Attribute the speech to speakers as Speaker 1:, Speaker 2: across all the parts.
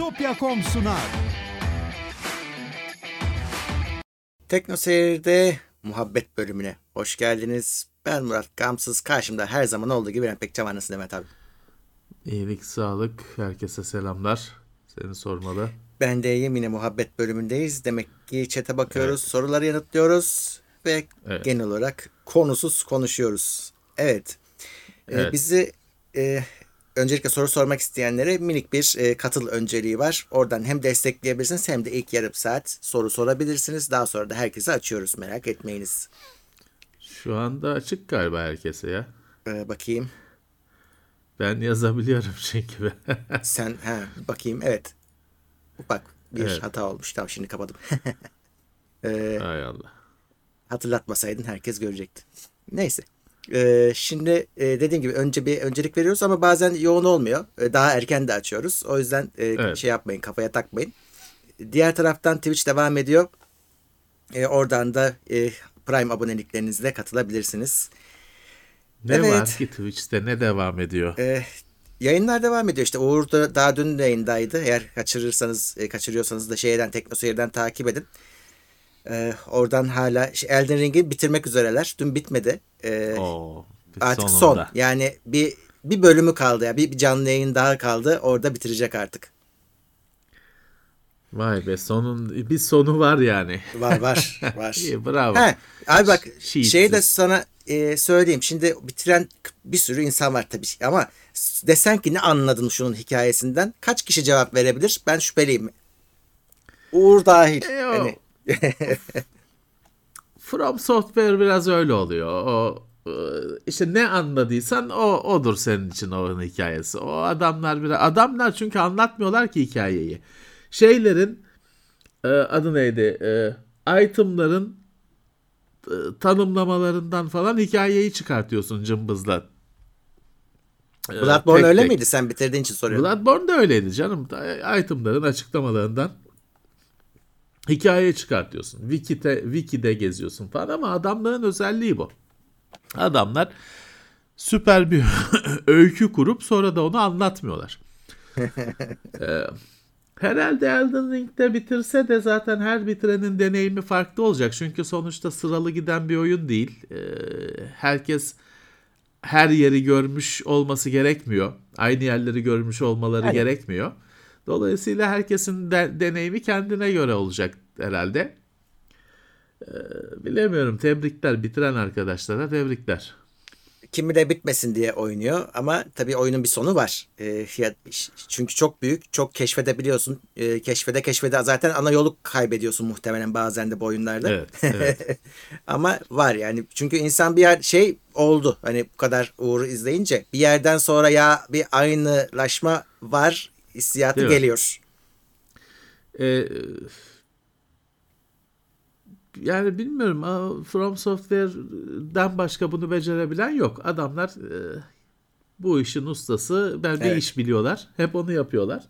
Speaker 1: Bitopya.com sunar.
Speaker 2: Tekno Seyir'de muhabbet bölümüne hoş geldiniz. Ben Murat Gamsız. Karşımda her zaman olduğu gibi ben pek Cavanlısı Demet abi.
Speaker 3: İyilik, sağlık. Herkese selamlar. Seni sormalı.
Speaker 2: Ben de yine muhabbet bölümündeyiz. Demek ki chat'e bakıyoruz,
Speaker 3: Evet.
Speaker 2: soruları yanıtlıyoruz ve
Speaker 3: Evet.
Speaker 2: genel olarak konusuz konuşuyoruz. Evet.
Speaker 3: Evet.
Speaker 2: Bizi öncelikle soru sormak isteyenlere minik bir katıl önceliği var. Oradan hem destekleyebilirsiniz hem de ilk yarım saat soru sorabilirsiniz. Daha sonra da herkese açıyoruz. Merak etmeyiniz.
Speaker 3: Şu anda açık galiba herkese ya.
Speaker 2: Bakayım.
Speaker 3: Ben yazabiliyorum çünkü.
Speaker 2: Sen bakayım, evet. Bak bir
Speaker 3: Evet.
Speaker 2: hata olmuş. Tamam, şimdi kapadım.
Speaker 3: Hay Allah.
Speaker 2: Hatırlatmasaydın herkes görecekti. Neyse. Şimdi dediğim gibi öncelik veriyoruz ama bazen yoğun olmuyor. Daha erken de açıyoruz. O yüzden
Speaker 3: Evet.
Speaker 2: şey yapmayın, kafaya takmayın. Diğer taraftan Twitch devam ediyor. Oradan da Prime aboneliklerinizle katılabilirsiniz.
Speaker 3: Ne
Speaker 2: Evet.
Speaker 3: var ki Twitch'te ne devam ediyor?
Speaker 2: Yayınlar devam ediyor. İşte Uğur da daha dün yayındaydı. Eğer kaçırıyorsanız da Tekno Seyir'den takip edin. Oradan hala Elden Ring'i bitirmek üzereler. Dün bitmedi.
Speaker 3: Oo,
Speaker 2: Artık son.
Speaker 3: sonunda.
Speaker 2: Yani bir bölümü kaldı ya. Bir canlı yayın daha kaldı. Orada bitirecek artık.
Speaker 3: Vay be, bir sonu var yani.
Speaker 2: Var.
Speaker 3: İyi, bravo.
Speaker 2: Abi bak,
Speaker 3: Cheatsiz.
Speaker 2: şeyi de sana söyleyeyim. Şimdi bitiren bir sürü insan var tabii ama desen ki ne anladın şunun hikayesinden? Kaç kişi cevap verebilir? Ben şüpheliyim. Uğur dahil. Hani
Speaker 3: From Software biraz öyle oluyor. O işte ne anladıysan odur senin için onun hikayesi. O adamlar çünkü anlatmıyorlar ki hikayeyi. Şeylerin adı neydi? Itemların tanımlamalarından falan hikayeyi çıkartıyorsun cımbızla.
Speaker 2: Bloodborne
Speaker 3: tek
Speaker 2: öyle
Speaker 3: tek.
Speaker 2: miydi? Sen bitirdiğin için soruyorum.
Speaker 3: Bloodborne da öyleydi canım. Itemların açıklamalarından hikaye çıkartıyorsun. Wiki'de geziyorsun falan ama adamların özelliği bu. Adamlar süper bir öykü kurup sonra da onu anlatmıyorlar. Herhalde Elden Ring'de bitirse de zaten her bitirenin deneyimi farklı olacak. Çünkü sonuçta sıralı giden bir oyun değil. Herkes her yeri görmüş olması gerekmiyor. Aynı yerleri görmüş olmaları
Speaker 2: Yani.
Speaker 3: gerekmiyor. Dolayısıyla herkesin deneyimi kendine göre olacak herhalde. Bilemiyorum. Tebrikler. Bitiren arkadaşlara tebrikler.
Speaker 2: Kimi de bitmesin diye oynuyor ama tabii oyunun bir sonu var. Çünkü çok büyük, çok keşfedebiliyorsun. Keşfede zaten ana yolu kaybediyorsun muhtemelen bazen de bu oyunlarda.
Speaker 3: Evet.
Speaker 2: Ama var yani, çünkü insan bir yer şey oldu. Hani bu kadar Uğur'u izleyince bir yerden sonra ya bir aynılaşma var hissiyatı
Speaker 3: Değil mi?
Speaker 2: geliyor.
Speaker 3: Yani bilmiyorum. From Software'den başka bunu becerebilen yok. Adamlar bu işin ustası. Bir
Speaker 2: Evet.
Speaker 3: iş biliyorlar. Hep onu yapıyorlar.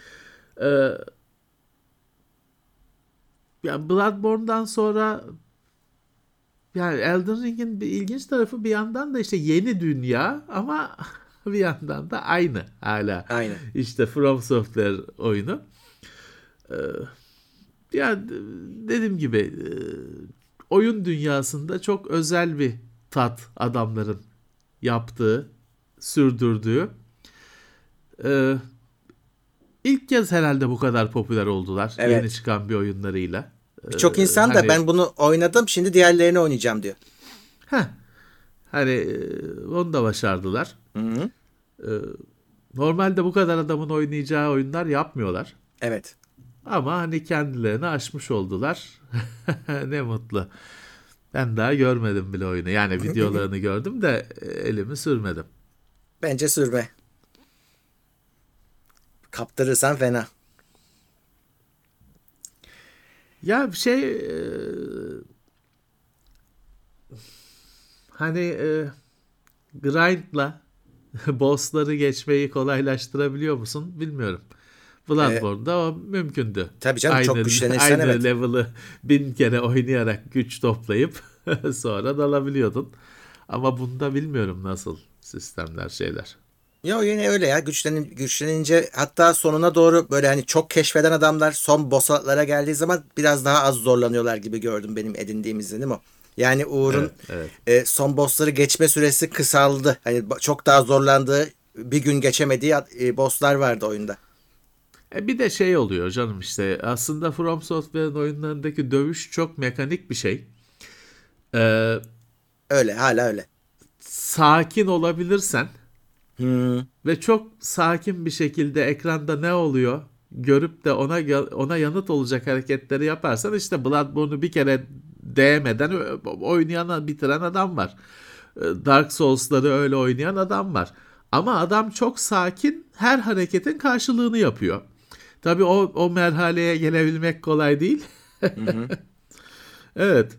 Speaker 3: Yani Bloodborne'dan sonra yani Elden Ring'in bir ilginç tarafı bir yandan da işte yeni dünya ama bir yandan da aynı hala.
Speaker 2: Aynen.
Speaker 3: İşte From Software oyunu. Yani dediğim gibi oyun dünyasında çok özel bir tat adamların yaptığı, sürdürdüğü. İlk kez herhalde bu kadar popüler oldular
Speaker 2: Evet.
Speaker 3: yeni çıkan bir oyunlarıyla.
Speaker 2: Birçok insan da
Speaker 3: hani-
Speaker 2: ben bunu oynadım, şimdi diğerlerini oynayacağım diyor.
Speaker 3: Hani onu da başardılar.
Speaker 2: Hı-hı.
Speaker 3: Normalde bu kadar adamın oynayacağı oyunlar yapmıyorlar.
Speaker 2: Evet.
Speaker 3: Ama hani kendilerini aşmış oldular. Ne mutlu. Ben daha görmedim bile oyunu. Yani videolarını gördüm de elimi sürmedim.
Speaker 2: Bence sürme. Kaptırırsan fena.
Speaker 3: Ya hani grind'la boss'ları geçmeyi kolaylaştırabiliyor musun bilmiyorum. Bloodborne'da o mümkündü.
Speaker 2: Tabii canım, çok güçlenirsen
Speaker 3: aynı
Speaker 2: evet.
Speaker 3: level'ı 1000 kere oynayarak güç toplayıp sonra dalabiliyordun. Ama bunda bilmiyorum nasıl sistemler şeyler.
Speaker 2: Yo, yine öyle ya, güçlenince hatta sonuna doğru böyle hani çok keşfeden adamlar son bosslara geldiği zaman biraz daha az zorlanıyorlar gibi gördüm, benim edindiğim izlenim o. Yani Uğur'un
Speaker 3: Evet, evet.
Speaker 2: son bossları geçme süresi kısaldı. Hani çok daha zorlandığı, bir gün geçemediği bosslar vardı oyunda.
Speaker 3: Bir de şey oluyor canım, işte aslında From Software'ın oyunlarındaki dövüş çok mekanik bir şey. Ee,
Speaker 2: Öyle, hala öyle.
Speaker 3: Sakin olabilirsen
Speaker 2: Hmm.
Speaker 3: ve çok sakin bir şekilde ekranda ne oluyor görüp de ona yanıt olacak hareketleri yaparsan, işte Bloodborne'u bir kere değmeden oynayan, bitiren adam var. Dark Souls'ları öyle oynayan adam var. Ama adam çok sakin, her hareketin karşılığını yapıyor. Tabii o merhaleye gelebilmek kolay değil.
Speaker 2: Hı hı.
Speaker 3: Evet.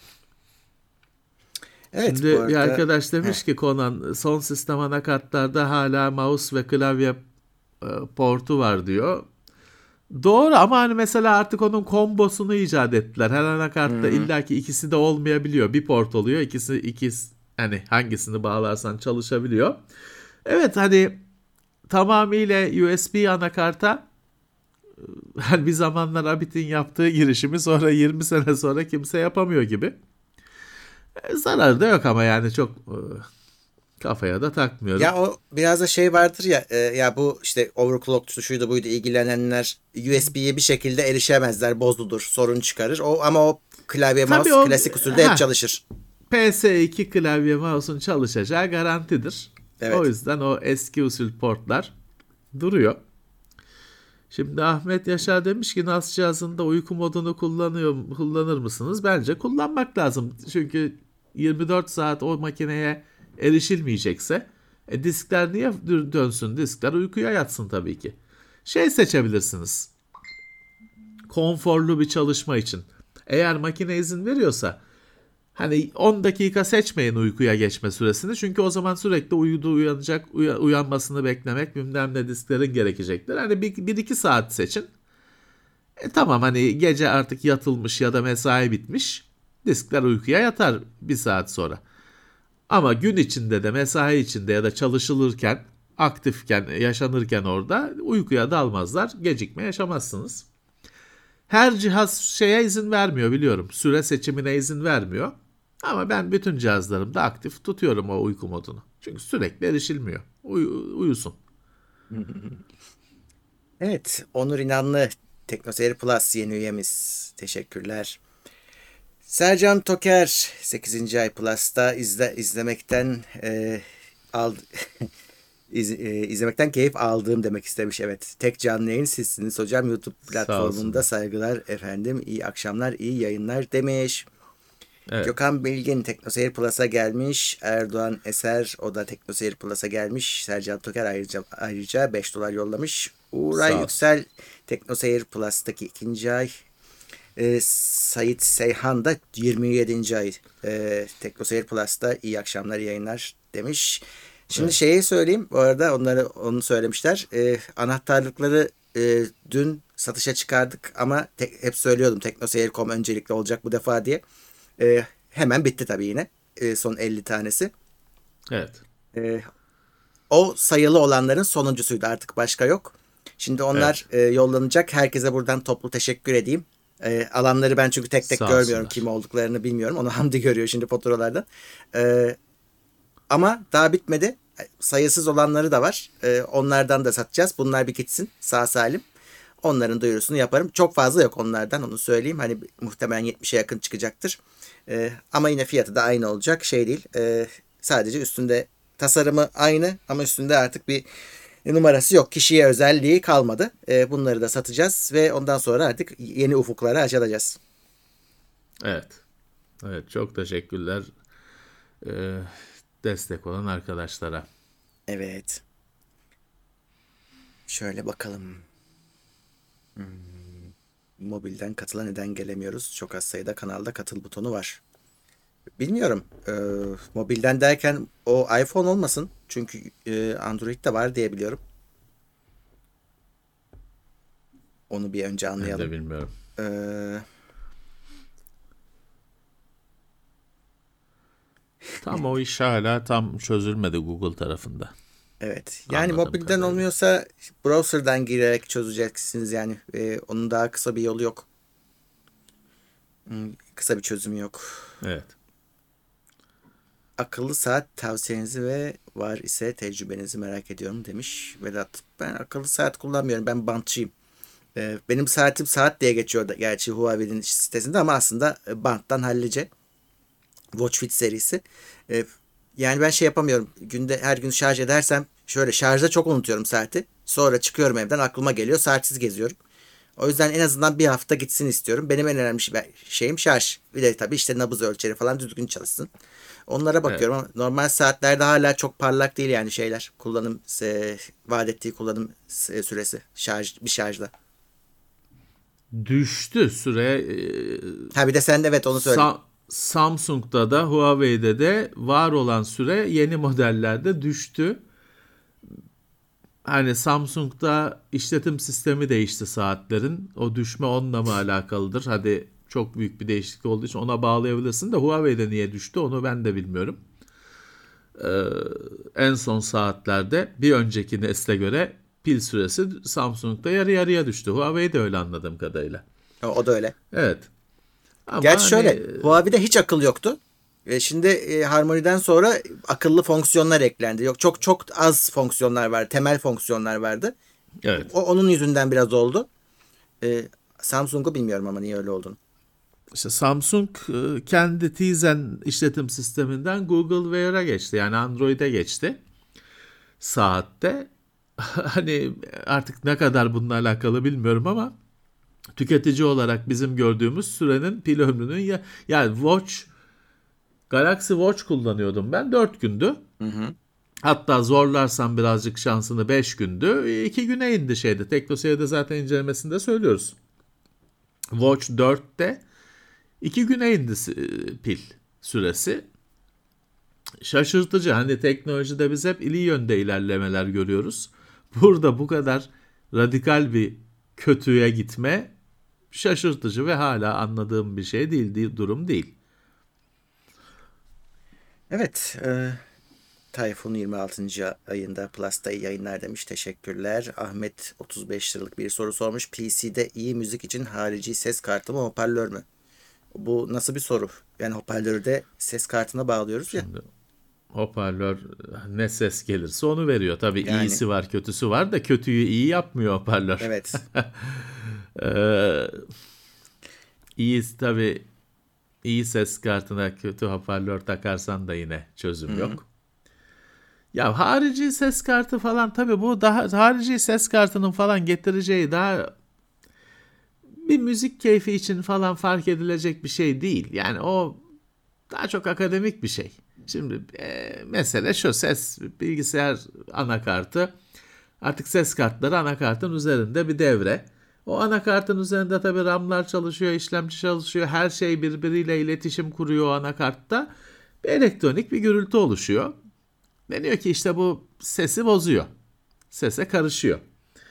Speaker 2: Evet, bu
Speaker 3: Şimdi bir
Speaker 2: arada
Speaker 3: arkadaş
Speaker 2: heh.
Speaker 3: demiş ki Conan, son sistem anakartlarda hala mouse ve klavye portu var diyor. Doğru, ama hani mesela artık onun kombosunu icat ettiler. Her anakartta
Speaker 2: Hmm.
Speaker 3: illaki ikisi de olmayabiliyor. Bir port oluyor. İkisi hani hangisini bağlarsan çalışabiliyor. Evet, hani tamamıyla USB anakarta, hani bir zamanlar Abit'in yaptığı girişimi sonra 20 sene sonra kimse yapamıyor gibi. Zararı da yok ama yani çok kafaya da
Speaker 2: Ya,
Speaker 3: takmıyorum.
Speaker 2: o biraz da şey vardır ya, ya bu işte overclock şuydu buydu, ilgilenenler USB'ye bir şekilde erişemezler, bozulur, sorun çıkarır. Ama o klavye
Speaker 3: Tabii
Speaker 2: mouse
Speaker 3: o,
Speaker 2: klasik usulde hep
Speaker 3: ha,
Speaker 2: çalışır.
Speaker 3: PS2 klavye mouse'un çalışacağı garantidir. O
Speaker 2: Evet.
Speaker 3: yüzden o eski usul portlar duruyor. Şimdi Ahmet Yaşar demiş ki NAS cihazında uyku modunu kullanır mısınız? Bence kullanmak lazım. Çünkü 24 saat o makineye erişilmeyecekse diskler niye dönsün? Diskler uykuya yatsın tabii ki. Şey seçebilirsiniz. Konforlu bir çalışma için. Eğer makine izin veriyorsa, hani 10 dakika seçmeyin uykuya geçme süresini. Çünkü o zaman sürekli uyanacak, uyanmasını beklemek, bilmem ne disklerin gerekecektir. Hani 1-2 saat seçin. Tamam, hani gece artık yatılmış ya da mesai bitmiş. Diskler uykuya yatar bir saat sonra. Ama gün içinde de, mesai içinde ya da çalışılırken, aktifken, yaşanırken orada uykuya dalmazlar. Gecikme yaşamazsınız. Her cihaz şeye izin vermiyor biliyorum. Süre seçimine izin vermiyor. Ama ben bütün cihazlarımda aktif tutuyorum o uyku modunu. Çünkü sürekli erişilmiyor. Uyusun.
Speaker 2: Evet, Onur İnanlı, TeknoSeyir Plus yeni üyemiz. Teşekkürler. Sercan Toker 8. ay Plus'ta izlemekten al izlemekten keyif aldığım demek istemiş. Evet. Tek canlı yayın sizsiniz hocam. YouTube
Speaker 3: Sağ
Speaker 2: platformunda
Speaker 3: olsunlar.
Speaker 2: saygılar efendim. İyi akşamlar, iyi yayınlar demiş.
Speaker 3: Evet.
Speaker 2: Gökhan Bilgin TeknoSeyir Plus'a gelmiş. Erdoğan Eser, o da TeknoSeyir Plus'a gelmiş. Sercan Toker ayrıca 5 dolar yollamış. Uğray
Speaker 3: Sağ olsun.
Speaker 2: Yüksel TeknoSeyir Plus'taki 2. ay. Sait Seyhan da 27. ay TeknoSeyir Plus'ta iyi akşamlar, iyi yayınlar demiş. Şimdi
Speaker 3: Evet.
Speaker 2: şeyi söyleyeyim. Bu arada onu söylemişler. Anahtarlıkları dün satışa çıkardık ama hep söylüyordum TeknoSeyir.com öncelikli olacak bu defa diye. Hemen bitti tabii yine. Son 50 tanesi.
Speaker 3: Evet.
Speaker 2: E, O sayılı olanların sonuncusuydu. Artık başka yok. Şimdi onlar
Speaker 3: Evet.
Speaker 2: yollanacak. Herkese buradan toplu teşekkür edeyim. Alanları ben çünkü tek tek
Speaker 3: Sağ
Speaker 2: görmüyorum. Kim
Speaker 3: olsunlar.
Speaker 2: olduklarını bilmiyorum. Onu Hamdi görüyor şimdi faturalardan. Ama daha bitmedi. Sayısız olanları da var. Onlardan da satacağız. Bunlar bir gitsin sağ salim. Onların duyurusunu yaparım. Çok fazla yok onlardan, onu söyleyeyim. Hani muhtemelen 70'e yakın çıkacaktır. Ama yine fiyatı da aynı olacak. Şey değil. Sadece üstünde tasarımı aynı ama üstünde artık bir numarası yok. Kişiye özelliği kalmadı. Bunları da satacağız ve ondan sonra artık yeni ufuklara açılacağız.
Speaker 3: Evet. Evet. Çok teşekkürler e, destek olan arkadaşlara.
Speaker 2: Evet. Şöyle bakalım. Mobilden katıla neden gelemiyoruz? Çok az sayıda kanalda katıl butonu var. Bilmiyorum. Mobilden derken o iPhone olmasın. Çünkü Android'de var diye biliyorum. Onu bir önce
Speaker 3: Ben de
Speaker 2: anlayalım.
Speaker 3: bilmiyorum.
Speaker 2: Ee,
Speaker 3: Tam o iş hala tam çözülmedi Google tarafında.
Speaker 2: Evet. Yani
Speaker 3: Anladığım
Speaker 2: mobilden
Speaker 3: kadarıyla.
Speaker 2: olmuyorsa browser'dan girerek çözeceksiniz yani. Onun daha kısa bir yolu yok. Kısa bir çözümü yok.
Speaker 3: Evet.
Speaker 2: Akıllı saat tavsiyenizi ve var ise tecrübenizi merak ediyorum demiş Vedat. Ben akıllı saat kullanmıyorum. Ben bantçıyım. Benim saatim saat diye geçiyor da gerçi Huawei'nin sitesinde ama aslında banttan hallice. Watch Fit serisi. E, Yani ben şey yapamıyorum. Günde her gün şarj edersem şöyle şarjda çok unutuyorum saati. Sonra çıkıyorum evden aklıma geliyor saatsiz geziyorum. O yüzden en azından bir hafta gitsin istiyorum. Benim en önemli şeyim şarj. Bir de tabii işte nabız ölçeri falan düzgün çalışsın. Onlara
Speaker 3: Evet.
Speaker 2: bakıyorum ama normal saatlerde hala çok parlak değil yani şeyler. Vaat ettiği kullanım süresi bir şarjda.
Speaker 3: Düştü süre.
Speaker 2: Ha bir de sen de evet onu söyle.
Speaker 3: Samsung'da da Huawei'de de var olan süre yeni modellerde düştü. Hani Samsung'da işletim sistemi değişti saatlerin. O düşme onunla mı alakalıdır? Hadi çok büyük bir değişiklik olduğu için ona bağlayabilirsin de Huawei'de niye düştü onu ben de bilmiyorum. Ee, En son saatlerde bir önceki nesle göre pil süresi Samsung'da yarı yarıya düştü. Huawei'de öyle anladığım kadarıyla.
Speaker 2: O da öyle.
Speaker 3: Evet. Ama
Speaker 2: Gerçi
Speaker 3: hani
Speaker 2: şöyle Huawei'de hiç akıl yoktu. Şimdi Harmony'den sonra akıllı fonksiyonlar eklendi. Yok çok çok az fonksiyonlar vardı. Temel fonksiyonlar vardı.
Speaker 3: evet.
Speaker 2: Onun yüzünden biraz oldu. Samsung'u bilmiyorum ama niye öyle olduğunu.
Speaker 3: İşte Samsung kendi Tizen işletim sisteminden Google Wear'a geçti. Yani Android'e geçti saatte. Hani artık ne kadar bununla alakalı bilmiyorum ama tüketici olarak bizim gördüğümüz sürenin pil ömrünün yani Galaxy Watch kullanıyordum ben 4 gündü.
Speaker 2: Hı hı.
Speaker 3: Hatta zorlarsam birazcık şansını 5 gündü. 2 güne indi şeyde. TeknoSeyir'de zaten incelemesinde söylüyoruz. Watch 4'te 2 güne indi pil süresi. Şaşırtıcı. Hani teknolojide biz hep iyi yönde ilerlemeler görüyoruz. Burada bu kadar radikal bir kötüye gitme şaşırtıcı ve hala anladığım bir şey değil, durum değil.
Speaker 2: Evet. Tayfun 26. ayında Plus'ta iyi yayınlar demiş. Teşekkürler. Ahmet 35 liralık bir soru sormuş. PC'de iyi müzik için harici ses kartı mı hoparlör mü? Bu nasıl bir soru? Yani hoparlörü de ses kartına bağlıyoruz ya.
Speaker 3: Şimdi hoparlör ne ses gelirse onu veriyor. Tabii
Speaker 2: Yani
Speaker 3: iyisi var, kötüsü var da kötüyü iyi yapmıyor hoparlör.
Speaker 2: evet.
Speaker 3: Ee, iyi tabii iyi ses kartına kötü hoparlör takarsan da yine
Speaker 2: Hı
Speaker 3: çözüm
Speaker 2: hı.
Speaker 3: yok. Ya harici ses kartı falan tabii bu daha harici ses kartının falan getireceği daha bir müzik keyfi için falan fark edilecek bir şey değil. Yani o daha çok akademik bir şey. Şimdi mesele şu ses bilgisayar anakartı artık ses kartları anakartın üzerinde bir devre. O anakartın üzerinde tabii RAM'lar çalışıyor, işlemci çalışıyor. Her şey birbiriyle iletişim kuruyor o anakartta. Bir elektronik bir gürültü oluşuyor. Deniyor ki işte bu sesi bozuyor. Sese karışıyor.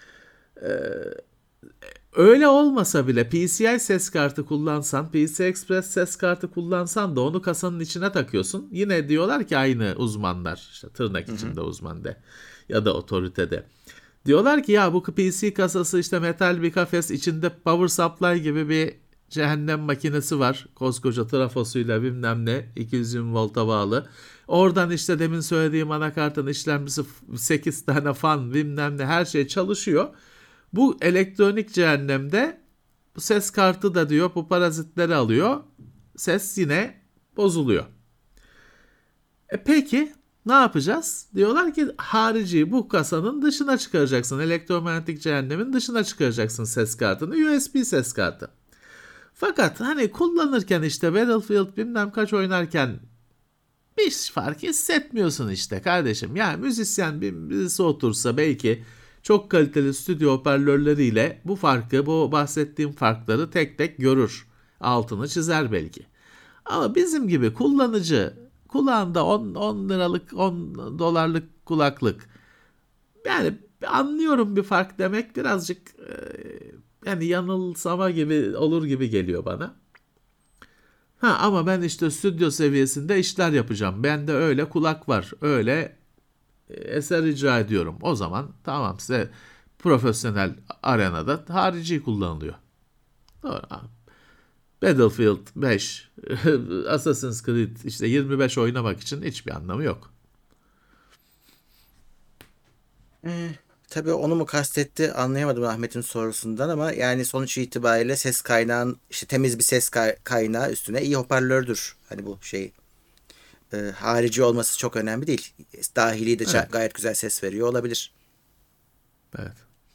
Speaker 3: Öyle olmasa bile PCI ses kartı kullansan, PCI Express ses kartı kullansan da onu kasanın içine takıyorsun. Yine diyorlar ki aynı uzmanlar, işte tırnak
Speaker 2: Hı hı.
Speaker 3: içinde uzman de ya da otoritede. Diyorlar ki ya bu PC kasası işte metal bir kafes içinde power supply gibi bir cehennem makinesi var. Koskoca trafosuyla bilmem ne 220 volta bağlı. Oradan işte demin söylediğim anakartın işlemcisi 8 tane fan bilmem ne her şey çalışıyor. Bu elektronik cehennemde bu ses kartı da diyor bu parazitleri alıyor. Ses yine bozuluyor. Peki ne yapacağız? Diyorlar ki harici bu kasanın dışına çıkaracaksın. Elektromanyetik cehennemin dışına çıkaracaksın ses kartını. USB ses kartı. Fakat hani kullanırken işte Battlefield bilmem kaç oynarken bir fark hissetmiyorsun işte kardeşim. Yani müzisyen birisi otursa belki çok kaliteli stüdyo hoparlörleriyle bu farkı, bu bahsettiğim farkları tek tek görür. Altını çizer belki. Ama bizim gibi kullanıcı kulağında 10 liralık 10 dolarlık kulaklık yani anlıyorum bir fark demek birazcık yani yanılsama gibi olur gibi geliyor bana. Ha ama ben işte stüdyo seviyesinde işler yapacağım. Bende öyle kulak var. Öyle eser icra ediyorum. O zaman tamam, size profesyonel arenada harici kullanılıyor. Doğru. Battlefield 5, Assassin's Creed işte 25 oynamak için hiçbir anlamı yok.
Speaker 2: Tabii onu mu kastetti anlayamadım Ahmet'in sorusundan ama yani sonuç itibariyle ses kaynağın işte temiz bir ses kaynağı üstüne iyi hoparlördür. Hani bu şey harici olması çok önemli değil. Dahili de
Speaker 3: Evet.
Speaker 2: gayet güzel ses veriyor olabilir.
Speaker 3: Evet.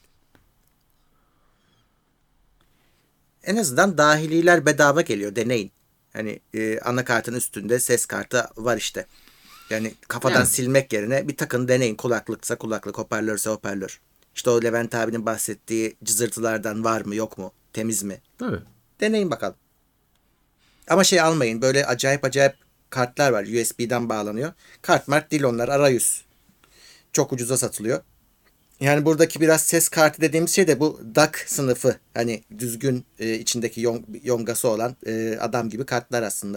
Speaker 2: En azından dahililer bedava geliyor, deneyin. Hani anakartın üstünde ses kartı var işte. Yani kafadan
Speaker 3: Yani
Speaker 2: silmek yerine bir takın deneyin. Kulaklıksa kulaklık, hoparlörse hoparlör. İşte o Levent abinin bahsettiği cızırtılardan var mı yok mu? Temiz mi?
Speaker 3: tabii.
Speaker 2: Deneyin bakalım. Ama şey almayın. Böyle acayip acayip kartlar var. USB'den bağlanıyor. Kart mart değil onlar. Arayüz. Çok ucuza satılıyor. Yani buradaki biraz ses kartı dediğimiz şey de bu DAC sınıfı. Hani düzgün içindeki yongası olan adam gibi kartlar aslında.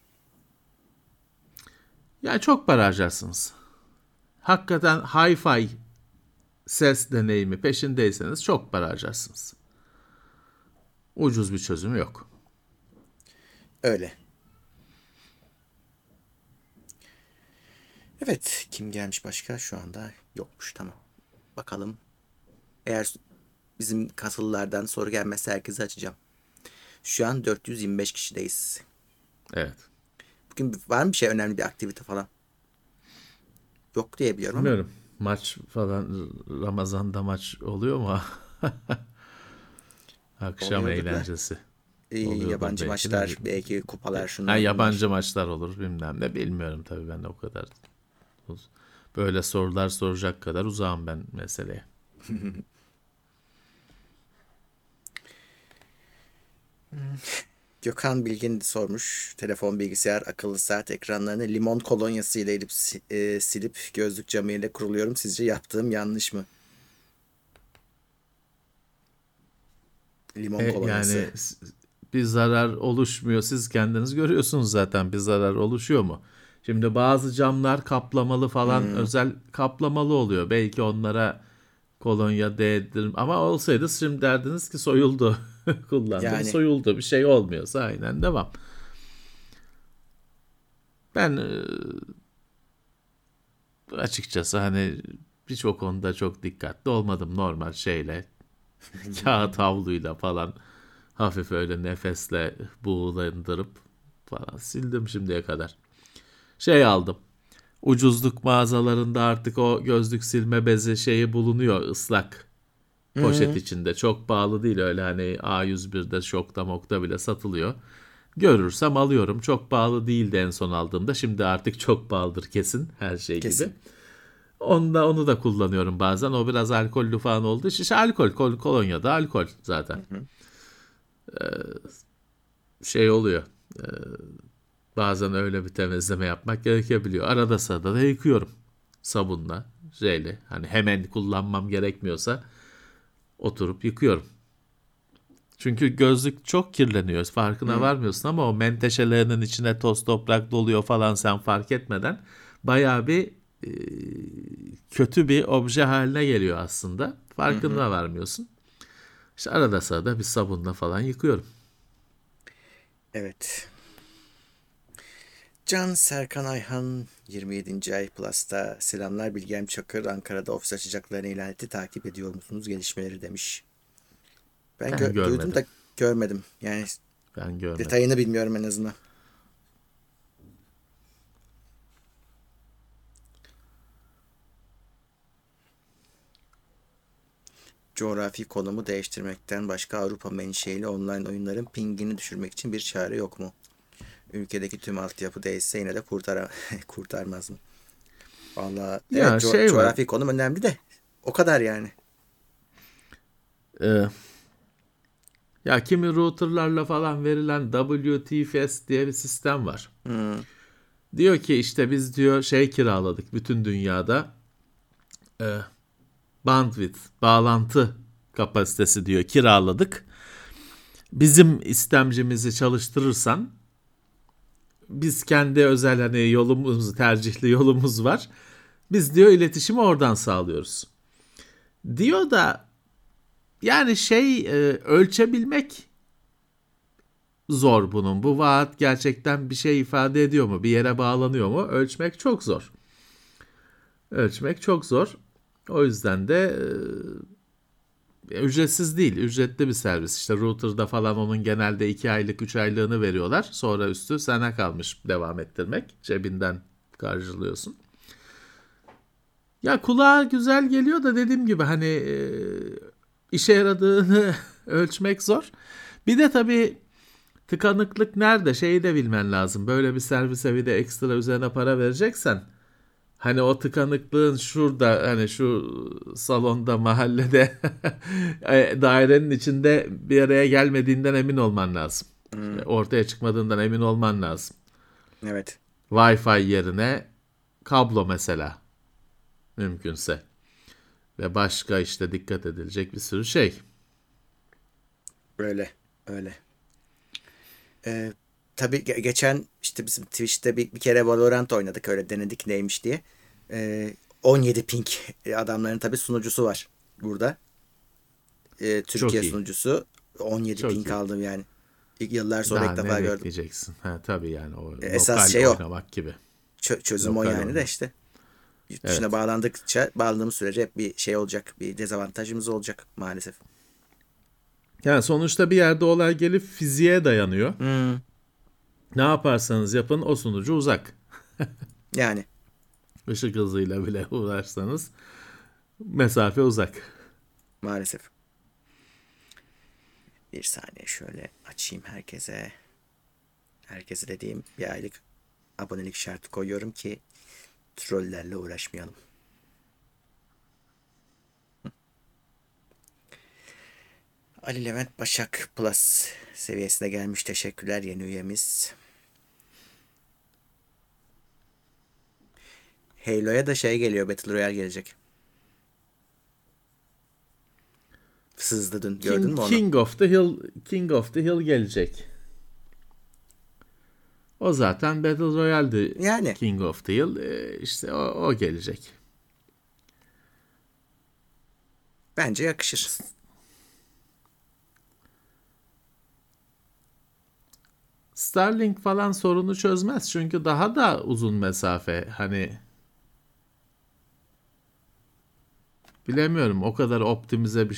Speaker 3: Yani çok para harcarsınız. Hakikaten hi-fi ses deneyimi peşindeyseniz çok para harcarsınız. Ucuz bir çözüm yok.
Speaker 2: Öyle. Evet. Kim gelmiş başka? Şu anda yokmuş. Tamam. Bakalım. Eğer bizim katılılardan soru gelmezse herkese açacağım. Şu an 425 kişideyiz.
Speaker 3: Evet.
Speaker 2: Bugün var mı bir şey, önemli bir aktivite falan? Yok diye biliyorum ama.
Speaker 3: Bilmiyorum. Maç falan, Ramazan'da maç oluyor mu? Akşam
Speaker 2: Oluyordur da.
Speaker 3: eğlencesi. Oluyordur
Speaker 2: Yabancı
Speaker 3: belki de.
Speaker 2: maçlar, belki kupalar,
Speaker 3: Ha,
Speaker 2: şunlar bunlar.
Speaker 3: yabancı maçlar olur bilmem ne. Bilmiyorum tabii, ben de o kadar. Böyle sorular soracak kadar uzağım ben meseleye.
Speaker 2: Gökhan Bilgin sormuş. Telefon, bilgisayar, akıllı saat ekranlarını limon kolonyası ile silip gözlük camı ile kuruluyorum. Sizce yaptığım yanlış mı? Limon kolonyası.
Speaker 3: Yani bir zarar oluşmuyor. Siz kendiniz görüyorsunuz zaten, bir zarar oluşuyor mu? Şimdi bazı camlar kaplamalı falan,
Speaker 2: Hmm,
Speaker 3: özel kaplamalı oluyor. Belki onlara kolonya değdirim ama olsaydı şimdi derdiniz ki soyuldu. Kullandım,
Speaker 2: yani
Speaker 3: soyuldu. Bir şey olmuyorsa aynen devam. Ben açıkçası hani birçok konuda çok dikkatli olmadım, normal şeyle. Kağıt havluyla falan hafif öyle nefesle buğulandırıp falan sildim şimdiye kadar. Şey aldım. Ucuzluk mağazalarında artık o gözlük silme bezi şeyi bulunuyor, ıslak poşet
Speaker 2: hmm,
Speaker 3: içinde. Çok pahalı değil, öyle hani A101'de, Şok'ta Mok'ta bile satılıyor. Görürsem alıyorum. Çok pahalı değildi en son aldığımda. Şimdi artık çok pahalıdır kesin, her şey gibi.
Speaker 2: kesin.
Speaker 3: Onu da kullanıyorum bazen. O biraz alkollü falan olduğu için. İşte alkol, kolonya da alkol zaten. Şey oluyor. Bazen öyle bir temizleme yapmak gerekebiliyor. Arada sırada da yıkıyorum. Sabunla, şeyle. Hani hemen kullanmam gerekmiyorsa oturup yıkıyorum. Çünkü gözlük çok kirleniyor. Farkına
Speaker 2: Hmm,
Speaker 3: varmıyorsun ama o menteşelerinin içine toz toprak doluyor falan, sen fark etmeden bayağı bir e, kötü bir obje haline geliyor aslında.
Speaker 2: hı hı.
Speaker 3: Farkına varmıyorsun. İşte arada sırada bir sabunla falan yıkıyorum.
Speaker 2: Evet. Can Serkan Ayhan 27. ay Plus'ta selamlar. Bilgem Çakır Ankara'da ofis açacaklarını ilan etti. Takip ediyor musunuz gelişmeleri demiş. Ben
Speaker 3: Ben
Speaker 2: duydum
Speaker 3: görmedim.
Speaker 2: da görmedim. Yani
Speaker 3: Ben görmedim.
Speaker 2: detayını bilmiyorum en azından. Coğrafi konumu değiştirmekten başka Avrupa menşeli online oyunların pingini düşürmek için bir çare yok mu? Ülkedeki tüm altyapı değişse yine de kurtarmaz mı? Vallahi evet,
Speaker 3: Ya şey var.
Speaker 2: coğrafi konum önemli de o kadar yani.
Speaker 3: e, Ya kimi routerlarla falan verilen WTFS diye bir sistem var.
Speaker 2: Hmm,
Speaker 3: Diyor ki işte biz diyor şey kiraladık bütün dünyada, e, bandwidth, bağlantı kapasitesi diyor kiraladık. Bizim istemcimizi çalıştırırsan, biz kendi özel hani yolumuz, tercihli yolumuz var. Biz diyor iletişimi oradan sağlıyoruz. Diyor da yani ölçebilmek zor bunun. Bu vaat gerçekten bir şey ifade ediyor mu? Bir yere bağlanıyor mu? Ölçmek çok zor. Ölçmek çok zor. O yüzden de ücretsiz değil, ücretli bir servis. İşte router'da falan onun genelde 2 aylık, 3 aylığını veriyorlar. Sonra üstü sana kalmış devam ettirmek. Cebinden karşılıyorsun. Ya kulağa güzel geliyor da dediğim gibi hani işe yaradığını ölçmek zor. Bir de tabii tıkanıklık nerede? Şeyi de bilmen lazım. Böyle bir servise bir de ekstra üzerine para vereceksen hani o tıkanıklığın şurada hani şu salonda mahallede dairenin içinde bir araya gelmediğinden emin olman lazım. Ortaya çıkmadığından emin olman lazım.
Speaker 2: Evet.
Speaker 3: Wi-Fi yerine kablo mesela mümkünse. Ve başka işte dikkat edilecek bir sürü şey.
Speaker 2: Öyle. Tabii geçen işte bizim Twitch'te bir kere Valorant oynadık, öyle denedik neymiş diye. 17 ping adamların tabii sunucusu var burada.
Speaker 3: Çok
Speaker 2: Türkiye
Speaker 3: iyi.
Speaker 2: sunucusu 17
Speaker 3: Çok
Speaker 2: ping
Speaker 3: iyi.
Speaker 2: aldım yani. İlk yıllar sonra
Speaker 3: Daha
Speaker 2: ilk
Speaker 3: ne
Speaker 2: defa gördüm.
Speaker 3: bekleyeceksin? Ha, tabii yani o
Speaker 2: Esas
Speaker 3: lokal
Speaker 2: şey o.
Speaker 3: oynamak gibi.
Speaker 2: Çözüm o
Speaker 3: Lokal
Speaker 2: yani de
Speaker 3: oynamak.
Speaker 2: işte. Yurt dışına
Speaker 3: Evet.
Speaker 2: bağlandığımız sürece hep bir şey olacak. Bir dezavantajımız olacak maalesef.
Speaker 3: Yani sonuçta bir yerde olay gelip fiziğe dayanıyor.
Speaker 2: Hmm,
Speaker 3: Ne yaparsanız yapın o sunucu uzak.
Speaker 2: yani
Speaker 3: Işık hızıyla bile uğraşsanız mesafe uzak.
Speaker 2: maalesef. Bir saniye şöyle açayım herkese. Herkese dediğim bir aylık abonelik şartı koyuyorum ki trollerle uğraşmayalım. Ali Levent Başak Plus seviyesine gelmiş. Teşekkürler yeni üyemiz. Halo'ya da şey geliyor. Battle Royale gelecek. Sızdı dün. Gördün mü onu?
Speaker 3: King of the Hill gelecek. O zaten Battle Royale'di.
Speaker 2: Yani
Speaker 3: King of the Hill işte o gelecek.
Speaker 2: bence yakışır.
Speaker 3: Starlink falan sorunu çözmez çünkü daha da uzun mesafe. Hani bilemiyorum o kadar optimize bir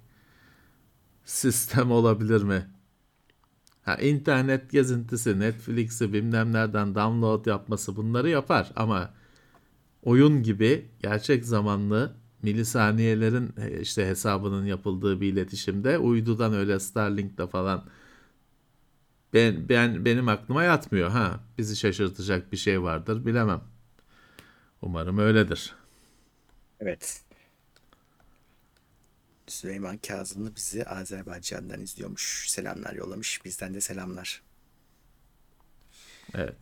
Speaker 3: sistem olabilir mi? Ha, internet gezintisi, Netflix'i bilmem nereden download yapması bunları yapar ama oyun gibi gerçek zamanlı milisaniyelerin işte hesabının yapıldığı bir iletişimde uydudan öyle Starlink'te falan benim aklıma yatmıyor. Ha, bizi şaşırtacak bir şey vardır bilemem. Umarım öyledir.
Speaker 2: Evet. Süleyman Kazımlı bizi Azerbaycan'dan izliyormuş. Selamlar yollamış. Bizden de selamlar.
Speaker 3: Evet.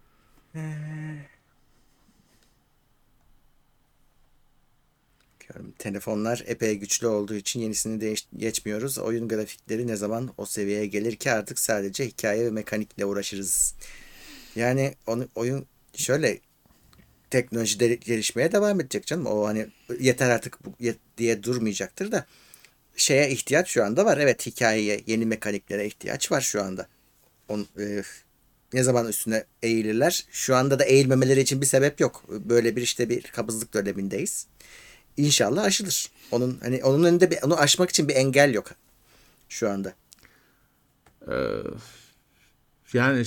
Speaker 2: Bakıyorum. Telefonlar epey güçlü olduğu için yenisini geçmiyoruz. Oyun grafikleri ne zaman o seviyeye gelir ki artık sadece hikaye ve mekanikle uğraşırız. Yani oyun şöyle teknoloji gelişmeye devam edecek canım. O hani yeter artık diye durmayacaktır da şeye ihtiyaç şu anda var. Evet, hikayeye, yeni mekaniklere ihtiyaç var şu anda. Ne zaman üstüne eğilirler? Şu anda da eğilmemeleri için bir sebep yok. Böyle bir işte bir kabızlık dönemindeyiz. İnşallah aşılır. Onun önünde onu aşmak için bir engel yok şu anda.
Speaker 3: Yani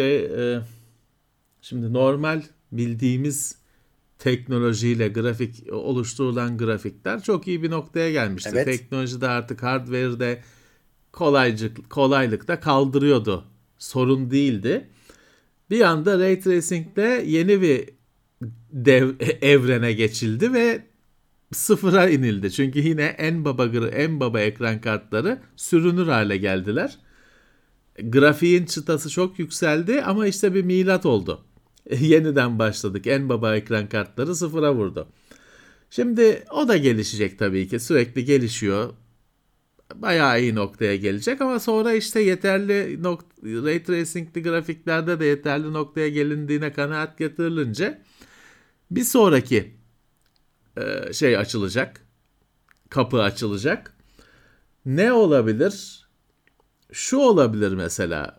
Speaker 3: şimdi normal bildiğimiz teknolojiyle oluşturulan grafikler çok iyi bir noktaya gelmişti.
Speaker 2: Evet.
Speaker 3: Teknoloji de artık hardware'de kolaylıkta kaldırıyordu. Sorun değildi. Bir anda Ray Tracing'de yeni bir evrene geçildi ve sıfıra inildi. Çünkü yine en baba ekran kartları sürünür hale geldiler. Grafiğin çıtası çok yükseldi ama işte bir milat oldu. Yeniden başladık. En baba ekran kartları sıfıra vurdu. Şimdi o da gelişecek tabii ki. Sürekli gelişiyor. Bayağı iyi noktaya gelecek ama sonra işte yeterli Ray Tracing'li grafiklerde de yeterli noktaya gelindiğine kanaat getirilince bir sonraki şey açılacak. Kapı açılacak. Ne olabilir? Şu olabilir mesela.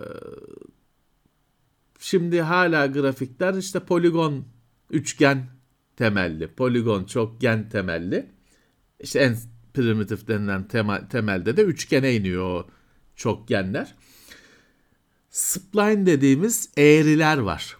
Speaker 3: Şimdi hala grafikler işte poligon, üçgen temelli, poligon, çokgen temelli. İşte en primitif denilen temelde de üçgene iniyor o çokgenler. Spline dediğimiz eğriler var.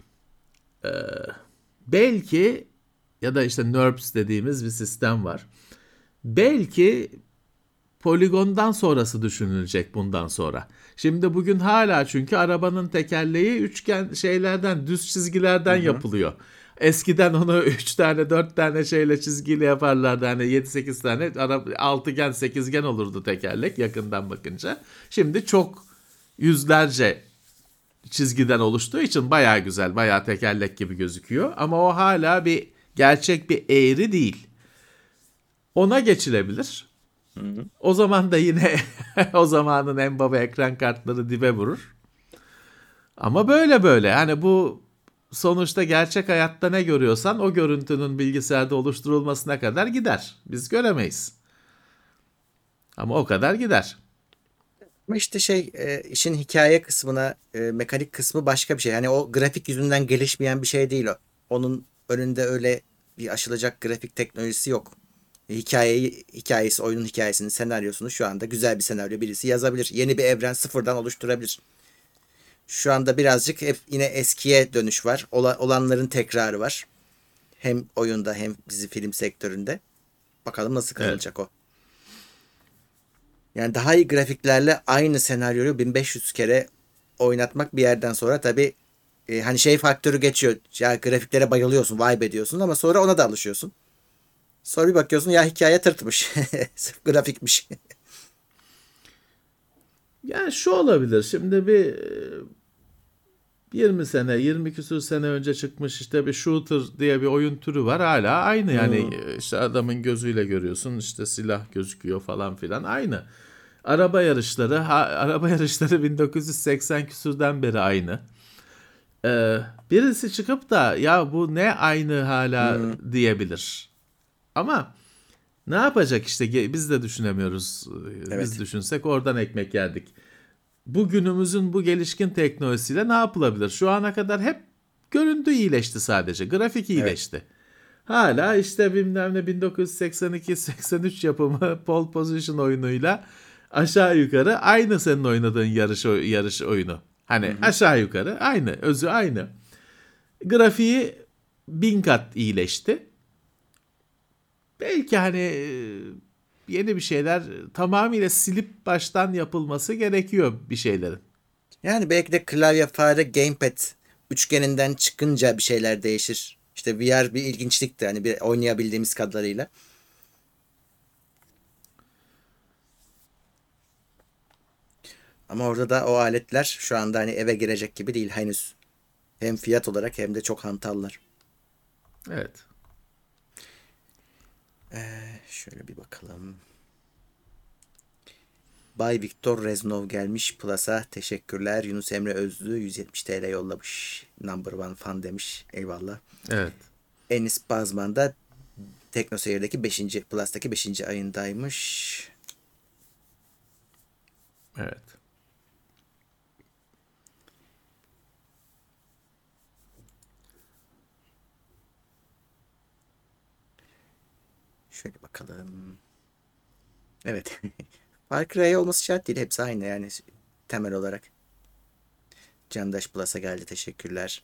Speaker 3: Belki ya da işte NURBS dediğimiz bir sistem var. Belki poligondan sonrası düşünülecek bundan sonra. Şimdi bugün hala çünkü arabanın tekerleği üçgen şeylerden, düz çizgilerden yapılıyor. Eskiden onu 3 tane 4 tane şeyle çizgiyle yaparlardı. Hani 7-8 tane altıgen sekizgen olurdu tekerlek yakından bakınca. Şimdi çok yüzlerce çizgiden oluştuğu için bayağı güzel, bayağı tekerlek gibi gözüküyor. Ama o hala bir gerçek bir eğri değil. Ona geçilebilir. O zaman da yine o zamanın en baba ekran kartları dibe vurur. Ama böyle hani bu sonuçta gerçek hayatta ne görüyorsan o görüntünün bilgisayarda oluşturulmasına kadar gider. Biz göremeyiz. Ama o kadar gider.
Speaker 2: Ama işte işin hikaye kısmına, mekanik kısmı başka bir şey. Yani o grafik yüzünden gelişmeyen bir şey değil o. Onun önünde öyle bir aşılacak grafik teknolojisi yok. Hikayesi, oyunun hikayesini, senaryosunu şu anda güzel bir senaryo birisi yazabilir. Yeni bir evren sıfırdan oluşturabilir. Şu anda birazcık hep yine eskiye dönüş var. Olanların tekrarı var. Hem oyunda hem dizi film sektöründe. Bakalım nasıl kalacak o. Yani daha iyi grafiklerle aynı senaryoyu 1500 kere oynatmak bir yerden sonra tabii hani şey faktörü geçiyor. Ya grafiklere bayılıyorsun, vibe ediyorsun ama sonra ona da alışıyorsun. Sonra bir bakıyorsun ya hikaye tırtmış. Sırf grafikmiş.
Speaker 3: Yani şu olabilir. Şimdi bir 20 sene, 20 küsur sene önce çıkmış işte bir shooter diye bir oyun türü var. Hala aynı yani işte adamın gözüyle görüyorsun işte silah gözüküyor falan filan aynı. Araba yarışları 1980 küsurdan beri aynı. Birisi çıkıp da ya bu ne aynı hala diyebilir. Ama ne yapacak işte biz de düşünemiyoruz.
Speaker 2: Evet.
Speaker 3: Biz düşünsek oradan ekmek yerdik. Bugünümüzün bu gelişkin teknolojisiyle ne yapılabilir? Şu ana kadar hep görüntü iyileşti sadece. Grafik iyileşti. Evet. Hala işte bilmem ne 1982-83 yapımı Pole Position oyunuyla aşağı yukarı aynı senin oynadığın yarış oyunu. Hani aşağı yukarı aynı, özü aynı. Grafiği 1000 kat iyileşti. Belki hani yeni bir şeyler tamamıyla silip baştan yapılması gerekiyor bir şeylerin.
Speaker 2: Yani belki de klavye, fare, gamepad üçgeninden çıkınca bir şeyler değişir. İşte VR bir ilginçlikti hani bir oynayabildiğimiz kadarıyla. Ama orada da o aletler şu anda hani eve girecek gibi değil henüz. Hem fiyat olarak hem de çok hantallar.
Speaker 3: Evet.
Speaker 2: Şöyle bir bakalım. Bay Viktor Reznov gelmiş Plus'a. Teşekkürler. Yunus Emre Özlü 170 TL yollamış. Number one fan demiş. Eyvallah.
Speaker 3: Evet.
Speaker 2: Enis Bazman da TeknoSeyir'deki 5. Plus'taki 5. ayındaymış.
Speaker 3: Evet.
Speaker 2: Şöyle bakalım. Evet. Far Cry olması şart değil. Hepsi aynı yani temel olarak. Candaş Plus'a geldi. Teşekkürler.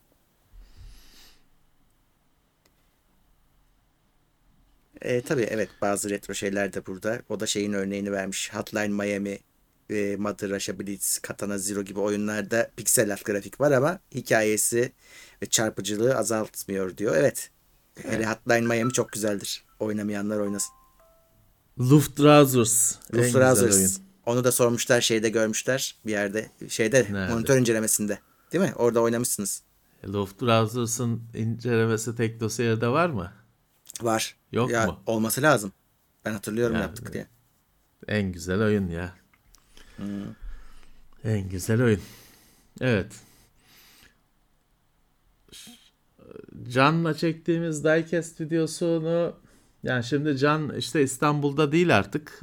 Speaker 2: Tabii evet bazı retro şeyler de burada. O da şeyin örneğini vermiş. Hotline Miami, Mother Russia Blitz, Katana Zero gibi oyunlarda piksel art grafik var ama hikayesi ve çarpıcılığı azaltmıyor diyor. Evet. Hele Hotline Miami çok güzeldir. Oynamayanlar oynasın.
Speaker 3: Luftrausers. En güzel oyun.
Speaker 2: Onu da sormuşlar şeyde görmüşler bir yerde. Şeyde
Speaker 3: Nerede?
Speaker 2: monitör incelemesinde. Değil mi? Orada oynamışsınız.
Speaker 3: Luftrausers'ın incelemesi TeknoSeyir'de var mı?
Speaker 2: Var.
Speaker 3: Yok
Speaker 2: Ya,
Speaker 3: mu?
Speaker 2: olması lazım. Ben hatırlıyorum
Speaker 3: Ya,
Speaker 2: yaptık diye.
Speaker 3: En güzel oyun ya. En güzel oyun. Evet. Can'la çektiğimiz diecast videosunu Yani şimdi Can işte İstanbul'da değil artık.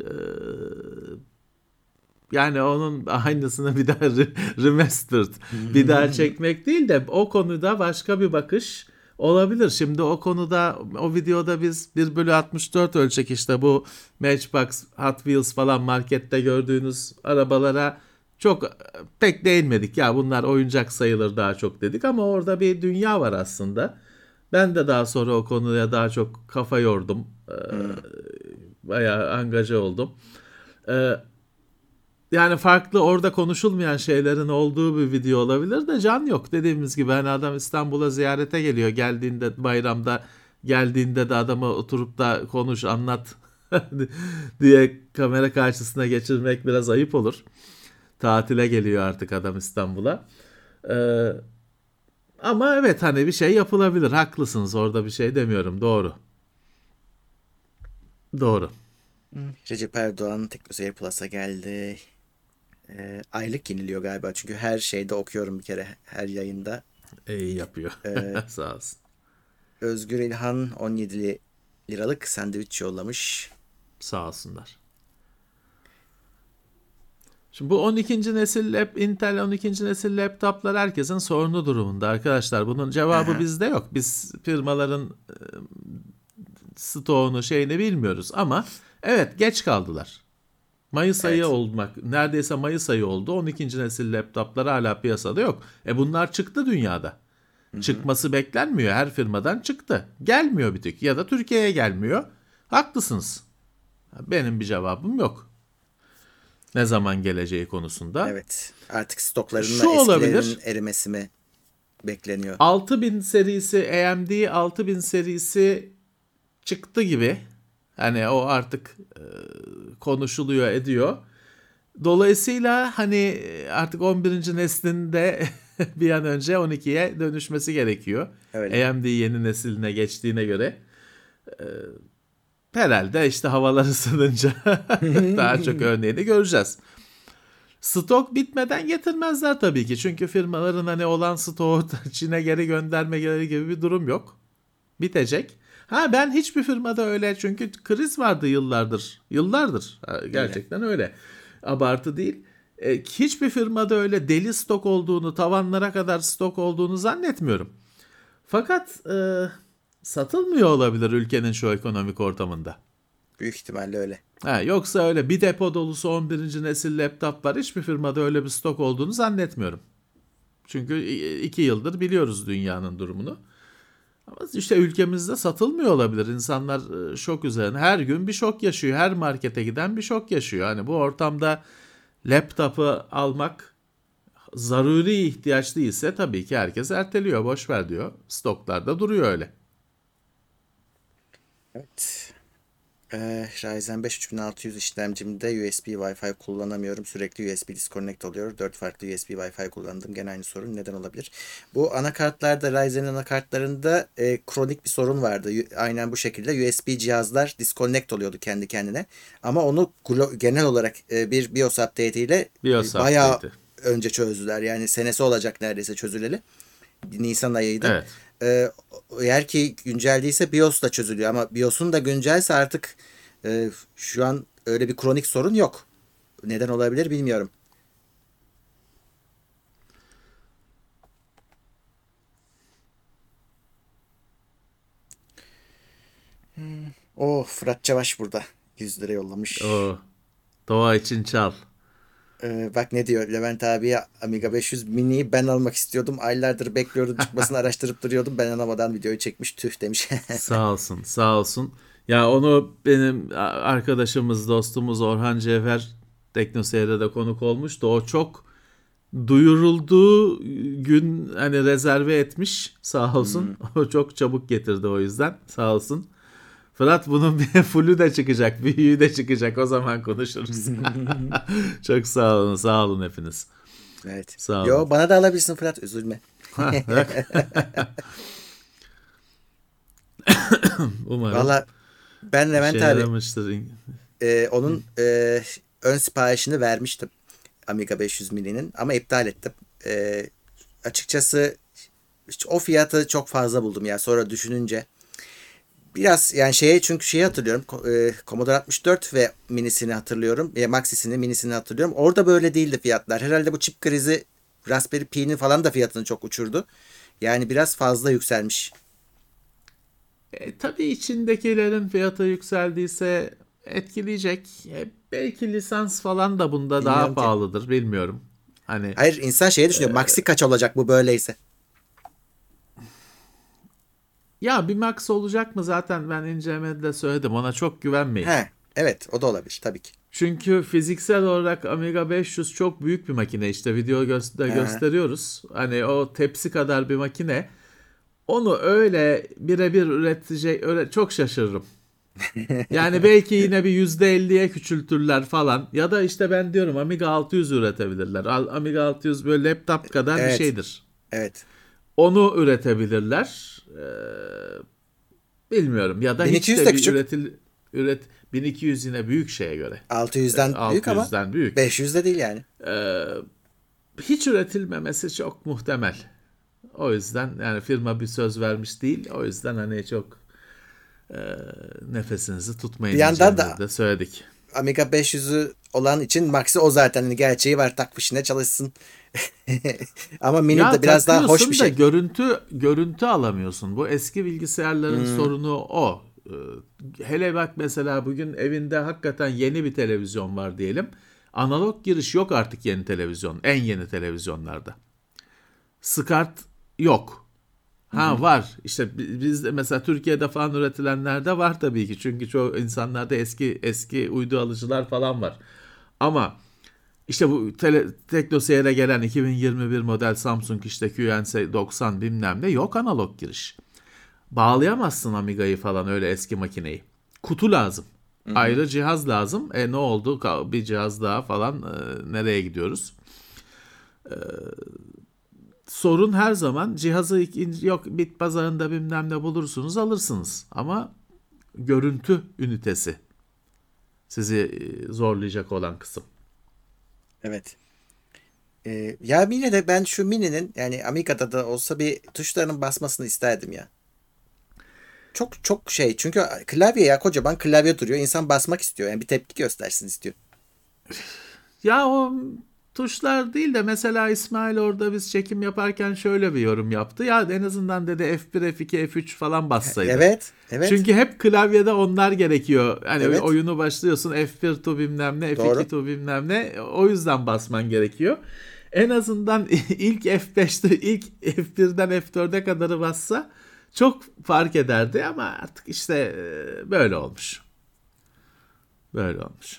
Speaker 3: Yani onun aynısını bir daha remastered bir daha çekmek değil de o konuda başka bir bakış olabilir. Şimdi o konuda o videoda biz 1/64 ölçek işte bu Matchbox, Hot Wheels falan markette gördüğünüz arabalara çok pek değinmedik. Ya bunlar oyuncak sayılır daha çok dedik ama orada bir dünya var aslında. Ben de daha sonra o konuya daha çok kafa yordum. Bayağı angaja oldum. Ee, Yani farklı orada konuşulmayan şeylerin olduğu bir video olabilir de Can yok. Dediğimiz gibi hani adam İstanbul'a ziyarete geliyor. Geldiğinde bayramda geldiğinde de adama oturup da konuş anlat diye kamera karşısına geçirmek biraz ayıp olur. Tatile geliyor artık adam İstanbul'a. Ee, Ama evet hani bir şey yapılabilir. Haklısınız orada bir şey demiyorum. Doğru. Doğru.
Speaker 2: Recep Erdoğan Teknoseyir Plus'a geldi. Aylık yeniliyor galiba. Çünkü her şeyde okuyorum bir kere. Her yayında.
Speaker 3: İyi yapıyor.
Speaker 2: Ee,
Speaker 3: Sağ olsun.
Speaker 2: Özgür İlhan 17 liralık sandviç yollamış.
Speaker 3: Sağ olsunlar. Şimdi bu 12. nesil Intel 12. nesil laptoplar herkesin sorunu durumunda arkadaşlar. Bunun cevabı
Speaker 2: Aha,
Speaker 3: bizde yok. Biz firmaların stoğunu şeyini bilmiyoruz ama evet geç kaldılar. Mayıs ayı
Speaker 2: evet.
Speaker 3: olmak neredeyse Mayıs ayı oldu. 12. nesil laptoplar hala piyasada yok. Bunlar çıktı dünyada.
Speaker 2: Hı hı.
Speaker 3: Çıkması beklenmiyor. Her firmadan çıktı. Gelmiyor bir tek ya da Türkiye'ye gelmiyor. Haklısınız. Benim bir cevabım yok. Ne zaman geleceği konusunda.
Speaker 2: Evet. Artık stoklarında
Speaker 3: Şu
Speaker 2: eskilerinin
Speaker 3: olabilir.
Speaker 2: erimesi mi bekleniyor?
Speaker 3: 6000 serisi AMD 6000 serisi çıktı gibi. Hani o artık konuşuluyor ediyor. Dolayısıyla hani artık 11. neslinde bir an önce 12'ye dönüşmesi gerekiyor.
Speaker 2: Öyle.
Speaker 3: AMD yeni nesline geçtiğine göre. Herhalde işte havalar ısınınca daha çok örneğini göreceğiz. Stok bitmeden getirmezler tabii ki. Çünkü firmaların hani olan stoğu Çin'e geri göndermeleri gibi bir durum yok. Bitecek. Ha ben hiçbir firmada öyle çünkü kriz vardı yıllardır. Yıllardır. Ha,
Speaker 2: Öyle.
Speaker 3: gerçekten öyle. Abartı değil. Hiçbir firmada öyle deli stok olduğunu, tavanlara kadar stok olduğunu zannetmiyorum. Fakat satılmıyor olabilir ülkenin şu ekonomik ortamında.
Speaker 2: Büyük ihtimalle öyle.
Speaker 3: Ha, yoksa öyle bir depo dolusu 11. nesil laptop var. Hiçbir firmada öyle bir stok olduğunu zannetmiyorum. Çünkü 2 yıldır biliyoruz dünyanın durumunu. Ama işte ülkemizde satılmıyor olabilir. İnsanlar şok üzerine. Her gün bir şok yaşıyor. Her markete giden bir şok yaşıyor. Hani bu ortamda laptopu almak zaruri ihtiyaç değilse tabii ki herkes erteliyor. Boş ver diyor. Stoklarda duruyor öyle.
Speaker 2: Evet. Ryzen 5 3600 işlemcimde USB Wi-Fi kullanamıyorum. Sürekli USB disconnect oluyor. 4 farklı USB Wi-Fi kullandım. Gene aynı sorun. Neden olabilir? Bu anakartlarda Ryzen'in anakartlarında kronik bir sorun vardı. Aynen bu şekilde USB cihazlar disconnect oluyordu kendi kendine. Ama onu genel olarak bir BIOS update ile
Speaker 3: BIOS
Speaker 2: bayağı
Speaker 3: update'i.
Speaker 2: önce çözdüler. Yani senesi olacak neredeyse çözüleli. Nisan ayıydı.
Speaker 3: Evet.
Speaker 2: Ee, Eğer ki güncel değilse BIOS da çözülüyor ama BIOS'un da güncelse artık şu an öyle bir kronik sorun yok. Neden olabilir bilmiyorum. Oh, Fırat Çavaş burada. 100 lira yollamış.
Speaker 3: O doğa için çal.
Speaker 2: Bak ne diyor Levent abiye, Amiga 500 mini'yi ben almak istiyordum. Aylardır bekliyordum, çıkmasını araştırıp duruyordum. Ben alamadan videoyu çekmiş, tüh demiş.
Speaker 3: Sağ olsun, sağ olsun. Ya onu benim arkadaşımız, dostumuz Orhan Cevher Teknoseyir'de de konuk olmuştu. O çok duyurulduğu gün hani rezerve etmiş sağ olsun. O çok çabuk getirdi o yüzden sağ olsun. Fırat bunun bir fullü de çıkacak, büyüğü de çıkacak. O zaman konuşuruz. Çok sağ olun, sağ olun hepiniz.
Speaker 2: Evet.
Speaker 3: Sağ olun.
Speaker 2: Yo, bana da alabilirsin Fırat, üzülme.
Speaker 3: Bak. Umarım
Speaker 2: Valla ben
Speaker 3: işe
Speaker 2: Levent abi
Speaker 3: yaramıştır.
Speaker 2: onun ön siparişini vermiştim. Amiga 500 mini'nin ama iptal ettim. Açıkçası o fiyatı çok fazla buldum ya. Sonra düşününce Biraz yani çünkü şeyi hatırlıyorum. Commodore 64 ve minisini hatırlıyorum. Maxisini, minisini hatırlıyorum. Orada böyle değildi fiyatlar. Herhalde bu çip krizi Raspberry Pi'nin falan da fiyatını çok uçurdu. Yani biraz fazla yükselmiş.
Speaker 3: Tabii içindekilerin fiyatı yükseldiyse etkileyecek. Belki lisans falan da bunda daha
Speaker 2: Bilmiyorum ki.
Speaker 3: pahalıdır, bilmiyorum. Hani
Speaker 2: Hayır, insan düşünüyor. Maxi kaç olacak bu böyleyse?
Speaker 3: ya bir Max olacak mı, zaten ben incelemede de söyledim, ona çok güvenmeyin.
Speaker 2: He, evet, o da olabilir tabii ki.
Speaker 3: Çünkü fiziksel olarak Amiga 500 çok büyük bir makine, işte video
Speaker 2: He,
Speaker 3: gösteriyoruz. Hani o tepsi kadar bir makine. Onu öyle birebir üretecek, öyle çok şaşırırım. Yani belki yine bir %50'ye küçültürler falan. Ya da işte ben diyorum Amiga 600 üretebilirler. Amiga 600 böyle laptop kadar bir
Speaker 2: evet,
Speaker 3: şeydir.
Speaker 2: evet.
Speaker 3: Onu üretebilirler. Bilmiyorum. Ya da hiç
Speaker 2: 1200
Speaker 3: de
Speaker 2: de
Speaker 3: bir
Speaker 2: küçük.
Speaker 3: üret 1200 yine büyük şeye göre.
Speaker 2: 600'den büyük ama
Speaker 3: 600'den büyük.
Speaker 2: 500 de değil yani.
Speaker 3: Hiç üretilmemesi çok muhtemel. O yüzden yani firma bir söz vermiş değil. O yüzden hani çok nefesinizi
Speaker 2: Bir
Speaker 3: tutmayın
Speaker 2: yandan
Speaker 3: diyeceğimizi
Speaker 2: da
Speaker 3: de söyledik.
Speaker 2: Amiga 500'ü olan için Maxi o zaten. Hani gerçeği var, tak fişine çalışsın. Ama Mini
Speaker 3: Ya
Speaker 2: de biraz daha hoş bir
Speaker 3: takıyorsun da
Speaker 2: şey.
Speaker 3: görüntü alamıyorsun. Bu eski bilgisayarların
Speaker 2: Hmm,
Speaker 3: sorunu o. Hele bak mesela bugün evinde hakikaten yeni bir televizyon var diyelim. Analog giriş yok artık yeni televizyon. En yeni televizyonlarda. SCART yok.
Speaker 2: hı hı.
Speaker 3: Ha var. İşte bizde mesela Türkiye'de falan üretilenlerde var tabii ki. Çünkü çoğu insanlarda eski uydu alıcılar falan var. Ama işte bu TeknoSeyir'e gelen 2021 model Samsung işte QNC 90 bilmem ne yok analog giriş. Bağlayamazsın Amiga'yı falan, öyle eski makineyi. Kutu lazım.
Speaker 2: Hı hı.
Speaker 3: Ayrı cihaz lazım. Ne oldu? Bir cihaz daha falan, nereye gidiyoruz? Sorun her zaman cihazı yok bit pazarında bilmem ne bulursunuz, alırsınız. Ama görüntü ünitesi sizi zorlayacak olan kısım.
Speaker 2: Evet. Ya yine de ben şu Mini'nin yani Amiga'da da olsa bir tuşlarının basmasını isterdim ya. Çok çok çünkü klavye ya, kocaman klavye duruyor. İnsan basmak istiyor. Yani bir tepki göstersin istiyor.
Speaker 3: Ya o tuşlar değil de mesela İsmail orada biz çekim yaparken şöyle bir yorum yaptı. Ya en azından dedi F1, F2, F3 falan bassaydı.
Speaker 2: Evet, evet,
Speaker 3: Çünkü hep klavyede onlar gerekiyor. Hani
Speaker 2: evet.
Speaker 3: oyunu başlıyorsun, F1 to bilmem ne, F2
Speaker 2: Doğru.
Speaker 3: to bilmem ne. O yüzden basman gerekiyor. En azından ilk F5'te ilk F1'den F4'e kadarı bassa çok fark ederdi ama artık işte böyle olmuş. Böyle olmuş.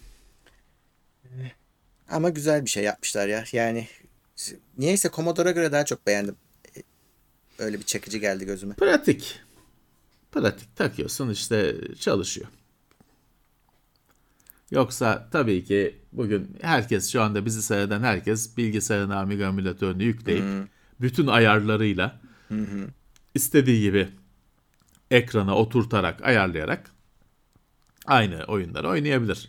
Speaker 2: Ama güzel bir şey yapmışlar ya. Yani niyeyse Commodore'a göre daha çok beğendim. Öyle bir çekici geldi gözüme.
Speaker 3: Pratik. Pratik takıyorsun işte çalışıyor. Yoksa tabii ki bugün herkes, şu anda bizi seyreden herkes bilgisayarına Amiga emülatörünü yükleyip
Speaker 2: Hı
Speaker 3: bütün ayarlarıyla
Speaker 2: hı. Hı.
Speaker 3: istediği gibi ekrana oturtarak ayarlayarak aynı oyunları oynayabilir.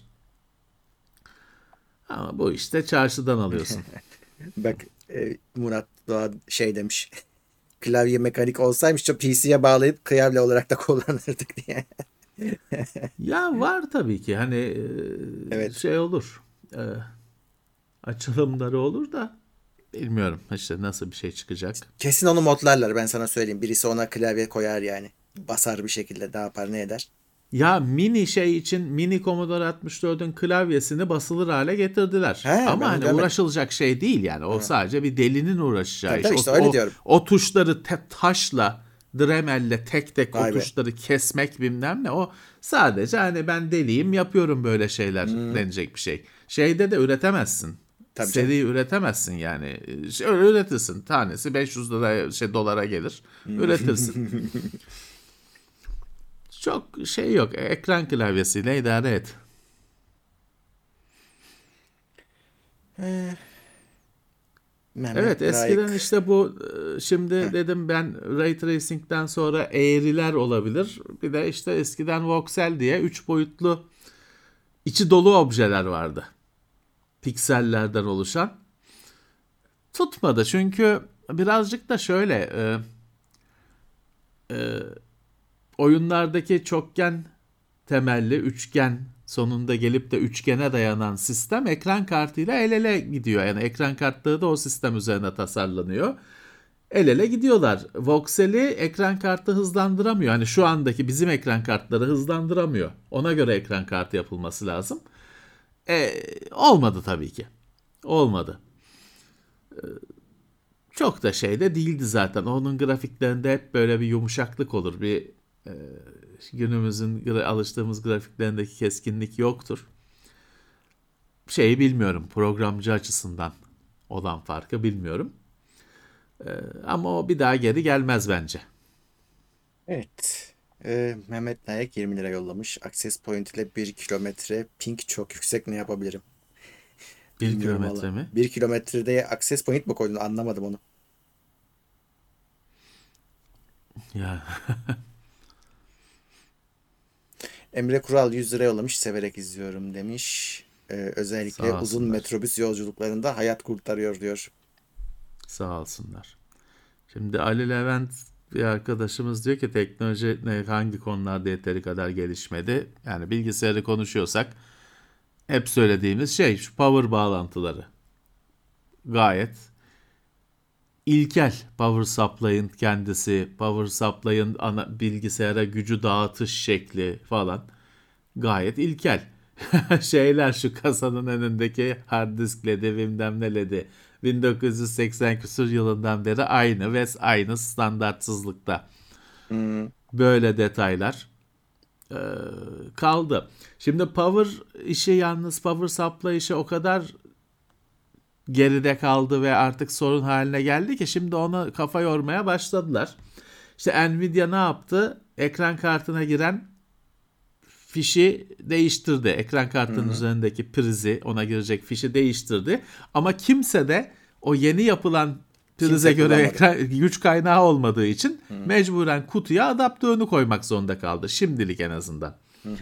Speaker 3: Ama bu işte çarşıdan alıyorsun.
Speaker 2: Bak, Murat Doğan demiş. Klavye mekanik olsaymış da PC'ye bağlayıp klavye olarak da kullanırdık diye.
Speaker 3: Ya var tabii ki hani
Speaker 2: Evet.
Speaker 3: şey olur. E, Açılımları olur da bilmiyorum işte nasıl bir şey çıkacak.
Speaker 2: Kesin onu modlarlar, ben sana söyleyeyim. Birisi ona klavye koyar yani. Basar bir şekilde, ne yapar ne eder.
Speaker 3: Ya mini şey için mini Commodore 64'ün klavyesini basılır hale getirdiler.
Speaker 2: He,
Speaker 3: Ama
Speaker 2: ben onu
Speaker 3: hani
Speaker 2: görmedim.
Speaker 3: uğraşılacak şey değil yani. O
Speaker 2: Ha.
Speaker 3: sadece bir delinin uğraşacağı
Speaker 2: Tabii
Speaker 3: iş.
Speaker 2: tabii, işte öyle diyorum.
Speaker 3: O tuşları taşla, Dremel'le tek tek o
Speaker 2: Vay be.
Speaker 3: tuşları kesmek bilmem ne. O sadece hani ben deliyim yapıyorum böyle şeyler
Speaker 2: Hmm,
Speaker 3: denecek bir şey. Şeyde de üretemezsin.
Speaker 2: tabii canım.
Speaker 3: Seri üretemezsin yani. Öyle üretirsin. Tanesi 500 lira dolara gelir.
Speaker 2: Hmm.
Speaker 3: Üretirsin. Çok şey yok. Ekran klavyesiyle idare et.
Speaker 2: Eh, Meme
Speaker 3: Evet, eskiden
Speaker 2: layık.
Speaker 3: işte bu şimdi
Speaker 2: Heh.
Speaker 3: dedim ben Ray Tracing'den sonra eğriler olabilir. Bir de işte eskiden voxel diye 3 boyutlu içi dolu objeler vardı. Piksellerden oluşan. Tutmadı çünkü birazcık da şöyle oyunlardaki çokgen temelli üçgen sonunda gelip de üçgene dayanan sistem ekran kartıyla el ele gidiyor. Yani ekran kartları da o sistem üzerine tasarlanıyor. El ele gidiyorlar. Voxel'i ekran kartı hızlandıramıyor. Hani şu andaki bizim ekran kartları hızlandıramıyor. Ona göre ekran kartı yapılması lazım. Olmadı tabii ki. Olmadı. Çok da şey de değildi zaten. Onun grafiklerinde hep böyle bir yumuşaklık olur. Bir günümüzün alıştığımız grafiklerindeki keskinlik yoktur. Şeyi bilmiyorum. Programcı açısından olan farkı bilmiyorum. Ama o bir daha geri gelmez bence.
Speaker 2: Evet. Mehmet Nayak 20 lira yollamış. Access point ile 1 kilometre. Ping çok yüksek, ne yapabilirim?
Speaker 3: 1
Speaker 2: Bilmiyorum
Speaker 3: kilometre
Speaker 2: valla.
Speaker 3: mi?
Speaker 2: 1 kilometrede access point mi koydun? Anlamadım onu.
Speaker 3: Ya
Speaker 2: Emre Kural 100 lira yollamış. Severek izliyorum demiş. Özellikle
Speaker 3: sağ
Speaker 2: uzun
Speaker 3: olsunlar.
Speaker 2: metrobüs yolculuklarında hayat kurtarıyor diyor.
Speaker 3: Sağ olsunlar. Şimdi Ali Levent bir arkadaşımız diyor ki teknoloji hangi konularda yeteri kadar gelişmedi? Yani bilgisayarı konuşuyorsak hep söylediğimiz şey şu power bağlantıları. Gayet ilkel power supply'ın kendisi, power supply'ın ana bilgisayara gücü dağıtış şekli falan gayet ilkel. Şeyler şu kasanın önündeki hard disk LED'i bilmem ne LED'i 1980 küsur yılından beri aynı ve aynı standartsızlıkta.
Speaker 2: Hmm.
Speaker 3: Böyle detaylar e, kaldı. Şimdi power işi yalnız power supply işi o kadar geride kaldı ve artık sorun haline geldi ki şimdi ona kafa yormaya başladılar. İşte Nvidia ne yaptı? Ekran kartına giren fişi değiştirdi. Ekran kartının üzerindeki prizi ona girecek fişi değiştirdi. Ama kimse de o yeni yapılan prize
Speaker 2: Kimse
Speaker 3: göre
Speaker 2: kullanmadı.
Speaker 3: güç kaynağı olmadığı için mecburen kutuya adaptörünü koymak zorunda kaldı. Şimdilik en azından.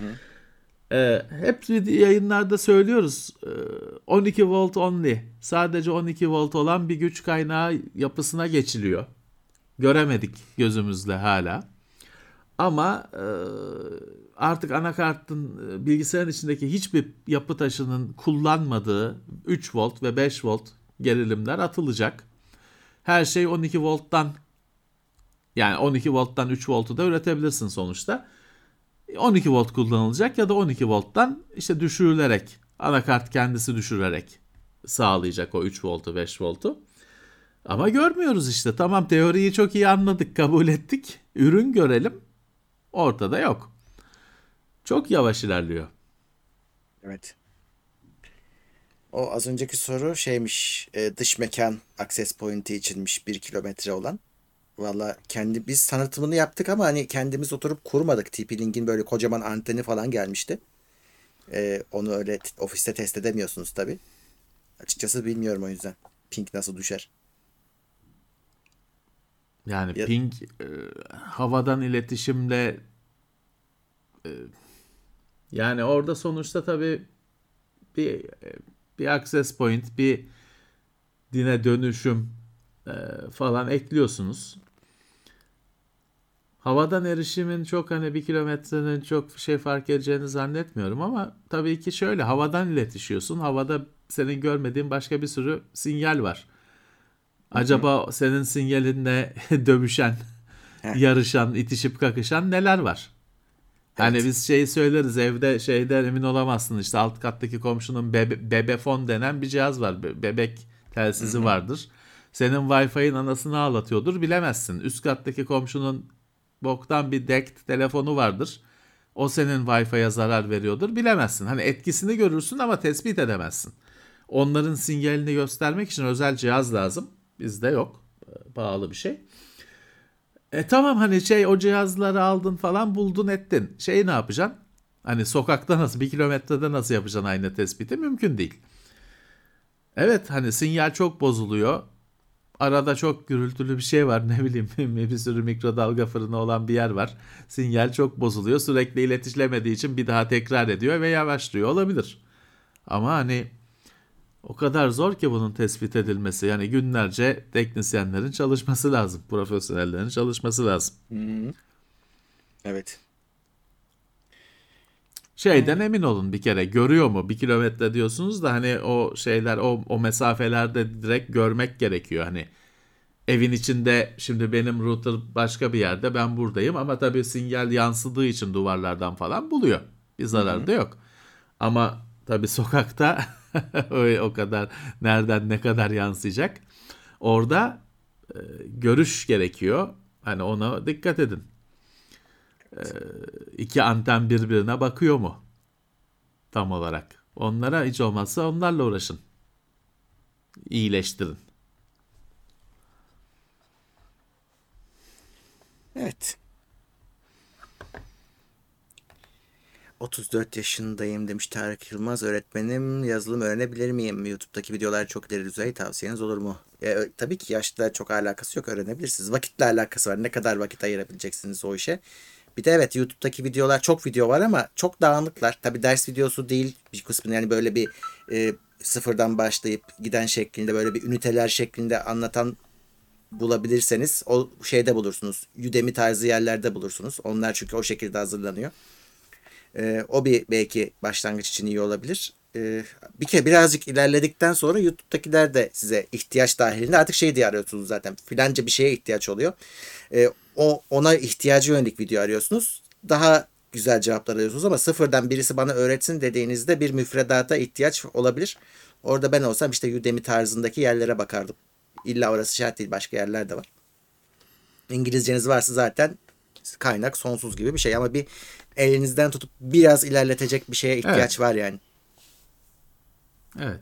Speaker 3: Hep yayınlarda söylüyoruz. 12 volt only. Sadece 12 volt olan bir güç kaynağı yapısına geçiliyor. Göremedik gözümüzle hala. Ama artık anakartın bilgisayarın içindeki hiçbir yapı taşının kullanmadığı 3 volt ve 5 volt gerilimler atılacak. Her şey 12 volttan, yani 12 volttan 3 voltu da üretebilirsin sonuçta. 12 volt kullanılacak ya da 12 volttan işte düşürülerek, anakart kendisi düşürerek sağlayacak o 3 voltu 5 voltu. Ama görmüyoruz işte. Tamam, teoriyi çok iyi anladık, kabul ettik. Ürün görelim. Ortada yok. Çok yavaş ilerliyor.
Speaker 2: Evet. O az önceki soru şeymiş. Dış mekan access point'i içinmiş 1 kilometre olan. Valla biz tanıtımını yaptık ama hani kendimiz oturup kurmadık. TP-Link'in böyle kocaman anteni falan gelmişti. Onu öyle ofiste test edemiyorsunuz tabii. Açıkçası bilmiyorum o yüzden. Ping nasıl düşer?
Speaker 3: Yani
Speaker 2: Ya,
Speaker 3: ping havadan iletişimle yani orada sonuçta tabii bir bir access point, bir dine dönüşüm falan ekliyorsunuz. Havadan erişimin çok hani 1 kilometrenin çok şey fark edeceğini zannetmiyorum ama tabii ki şöyle havadan iletişiyorsun. Havada senin görmediğin başka bir sürü sinyal var. Acaba senin sinyalinle dövüşen,
Speaker 2: heh,
Speaker 3: yarışan, itişip kakışan neler var? Hani
Speaker 2: evet.
Speaker 3: biz şeyi söyleriz evde şeyden emin olamazsın işte alt kattaki komşunun bebefon denen bir cihaz var. Bebek telsizi vardır. Senin Wi-Fi'nin anasını ağlatıyordur bilemezsin. Üst kattaki komşunun boktan bir DECT telefonu vardır. O senin Wi-Fi'ye zarar veriyordur bilemezsin. Hani etkisini görürsün ama tespit edemezsin. Onların sinyalini göstermek için özel cihaz lazım. Bizde yok. Pahalı bir şey. Tamam hani o cihazları aldın falan buldun ettin. Ne yapacaksın? Hani sokakta nasıl 1 kilometrede nasıl yapacaksın aynı tespiti? Mümkün değil. Evet hani sinyal çok bozuluyor. Arada çok gürültülü bir şey var ne bileyim bir sürü mikrodalga fırını olan bir yer var. Sinyal çok bozuluyor. Sürekli iletişilemediği için bir daha tekrar ediyor ve yavaşlıyor olabilir. Ama hani o kadar zor ki bunun tespit edilmesi. Yani günlerce teknisyenlerin çalışması lazım. Profesyonellerin çalışması lazım.
Speaker 2: Hı. Evet.
Speaker 3: Şeyden emin olun bir kere, görüyor mu? 1 kilometre diyorsunuz da hani o şeyler, o mesafelerde direkt görmek gerekiyor. Hani evin içinde şimdi benim router başka bir yerde, ben buradayım ama tabii sinyal yansıdığı için duvarlardan falan buluyor. Bir
Speaker 2: Hı
Speaker 3: zararı
Speaker 2: hı.
Speaker 3: da yok. Ama tabii sokakta o kadar, nereden ne kadar yansıyacak? Orada görüş gerekiyor. Hani ona dikkat edin. İki anten birbirine bakıyor mu tam olarak? Onlara hiç olmazsa onlarla uğraşın. İyileştirin.
Speaker 2: Evet. 34 yaşındayım demiş Tarık Yılmaz. Öğretmenim, yazılım öğrenebilir miyim? YouTube'daki videolar çok ileri düzey, tavsiyeniz olur mu? Tabii ki yaşla çok alakası yok, öğrenebilirsiniz. Vakitle alakası var. Ne kadar vakit ayırabileceksiniz o işe. Bir de evet, YouTube'daki videolar, çok video var ama çok dağınıklar. Tabii ders videosu değil bir kısmını, yani böyle bir sıfırdan başlayıp giden şeklinde, böyle bir üniteler şeklinde anlatan bulabilirseniz o şeyde bulursunuz. Udemy tarzı yerlerde bulursunuz. Onlar çünkü o şekilde hazırlanıyor. O bir belki başlangıç için iyi olabilir. Bir kere birazcık ilerledikten sonra YouTube'dakiler de size ihtiyaç dahilinde artık şey diye arıyorsunuz zaten. Filanca bir şeye ihtiyaç oluyor. Ona ihtiyacı yönelik video arıyorsunuz. Daha güzel cevaplar arıyorsunuz ama sıfırdan birisi bana öğretsin dediğinizde bir müfredata ihtiyaç olabilir. Orada ben olsam işte Udemy tarzındaki yerlere bakardım. İlla orası şart değil, başka yerler de var. İngilizceniz varsa zaten kaynak sonsuz gibi bir şey ama bir elinizden tutup biraz ilerletecek bir şeye
Speaker 3: Evet,
Speaker 2: ihtiyaç var yani.
Speaker 3: evet.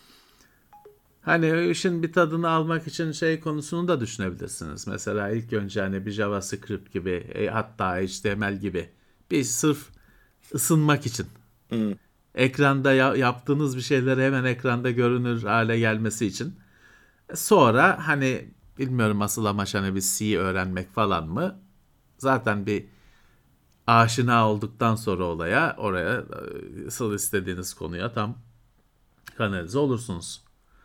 Speaker 3: Hani işin bir tadını almak için şey konusunu da düşünebilirsiniz. Mesela ilk önce hani bir JavaScript gibi, hatta HTML gibi bir sırf ısınmak için.
Speaker 2: Hmm.
Speaker 3: Ekranda yaptığınız bir şeyleri hemen ekranda görünür hale gelmesi için. Sonra hani bilmiyorum, asıl amaç hani bir C öğrenmek falan mı? Zaten bir aşina olduktan sonra oraya asıl istediğiniz konuya tam kanalize olursunuz.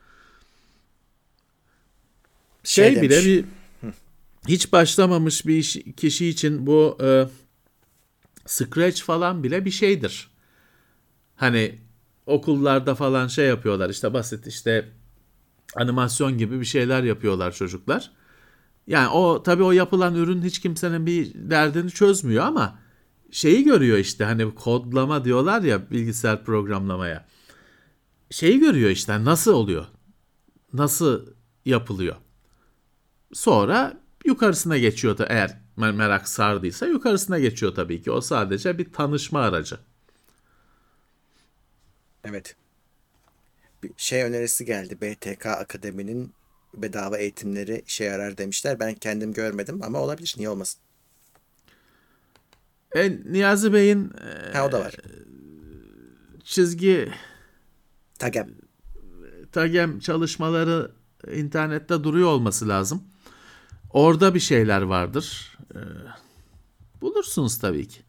Speaker 2: Şey
Speaker 3: Şey bile
Speaker 2: demiş.
Speaker 3: bir hiç başlamamış bir kişi için bu Scratch falan bile bir şeydir. Hani okullarda falan şey yapıyorlar, işte basit, işte animasyon gibi bir şeyler yapıyorlar çocuklar. Yani o tabii, o yapılan ürün hiç kimsenin bir derdini çözmüyor ama şeyi görüyor, işte hani kodlama diyorlar ya bilgisayar programlamaya. Şeyi görüyor, işte nasıl oluyor, nasıl yapılıyor. Sonra yukarısına geçiyor da, eğer merak sardıysa yukarısına geçiyor tabii ki. O sadece bir tanışma aracı.
Speaker 2: Evet. Bir şey önerisi geldi. BTK Akademi'nin bedava eğitimleri işe yarar demişler. Ben kendim görmedim ama olabilir. Niye olmasın?
Speaker 3: Niyazi Bey'in
Speaker 2: Ha, o da var.
Speaker 3: çizgi
Speaker 2: Tagem.
Speaker 3: tagem çalışmaları internette duruyor olması lazım. Orada bir şeyler vardır. Bulursunuz tabii ki.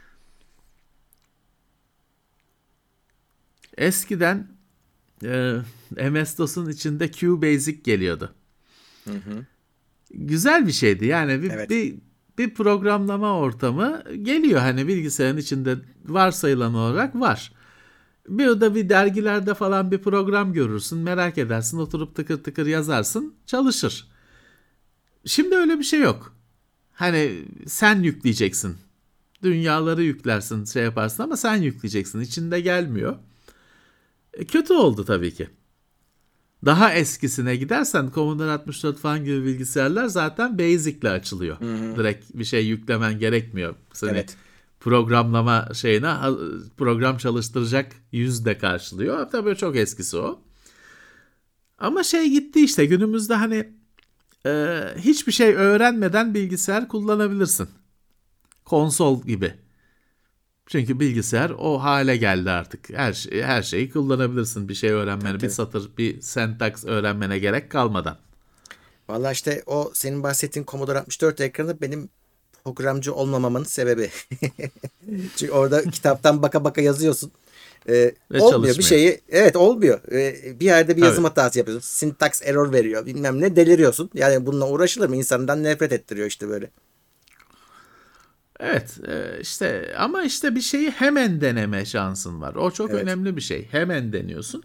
Speaker 3: Eskiden MS-DOS'un içinde QBasic geliyordu.
Speaker 2: Hı hı.
Speaker 3: Güzel bir şeydi. Yani
Speaker 2: Evet.
Speaker 3: bir programlama ortamı geliyor. Hani bilgisayarın içinde varsayılan olarak var. Bir dergilerde falan bir program görürsün, merak edersin, oturup tıkır tıkır yazarsın, çalışır. Şimdi öyle bir şey yok. Hani sen yükleyeceksin. Dünyaları yüklersin, şey yaparsın ama sen yükleyeceksin. İçinde gelmiyor. Kötü oldu tabii ki. Daha eskisine gidersen Commodore 64 falan gibi bilgisayarlar zaten Basic'le açılıyor.
Speaker 2: Hı hı.
Speaker 3: Direkt bir şey yüklemen gerekmiyor. Seni
Speaker 2: Evet.
Speaker 3: programlama şeyine, program çalıştıracak yüz de karşılıyor. Tabii çok eskisi o. Ama şey gitti işte, günümüzde hani hiçbir şey öğrenmeden bilgisayar kullanabilirsin. Konsol gibi. Çünkü bilgisayar o hale geldi artık. Her şeyi kullanabilirsin. Bir şey
Speaker 2: Tabii,
Speaker 3: öğrenmene, bir
Speaker 2: tabii.
Speaker 3: satır, bir sentaks öğrenmene gerek kalmadan.
Speaker 2: Valla işte o senin bahsettiğin Commodore 64 ekranı benim programcı olmamamın sebebi. Çünkü orada kitaptan baka baka yazıyorsun.
Speaker 3: Ve
Speaker 2: Olmuyor bir
Speaker 3: çalışmıyor.
Speaker 2: şeyi. Evet, olmuyor. Bir yerde bir yazım
Speaker 3: Tabii.
Speaker 2: hatası yapıyorsun. Syntax error veriyor. Bilmem ne, deliriyorsun. Yani bununla uğraşılır mı? İnsandan nefret ettiriyor işte böyle.
Speaker 3: Evet, işte ama işte bir şeyi hemen deneme şansın var. O çok
Speaker 2: Evet.
Speaker 3: önemli bir şey. Hemen deniyorsun.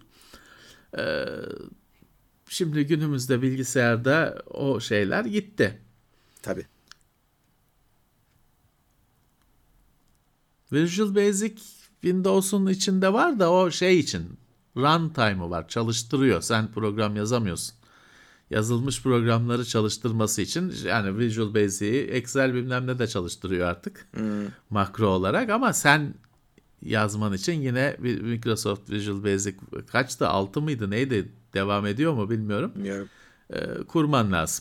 Speaker 3: Şimdi günümüzde bilgisayarda o şeyler gitti.
Speaker 2: Tabii.
Speaker 3: Visual Basic Windows'un içinde var da o şey için runtime'ı var. Çalıştırıyor. Sen program yazamıyorsun. Yazılmış programları çalıştırması için yani Visual Basic'i Excel bilmem ne de çalıştırıyor artık.
Speaker 2: Hmm,
Speaker 3: Makro olarak ama sen yazman için yine Microsoft Visual Basic kaçtı? 6 mıydı? Neydi? Devam ediyor mu bilmiyorum.
Speaker 2: bilmiyorum.
Speaker 3: Kurman lazım.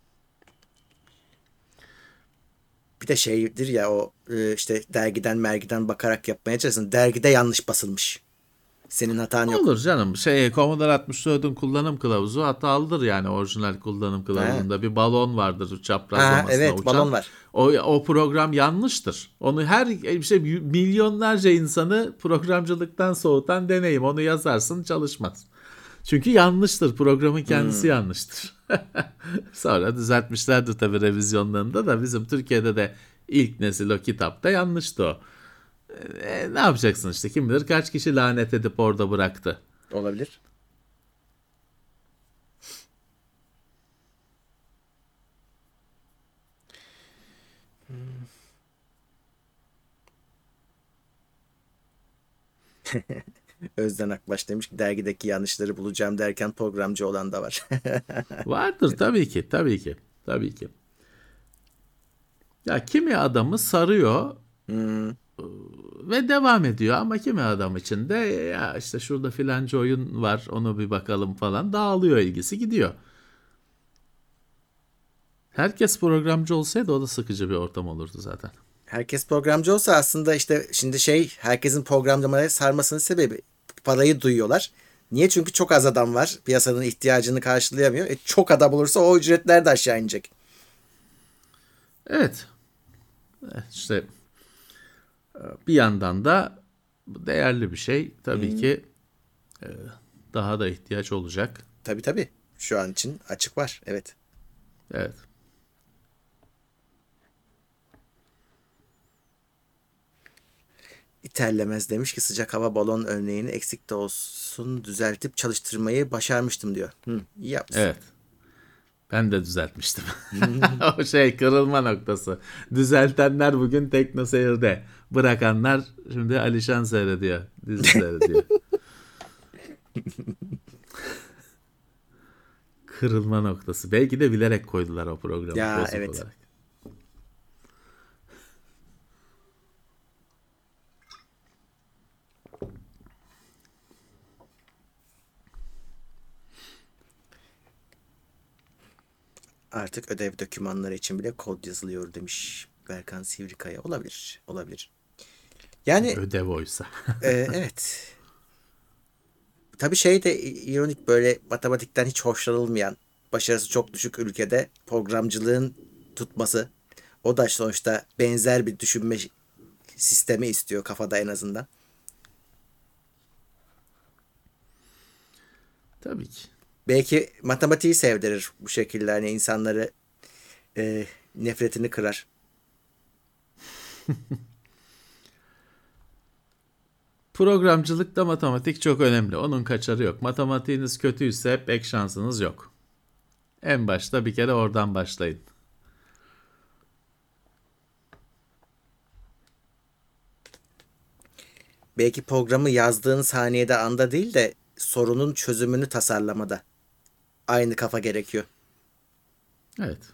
Speaker 2: Bir de şeydir ya o işte dergiden mergiden bakarak yapmaya çalışsın. Dergide yanlış basılmış. Senin hatan yok.
Speaker 3: Olur canım. Commodore 64'ün kullanım kılavuzu hatalıdır yani orijinal kullanım
Speaker 2: Ha,
Speaker 3: kılavuzunda. Bir balon vardır
Speaker 2: ha
Speaker 3: çaprazlamasına
Speaker 2: evet
Speaker 3: uçan.
Speaker 2: balon var.
Speaker 3: O program yanlıştır. Onu milyonlarca insanı programcılıktan soğutan deneyim. Onu yazarsın çalışmaz. Çünkü yanlıştır. Programın kendisi
Speaker 2: Hmm.
Speaker 3: yanlıştır. Sonra düzeltmişlerdir tabii revizyonlarında da bizim Türkiye'de de ilk nesil o kitapta yanlıştı o. Ne yapacaksın işte kim bilir kaç kişi lanet edip orada bıraktı.
Speaker 2: Olabilir. Özden Akbaş demiş ki dergideki yanlışları bulacağım derken programcı olan da var.
Speaker 3: Vardır tabii ki, tabii ki, tabii ki. Ya kimi adamı sarıyor
Speaker 2: Hmm,
Speaker 3: ve devam ediyor ama kimi adam için de ya işte şurada filanca oyun var onu bir bakalım falan dağılıyor ilgisi gidiyor. Herkes programcı olsaydı o da sıkıcı bir ortam olurdu zaten.
Speaker 2: herkes programcı olsa aslında işte şimdi herkesin programlamaya sarmasının sebebi parayı duyuyorlar. Niye? Çünkü çok az adam var. Piyasanın ihtiyacını karşılayamıyor. Çok adam olursa o ücretler de aşağı inecek.
Speaker 3: Evet, işte bir yandan da değerli bir şey tabii
Speaker 2: Hmm,
Speaker 3: ki daha da ihtiyaç olacak.
Speaker 2: tabii tabii. Şu an için açık var. Evet.
Speaker 3: Evet.
Speaker 2: İterlemez demiş ki sıcak hava balon örneğini eksik de olsun düzeltip çalıştırmayı başarmıştım diyor. İyi yapmışsın.
Speaker 3: Evet. Ben de düzeltmiştim. O kırılma noktası. Düzeltenler bugün Tekno Seyir'de. Bırakanlar şimdi Alişan seyrediyor. Dizi seyrediyor. Kırılma noktası. Belki de bilerek koydular o programı
Speaker 2: Ya
Speaker 3: bozuk
Speaker 2: evet.
Speaker 3: olarak.
Speaker 2: Artık ödev dokümanları için bile kod yazılıyor demiş Berkan Sivrikaya. Olabilir. Olabilir. Yani
Speaker 3: Ödev oysa.
Speaker 2: evet. Tabii de ironik böyle matematikten hiç hoşlanılmayan, başarısı çok düşük ülkede programcılığın tutması. O da sonuçta benzer bir düşünme sistemi istiyor kafada en azından.
Speaker 3: Tabii ki.
Speaker 2: Belki matematiği sevdirir bu şekilde hani insanları nefretini kırar.
Speaker 3: Programcılıkta matematik çok önemli. Onun kaçarı yok. Matematiğiniz kötüyse pek şansınız yok. En başta bir kere oradan başlayın.
Speaker 2: Belki programı yazdığın saniyede anda değil de sorunun çözümünü tasarlamada aynı kafa gerekiyor.
Speaker 3: Evet.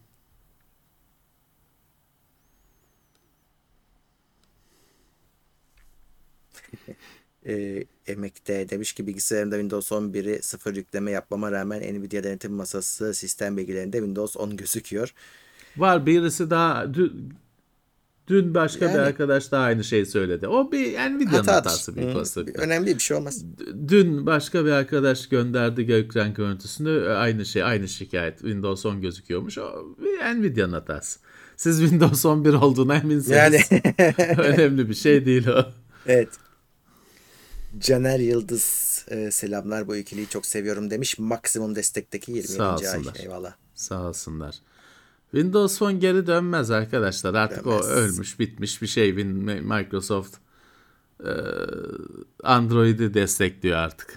Speaker 2: Emek'te demiş ki bilgisayarımda Windows 11'i sıfır yükleme yapmama rağmen Nvidia denetim masası sistem bilgilerinde Windows 10 gözüküyor.
Speaker 3: Var birisi daha dün başka bir
Speaker 2: Yani
Speaker 3: arkadaş da aynı şeyi söyledi. O bir Nvidia'nın
Speaker 2: hatadır.
Speaker 3: hatası büyük olasılıkla.
Speaker 2: Önemli bir şey olmaz.
Speaker 3: Dün başka bir arkadaş gönderdi ekran görüntüsünü. Aynı şikayet. Windows 10 gözüküyormuş. O bir Nvidia'nın hatası. Siz Windows 11 olduğuna
Speaker 2: Yani
Speaker 3: eminseniz önemli bir şey değil o.
Speaker 2: evet. Caner Yıldız selamlar bu ikiliyi çok seviyorum demiş. Maksimum destekteki
Speaker 3: Sağ
Speaker 2: 27. ay.
Speaker 3: olsunlar.
Speaker 2: Eyvallah.
Speaker 3: Sağ olsunlar. Windows Phone geri dönmez arkadaşlar. Artık o
Speaker 2: Dönmez.
Speaker 3: ölmüş, bitmiş bir şey. Microsoft e, Android'i destekliyor artık.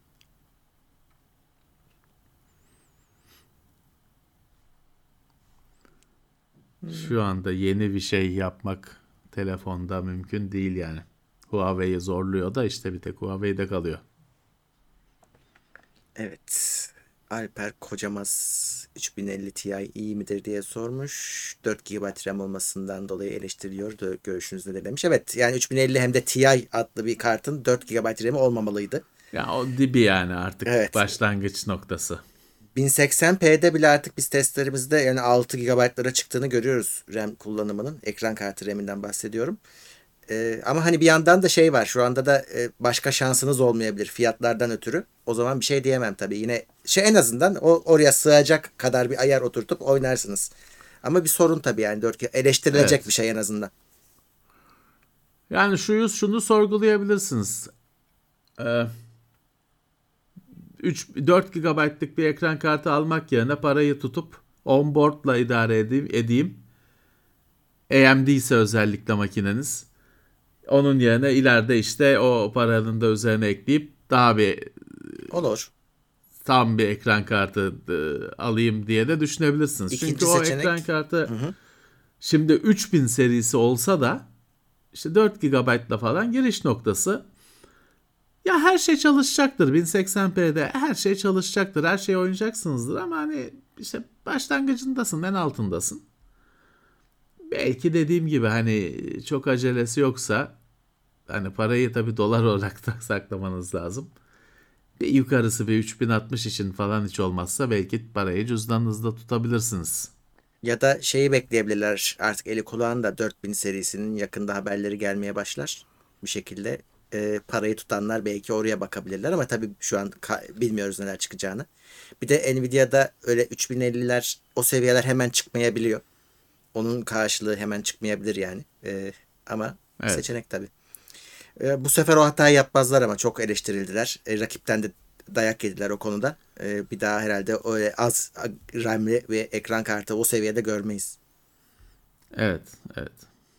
Speaker 3: Şu anda yeni bir şey yapmak telefonda mümkün değil yani. Huawei'yi zorluyor da işte bir tek Huawei'de kalıyor.
Speaker 2: Evet. Alper Kocamaz 3050 Ti iyi midir diye sormuş. 4 GB RAM olmasından dolayı eleştiriyor. Görüşünüz ne demiş. Evet yani 3050 hem de Ti adlı bir kartın 4 GB RAM'i olmamalıydı.
Speaker 3: Ya o dibi yani artık
Speaker 2: Evet.
Speaker 3: başlangıç noktası.
Speaker 2: 1080p'de bile artık biz testlerimizde yani 6 GB'lara çıktığını görüyoruz RAM kullanımının. Ekran kartı RAM'inden bahsediyorum. Ama hani bir yandan da şey var. Şu anda da başka şansınız olmayabilir fiyatlardan ötürü. O zaman bir şey diyemem tabii. Yine en azından oraya sığacak kadar bir ayar oturtup oynarsınız. Ama bir sorun tabii yani eleştirilecek bir
Speaker 3: Evet.
Speaker 2: şey en azından.
Speaker 3: Yani şunu sorgulayabilirsiniz. Ee, 4 GB'lık bir ekran kartı almak yerine parayı tutup onboard'la idare edeyim. AMD ise özellikle makineniz. Onun yerine ileride işte o paranın da üzerine ekleyip daha bir
Speaker 2: Olur.
Speaker 3: tam bir ekran kartı alayım diye de düşünebilirsiniz. Çünkü
Speaker 2: İkinci
Speaker 3: o ekran
Speaker 2: seçenek.
Speaker 3: kartı
Speaker 2: Hı hı.
Speaker 3: şimdi 3000 serisi olsa da işte 4 GB'la falan giriş noktası. Ya her şey çalışacaktır. 1080p'de her şey çalışacaktır. Her şey oynayacaksınızdır ama hani işte başlangıcındasın, en altındasın. Belki dediğim gibi hani çok acelesi yoksa hani parayı tabii dolar olarak da saklamanız lazım. Bir yukarısı bir 3060 için falan hiç olmazsa belki parayı cüzdanınızda tutabilirsiniz.
Speaker 2: Ya da şeyi bekleyebilirler. Artık eli kulağında 4000 serisinin yakında haberleri gelmeye başlar. Bir şekilde parayı tutanlar belki oraya bakabilirler ama tabii şu an bilmiyoruz neler çıkacağını. Bir de Nvidia'da öyle 3050'ler o seviyeler hemen çıkmayabiliyor. Onun karşılığı hemen çıkmayabilir yani. Ama
Speaker 3: Evet.
Speaker 2: seçenek tabii. Bu sefer o hatayı yapmazlar ama çok eleştirildiler. Rakipten de dayak yediler o konuda. Bir daha herhalde öyle az RAM'li ve ekran kartı o seviyede görmeyiz.
Speaker 3: Evet. Evet.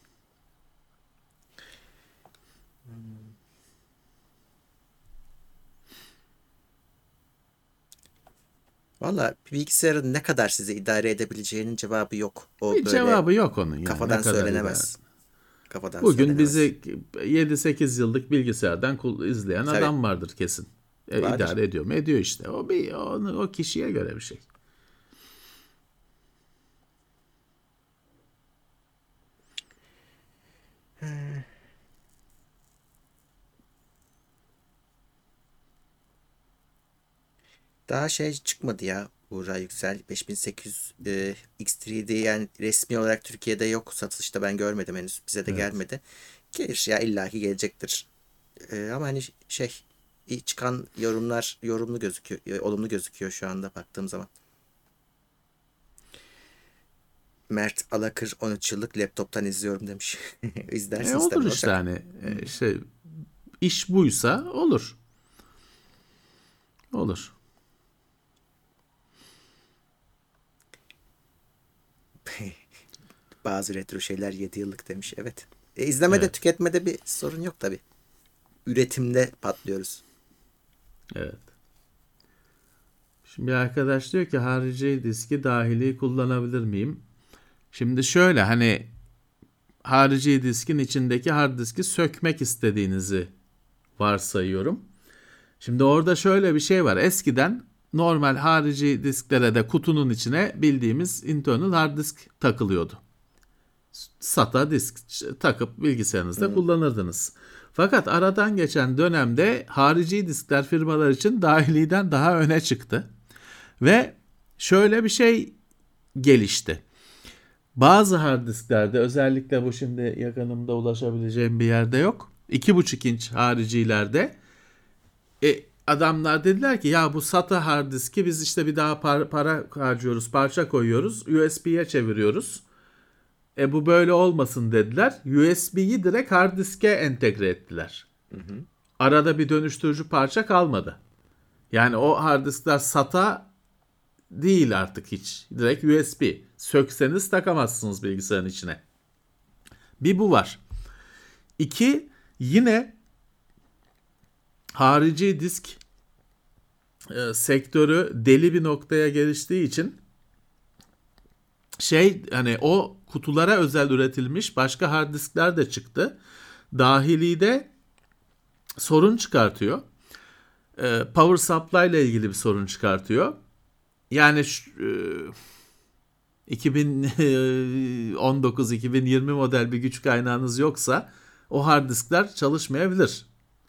Speaker 2: Valla bilgisayarın ne kadar sizi idare edebileceğinin cevabı yok. O
Speaker 3: Bir
Speaker 2: böyle
Speaker 3: cevabı yok onun yani ne
Speaker 2: kafadan
Speaker 3: kadar idare.
Speaker 2: söylenemez. Kafadan
Speaker 3: Bugün
Speaker 2: söylenemez.
Speaker 3: bizi 7-8 yıllık bilgisayardan izleyen
Speaker 2: Tabii
Speaker 3: adam vardır kesin.
Speaker 2: vardır.
Speaker 3: İdare ediyor mu? Ediyor işte. O kişiye göre bir şey.
Speaker 2: Daha şey çıkmadı ya. Uğra Yüksel 5800 X3'de yani resmi olarak Türkiye'de yok. Satışta ben görmedim henüz. Bize de
Speaker 3: Evet.
Speaker 2: gelmedi. Gelir ya illaki gelecektir. Ama hani iyi çıkan yorumlar yorumlu gözüküyor. Olumlu gözüküyor şu anda baktığım zaman. Mert Alakır 13 yıllık laptoptan izliyorum demiş. İzlersiniz
Speaker 3: Olur
Speaker 2: tabii ne
Speaker 3: işte
Speaker 2: olacak.
Speaker 3: hani işte iş buysa olur. Olur.
Speaker 2: Bazı retro şeyler 7 yıllık demiş. Evet. İzlemede
Speaker 3: Evet.
Speaker 2: tüketmede bir sorun yok tabii. Üretimde patlıyoruz.
Speaker 3: Evet. Şimdi bir arkadaş diyor ki harici diski dahili kullanabilir miyim? Şimdi şöyle hani harici diskin içindeki hard diski sökmek istediğinizi varsayıyorum. Şimdi orada şöyle bir şey var. Eskiden normal harici disklere de kutunun içine bildiğimiz internal hard disk takılıyordu. SATA disk takıp bilgisayarınızda
Speaker 2: Hı.
Speaker 3: kullanırdınız. Fakat aradan geçen dönemde harici diskler firmalar için dahiliden daha öne çıktı. Ve şöyle bir şey gelişti. Bazı hard disklerde özellikle bu şimdi yakınımda ulaşabileceğim bir yerde yok. 2,5 inç haricilerde adamlar dediler ki ya bu SATA hard diski biz işte bir daha para harcıyoruz, parça koyuyoruz, USB'ye çeviriyoruz. Bu böyle olmasın dediler. USB'yi direkt hard diske entegre ettiler.
Speaker 2: Hı hı.
Speaker 3: Arada bir dönüştürücü parça kalmadı. Yani o hard diskler SATA değil artık hiç. Direkt USB. Sökseniz takamazsınız bilgisayarın içine. Bir bu var. İki, yine harici disk sektörü deli bir noktaya geliştiği için hani o kutulara özel üretilmiş başka hard diskler de çıktı. Dahilide sorun çıkartıyor. Power supply ile ilgili bir sorun çıkartıyor. Yani 2019-2020 model bir güç kaynağınız yoksa o hard diskler çalışmayabilir.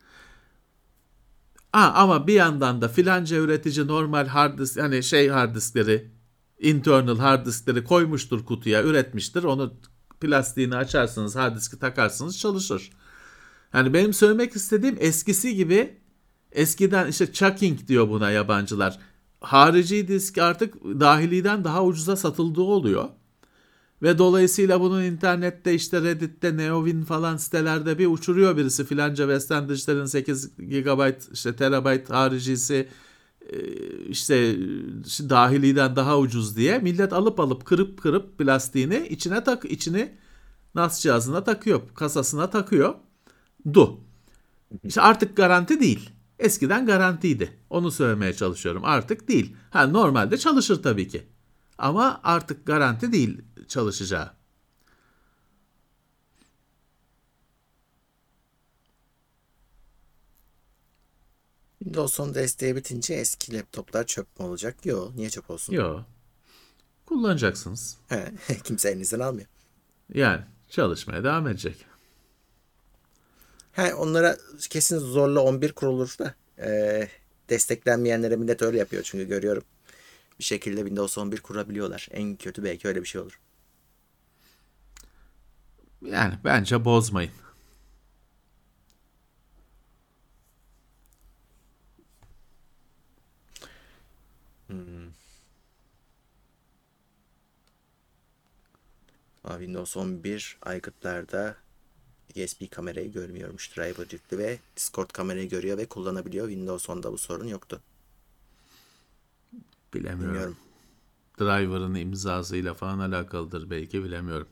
Speaker 3: Ama bir yandan da filanca üretici normal hard disk, hani hard diskleri, internal hard diskleri koymuştur kutuya, üretmiştir. Onu plastiğini açarsınız, hard diski takarsınız, çalışır. Yani benim söylemek istediğim eskisi gibi, eskiden işte chucking diyor buna yabancılar. Harici disk artık dahiliden daha ucuza satıldığı oluyor. Ve dolayısıyla bunun internette işte Reddit'te, Neowin falan sitelerde bir uçuruyor birisi filanca Western Digital'in 8 GB işte terabayt haricisi işte dahiliden daha ucuz diye millet alıp kırıp plastiğini içini NAS cihazına takıyor, kasasına takıyor. İşte artık garanti değil. Eskiden garantiydi. Onu söylemeye çalışıyorum. Artık değil. Normalde çalışır tabii ki. Ama artık garanti değil çalışacağı.
Speaker 2: Windows 10 desteği bitince eski laptoplar çöp mü olacak? Yok. Niye çöp olsun?
Speaker 3: Yok. Kullanacaksınız.
Speaker 2: Kimse elinizden almıyor.
Speaker 3: Yani çalışmaya devam edecek.
Speaker 2: Onlara kesin zorla 11 kurulur da desteklenmeyenlere millet öyle yapıyor çünkü görüyorum. Bir şekilde Windows 11 kurabiliyorlar. En kötü belki öyle bir şey olur.
Speaker 3: Yani bence bozmayın.
Speaker 2: Windows 11 aygıtlarda USB kamerayı görmüyormuş. Driver yüklü ve Discord kamerayı görüyor ve kullanabiliyor. Windows 10'da bu sorun yoktu.
Speaker 3: Bilemiyorum. Driver'ın imzasıyla falan alakalıdır belki, bilemiyorum.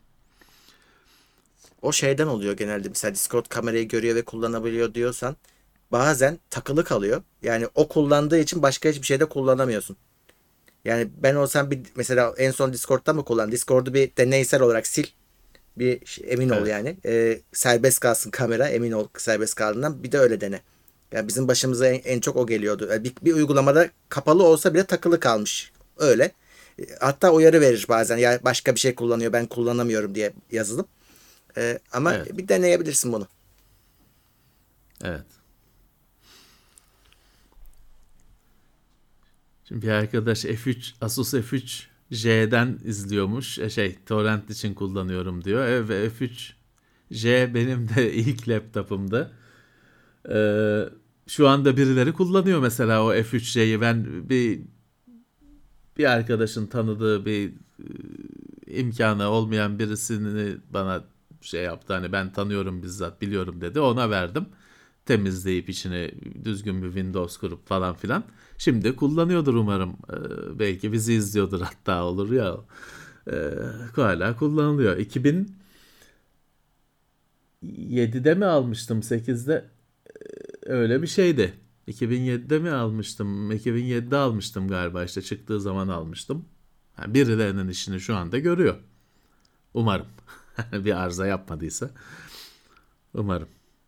Speaker 2: O şeyden oluyor genelde. Mesela Discord kamerayı görüyor ve kullanabiliyor diyorsan bazen takılı kalıyor. Yani o kullandığı için başka hiçbir şeyde kullanamıyorsun. Yani ben olsam mesela en son Discord'da mı kullan? Discord'u bir deneysel olarak sil. Emin ol
Speaker 3: Evet.
Speaker 2: yani. Serbest kalsın kamera. Emin ol serbest kaldığından. Bir de öyle dene. Yani bizim başımıza en çok o geliyordu. Yani bir uygulamada kapalı olsa bile takılı kalmış. Öyle. Hatta uyarı verir bazen. Ya başka bir şey kullanıyor, ben kullanamıyorum diye yazılım. Ama
Speaker 3: Evet.
Speaker 2: bir deneyebilirsin bunu.
Speaker 3: Evet. Şimdi bir arkadaş Asus F3J'den izliyormuş. Torrent için kullanıyorum diyor. F3J benim de ilk laptopumdu. Şu anda birileri kullanıyor mesela o F3J'yi. Ben bir arkadaşın tanıdığı bir imkanı olmayan birisini bana yaptı. Hani ben tanıyorum, bizzat biliyorum dedi. Ona verdim. Temizleyip içine düzgün bir Windows kurup falan filan. Şimdi kullanıyordur umarım. Belki bizi izliyordur hatta, olur ya. Hala kullanılıyor. 2007'de mi almıştım, 8'de öyle bir şeydi. 2007'de mi almıştım? 2007'de almıştım galiba, işte çıktığı zaman almıştım. Birilerinin işini şu anda görüyor. Umarım. Bir arıza yapmadıysa. Umarım.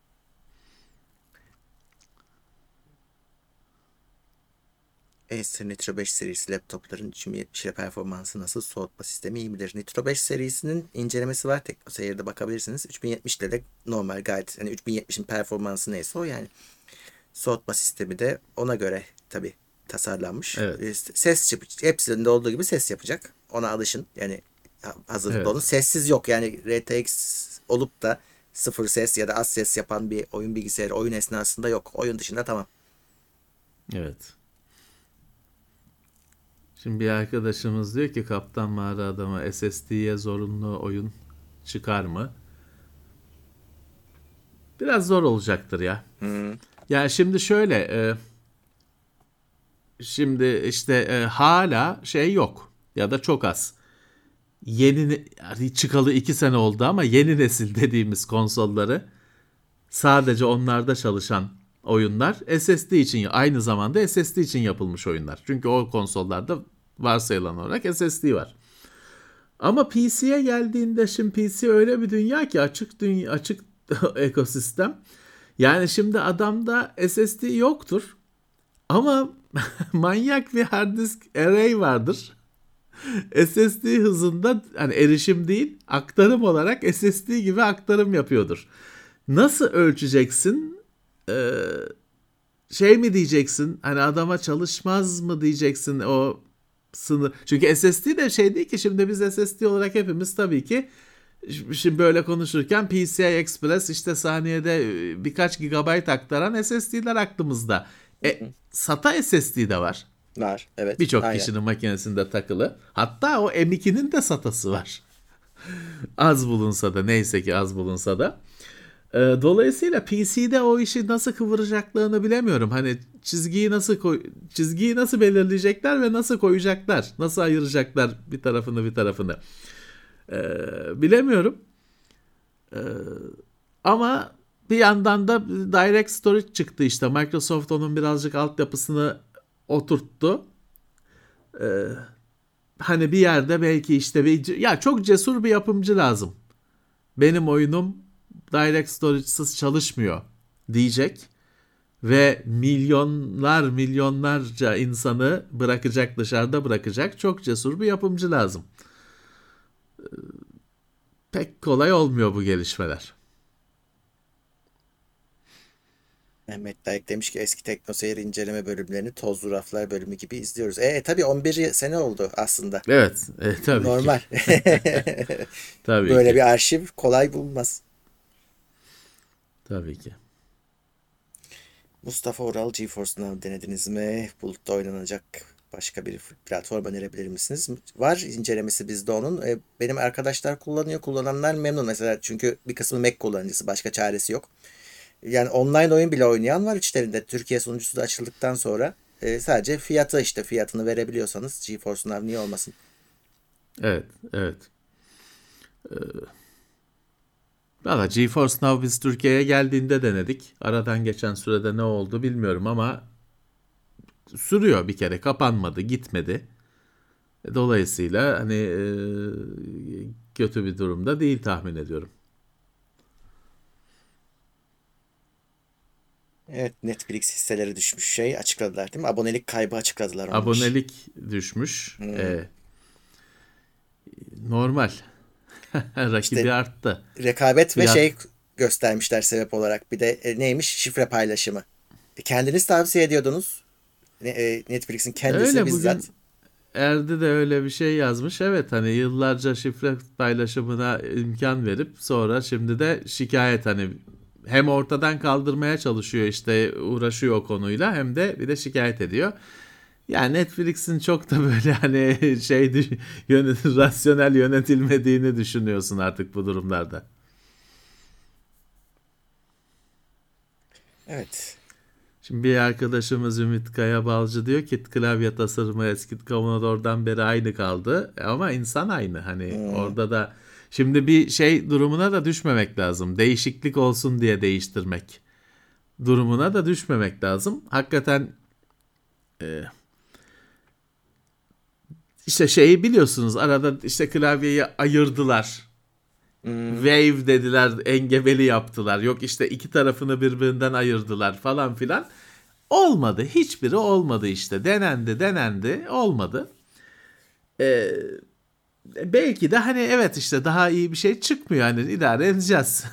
Speaker 2: Acer Nitro 5 serisi laptopların 3070 ile performansı nasıl? Soğutma sistemi iyi midir? Nitro 5 serisinin incelemesi var. TeknoSeyir'de bakabilirsiniz. 3070 ile de normal gayet. Hani 3070'in performansı neyse o yani. Soğutma sistemi de ona göre tabi tasarlanmış.
Speaker 3: Evet.
Speaker 2: Ses hepsinde olduğu gibi ses yapacak. Ona alışın. Yani hazırlıklı olun.
Speaker 3: Evet.
Speaker 2: Sessiz yok. Yani RTX olup da sıfır ses ya da az ses yapan bir oyun bilgisayarı oyun esnasında yok. Oyun dışında tamam.
Speaker 3: Evet. Şimdi bir arkadaşımız diyor ki Kaptan Mağara Adamı SSD'ye zorunlu oyun çıkar mı? Biraz zor olacaktır ya.
Speaker 2: Hmm.
Speaker 3: Yani şimdi şöyle şimdi işte hala şey yok ya da çok az. Yani çıkalı 2 sene oldu ama yeni nesil dediğimiz konsolları sadece onlarda çalışan oyunlar SSD için, aynı zamanda SSD için yapılmış oyunlar. Çünkü o konsollarda varsayılan olarak SSD var. Ama PC'ye geldiğinde şimdi PC öyle bir dünya ki açık dünya, açık ekosistem. Yani şimdi adamda SSD yoktur ama manyak bir hard disk array vardır. SSD hızında hani erişim değil, aktarım olarak SSD gibi aktarım yapıyordur. Nasıl ölçeceksin? Şey mi diyeceksin? Hani adama çalışmaz mı diyeceksin o sınır. Çünkü SSD de şey değil ki, şimdi biz SSD olarak hepimiz tabii ki şimdi böyle konuşurken PCI Express işte saniyede birkaç gigabayt aktaran SSD'ler aklımızda. SATA SSD de var.
Speaker 2: Var. Evet.
Speaker 3: Birçok
Speaker 2: Aynen.
Speaker 3: kişinin makinesinde takılı. Hatta o M2'nin de SATA'sı var. Az bulunsa da, neyse ki az bulunsa da. Dolayısıyla PC'de o işi nasıl kıvıracaklarını bilemiyorum. Hani çizgiyi nasıl belirleyecekler ve nasıl koyacaklar? Nasıl ayıracaklar bir tarafını bir tarafını? Bilemiyorum. Ama bir yandan da Direct Storage çıktı işte. Microsoft onun birazcık altyapısını oturttu. Hani bir yerde belki işte ya çok cesur bir yapımcı lazım. Benim oyunum Direct Storage'sız çalışmıyor diyecek ve milyonlarca insanı dışarıda bırakacak çok cesur bir yapımcı lazım. Pek kolay olmuyor bu gelişmeler.
Speaker 2: Mehmet Dayak demiş ki eski TeknoSeyir inceleme bölümlerini Tozlu Raflar bölümü gibi izliyoruz. Tabii 11 sene oldu aslında.
Speaker 3: Evet, tabii ki.
Speaker 2: Normal.
Speaker 3: Tabii
Speaker 2: Böyle
Speaker 3: ki.
Speaker 2: bir arşiv kolay bulunmaz.
Speaker 3: Tabii ki.
Speaker 2: Mustafa Oral, GeForce Now denediniz mi? Bulutta oynanacak başka bir platform önerebilir misiniz? Var incelemesi bizde onun. Benim arkadaşlar kullanıyor. Kullananlar memnun mesela. Çünkü bir kısmı Mac kullanıcısı. Başka çaresi yok. Yani online oyun bile oynayan var içlerinde. Türkiye sunucusu da açıldıktan sonra sadece fiyatını verebiliyorsanız GeForce Now niye olmasın?
Speaker 3: Evet, evet. Valla GeForce Now biz Türkiye'ye geldiğinde denedik. Aradan geçen sürede ne oldu bilmiyorum ama sürüyor, bir kere kapanmadı, gitmedi. Dolayısıyla hani kötü bir durumda değil tahmin ediyorum.
Speaker 2: Evet, Netflix hisseleri düşmüş açıkladılar değil mi? Abonelik kaybı açıkladılar onlar.
Speaker 3: Abonelik düşmüş. Normal.
Speaker 2: İşte
Speaker 3: Rakibi arttı.
Speaker 2: rekabet ve
Speaker 3: Fiyat
Speaker 2: göstermişler sebep olarak. Bir de neymiş? Şifre paylaşımı. Kendiniz tavsiye ediyordunuz. Netflix'in kendisi
Speaker 3: öyle,
Speaker 2: bizzat.
Speaker 3: bugün Erdi de öyle bir şey yazmış. Evet, hani yıllarca şifre paylaşımına imkan verip sonra şimdi de şikayet, hani hem ortadan kaldırmaya çalışıyor, işte uğraşıyor o konuyla, hem de bir de şikayet ediyor. Yani Netflix'in çok da böyle hani rasyonel yönetilmediğini düşünüyorsun artık bu durumlarda.
Speaker 2: Evet.
Speaker 3: Şimdi bir arkadaşımız Ümit Kaya Balcı diyor ki klavye tasarımı eski Commodore'dan beri aynı kaldı. Ama insan aynı. Hani
Speaker 2: Hmm.
Speaker 3: orada da şimdi bir şey durumuna da düşmemek lazım. Değişiklik olsun diye değiştirmek durumuna da düşmemek lazım. Hakikaten e, işte şeyi biliyorsunuz, arada işte klavyeyi ayırdılar.
Speaker 2: Hmm.
Speaker 3: Wave dediler, engebeli yaptılar. Yok işte iki tarafını birbirinden ayırdılar falan filan. Olmadı. Hiçbiri olmadı işte. Denendi, olmadı. Ee, Belki de hani evet işte daha iyi bir şey çıkmıyor. Hani idare edeceğiz.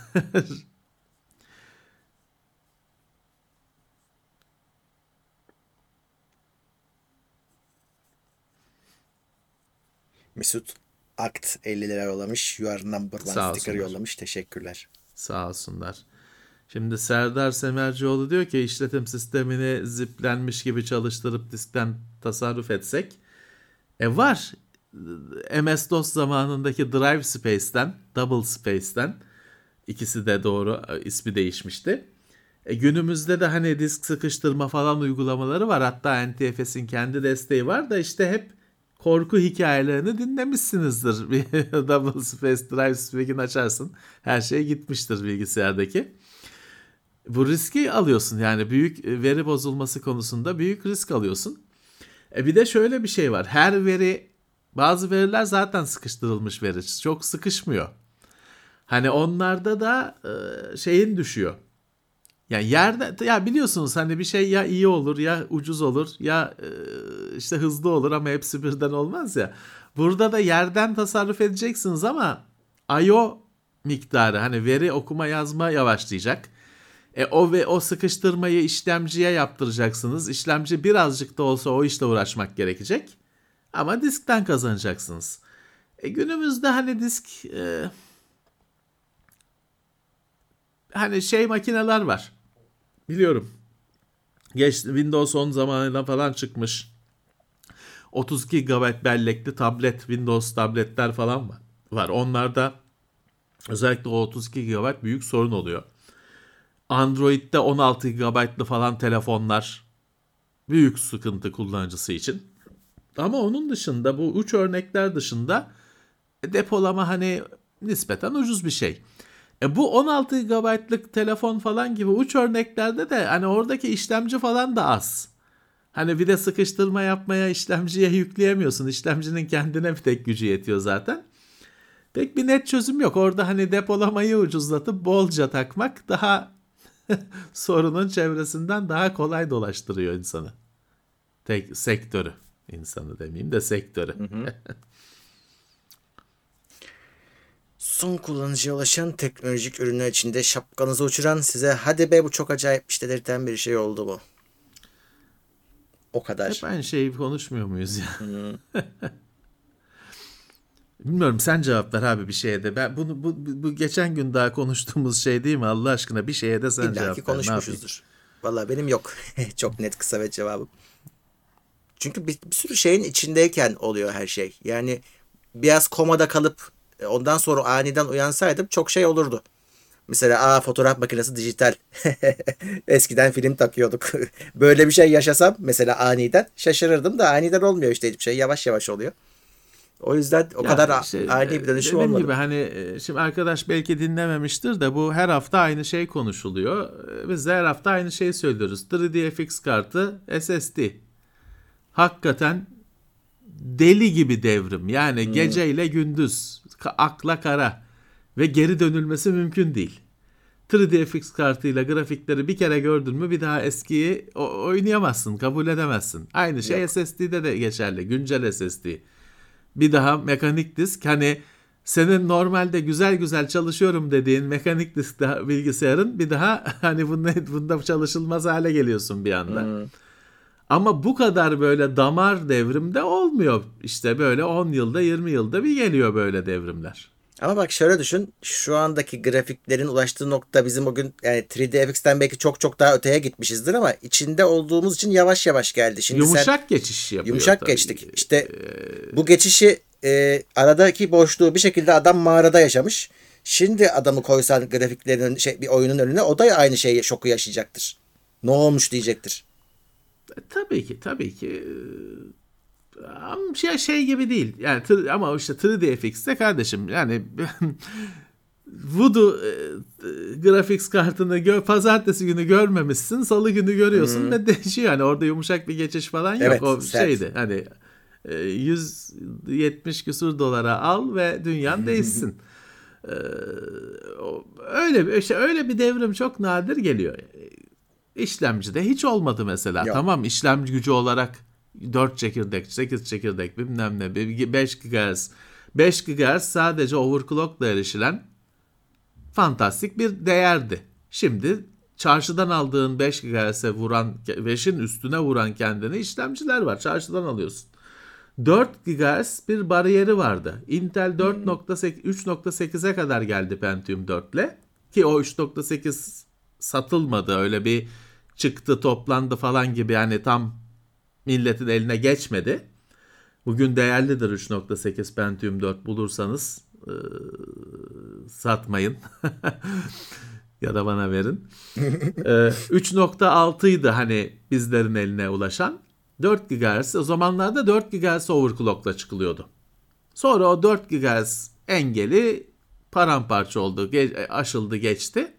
Speaker 2: Mesut Akt 50 lira yollamış. You are number one
Speaker 3: Sağ
Speaker 2: sticker
Speaker 3: olsunlar.
Speaker 2: yollamış. Teşekkürler.
Speaker 3: Sağ olsunlar. Şimdi Serdar Semercioğlu diyor ki işletim sistemini ziplenmiş gibi çalıştırıp diskten tasarruf etsek. Var. MS-DOS zamanındaki Drive Space'ten, Double Space'ten, ikisi de doğru, ismi değişmişti. Günümüzde de hani disk sıkıştırma falan uygulamaları var. Hatta NTFS'in kendi desteği var da işte hep korku hikayelerini dinlemişsinizdir. Bir Double Space Drive Speak'ini açarsın. Her şey gitmiştir bilgisayardaki. Bu riski alıyorsun, yani büyük veri bozulması konusunda büyük risk alıyorsun. Bir de şöyle bir şey var. Her veri, bazı veriler zaten sıkıştırılmış veri. Çok sıkışmıyor. Hani onlarda da şeyin düşüyor. Yani yerde, ya biliyorsunuz hani bir şey ya iyi olur ya ucuz olur ya işte hızlı olur ama hepsi birden olmaz ya. Burada da yerden tasarruf edeceksiniz ama I/O miktarı, hani veri okuma yazma yavaşlayacak. O sıkıştırmayı işlemciye yaptıracaksınız. İşlemci birazcık da olsa o işle uğraşmak gerekecek. Ama diskten kazanacaksınız. Günümüzde hani disk hani şey makineler var. Biliyorum. Windows 10 zamanında falan çıkmış. 32 GB bellekli tablet, Windows tabletler falan var. Onlarda özellikle o 32 GB büyük sorun oluyor. Android'de 16 GB'lı falan telefonlar büyük sıkıntı kullanıcısı için. Ama onun dışında, bu uç örnekler dışında depolama hani nispeten ucuz bir şey. Bu 16 GB'lık telefon falan gibi uç örneklerde de hani oradaki işlemci falan da az. Hani bir de sıkıştırma yapmaya işlemciye yükleyemiyorsun. İşlemcinin kendine bir tek gücü yetiyor zaten. Pek bir net çözüm yok. Orada hani depolamayı ucuzlatıp bolca takmak daha sorunun çevresinden daha kolay dolaştırıyor insanı. Sektörü. İnsanı demeyeyim de sektörü.
Speaker 2: Hı hı. Son kullanıcıya ulaşan teknolojik ürünler içinde şapkanızı uçuran, size hadi be bu çok acayipmiş dedirten bir şey oldu bu. O kadar.
Speaker 3: Hep aynı şeyi konuşmuyor muyuz ya?
Speaker 2: Hı.
Speaker 3: Bilmiyorum, sen cevap ver abi bir şeye de. Ben bu geçen gün daha konuştuğumuz şey değil mi, Allah aşkına bir şeye de sen
Speaker 2: İlla ki
Speaker 3: cevap ver. Ne yapayım?
Speaker 2: konuşmuşuzdur. Valla benim yok. Çok net, kısa ve cevabım. Çünkü bir sürü şeyin içindeyken oluyor her şey. Yani biraz komada kalıp ondan sonra aniden uyansaydım çok şey olurdu. Mesela fotoğraf makinesi dijital. Eskiden film takıyorduk. Böyle bir şey yaşasam mesela aniden şaşırırdım da aniden olmuyor işte, hiçbir şey yavaş yavaş oluyor. O yüzden o
Speaker 3: Ya
Speaker 2: kadar
Speaker 3: işte
Speaker 2: ani bir dönüşüm
Speaker 3: dediğim
Speaker 2: olmadı.
Speaker 3: gibi hani şimdi arkadaş belki dinlememiştir de bu her hafta aynı şey konuşuluyor. Biz de her hafta aynı şeyi söylüyoruz. 3D FX kartı, SSD. Hakikaten deli gibi devrim. Yani
Speaker 2: Hmm.
Speaker 3: gece ile gündüz, akla kara ve geri dönülmesi mümkün değil. 3D FX kartıyla grafikleri bir kere gördün mü bir daha eskiyi oynayamazsın, kabul edemezsin. Aynı şey
Speaker 2: Yok.
Speaker 3: SSD'de de geçerli, güncel SSD. Bir daha mekanik disk, hani senin normalde güzel güzel çalışıyorum dediğin mekanik disk bilgisayarın bir daha hani bunda çalışılmaz hale geliyorsun bir anda.
Speaker 2: Hmm.
Speaker 3: Ama bu kadar böyle damar devrimde olmuyor. İşte böyle 10 yılda 20 yılda bir geliyor böyle devrimler.
Speaker 2: Ama bak şöyle düşün. Şu andaki grafiklerin ulaştığı nokta bizim o gün yani 3D FX'ten belki çok çok daha öteye gitmişizdir ama içinde olduğumuz için yavaş yavaş geldi. Şimdi sen
Speaker 3: Yumuşak geçiş yapıyor
Speaker 2: yumuşak
Speaker 3: tabii.
Speaker 2: geçtik. İşte bu geçişi aradaki boşluğu bir şekilde adam mağarada yaşamış. Şimdi adamı koysan grafiklerin bir oyunun önüne, o da aynı şeyi, şoku yaşayacaktır. Ne olmuş diyecektir.
Speaker 3: Tabii ki tabii ki. Ama şey gibi değil. Yani ama işte 3D FX'te kardeşim yani Voodoo graphics kartını pazartesi günü görmemişsin, salı günü görüyorsun
Speaker 2: Hmm.
Speaker 3: ve değişiyor. Yani orada yumuşak bir geçiş falan yok.
Speaker 2: Evet,
Speaker 3: O
Speaker 2: sert.
Speaker 3: şeydi hani 170 küsur dolara al ve dünyan değişsin. E, öyle bir devrim çok nadir geliyor. İşlemcide hiç olmadı mesela.
Speaker 2: Yok.
Speaker 3: Tamam, işlemci gücü olarak 4 çekirdek, 8 çekirdek bilmem ne, 5 GHz. 5 GHz sadece overclockla erişilen fantastik bir değerdi. Şimdi çarşıdan aldığın 5 GHz'e vuran, 5'in üstüne vuran kendini işlemciler var. Çarşıdan alıyorsun. 4 GHz bir bariyeri vardı. Intel 3.8'e kadar geldi Pentium 4 ile. Ki o 3.8 satılmadı. Öyle bir çıktı toplandı falan gibi, yani tam milletin eline geçmedi. Bugün değerlidir 3.8 Pentium 4 bulursanız satmayın. Ya da bana verin. 3.6'ydı hani bizlerin eline ulaşan. 4 GHz, o zamanlarda 4 GHz overclock'la çıkılıyordu. Sonra o 4 GHz engeli paramparça oldu, aşıldı geçti.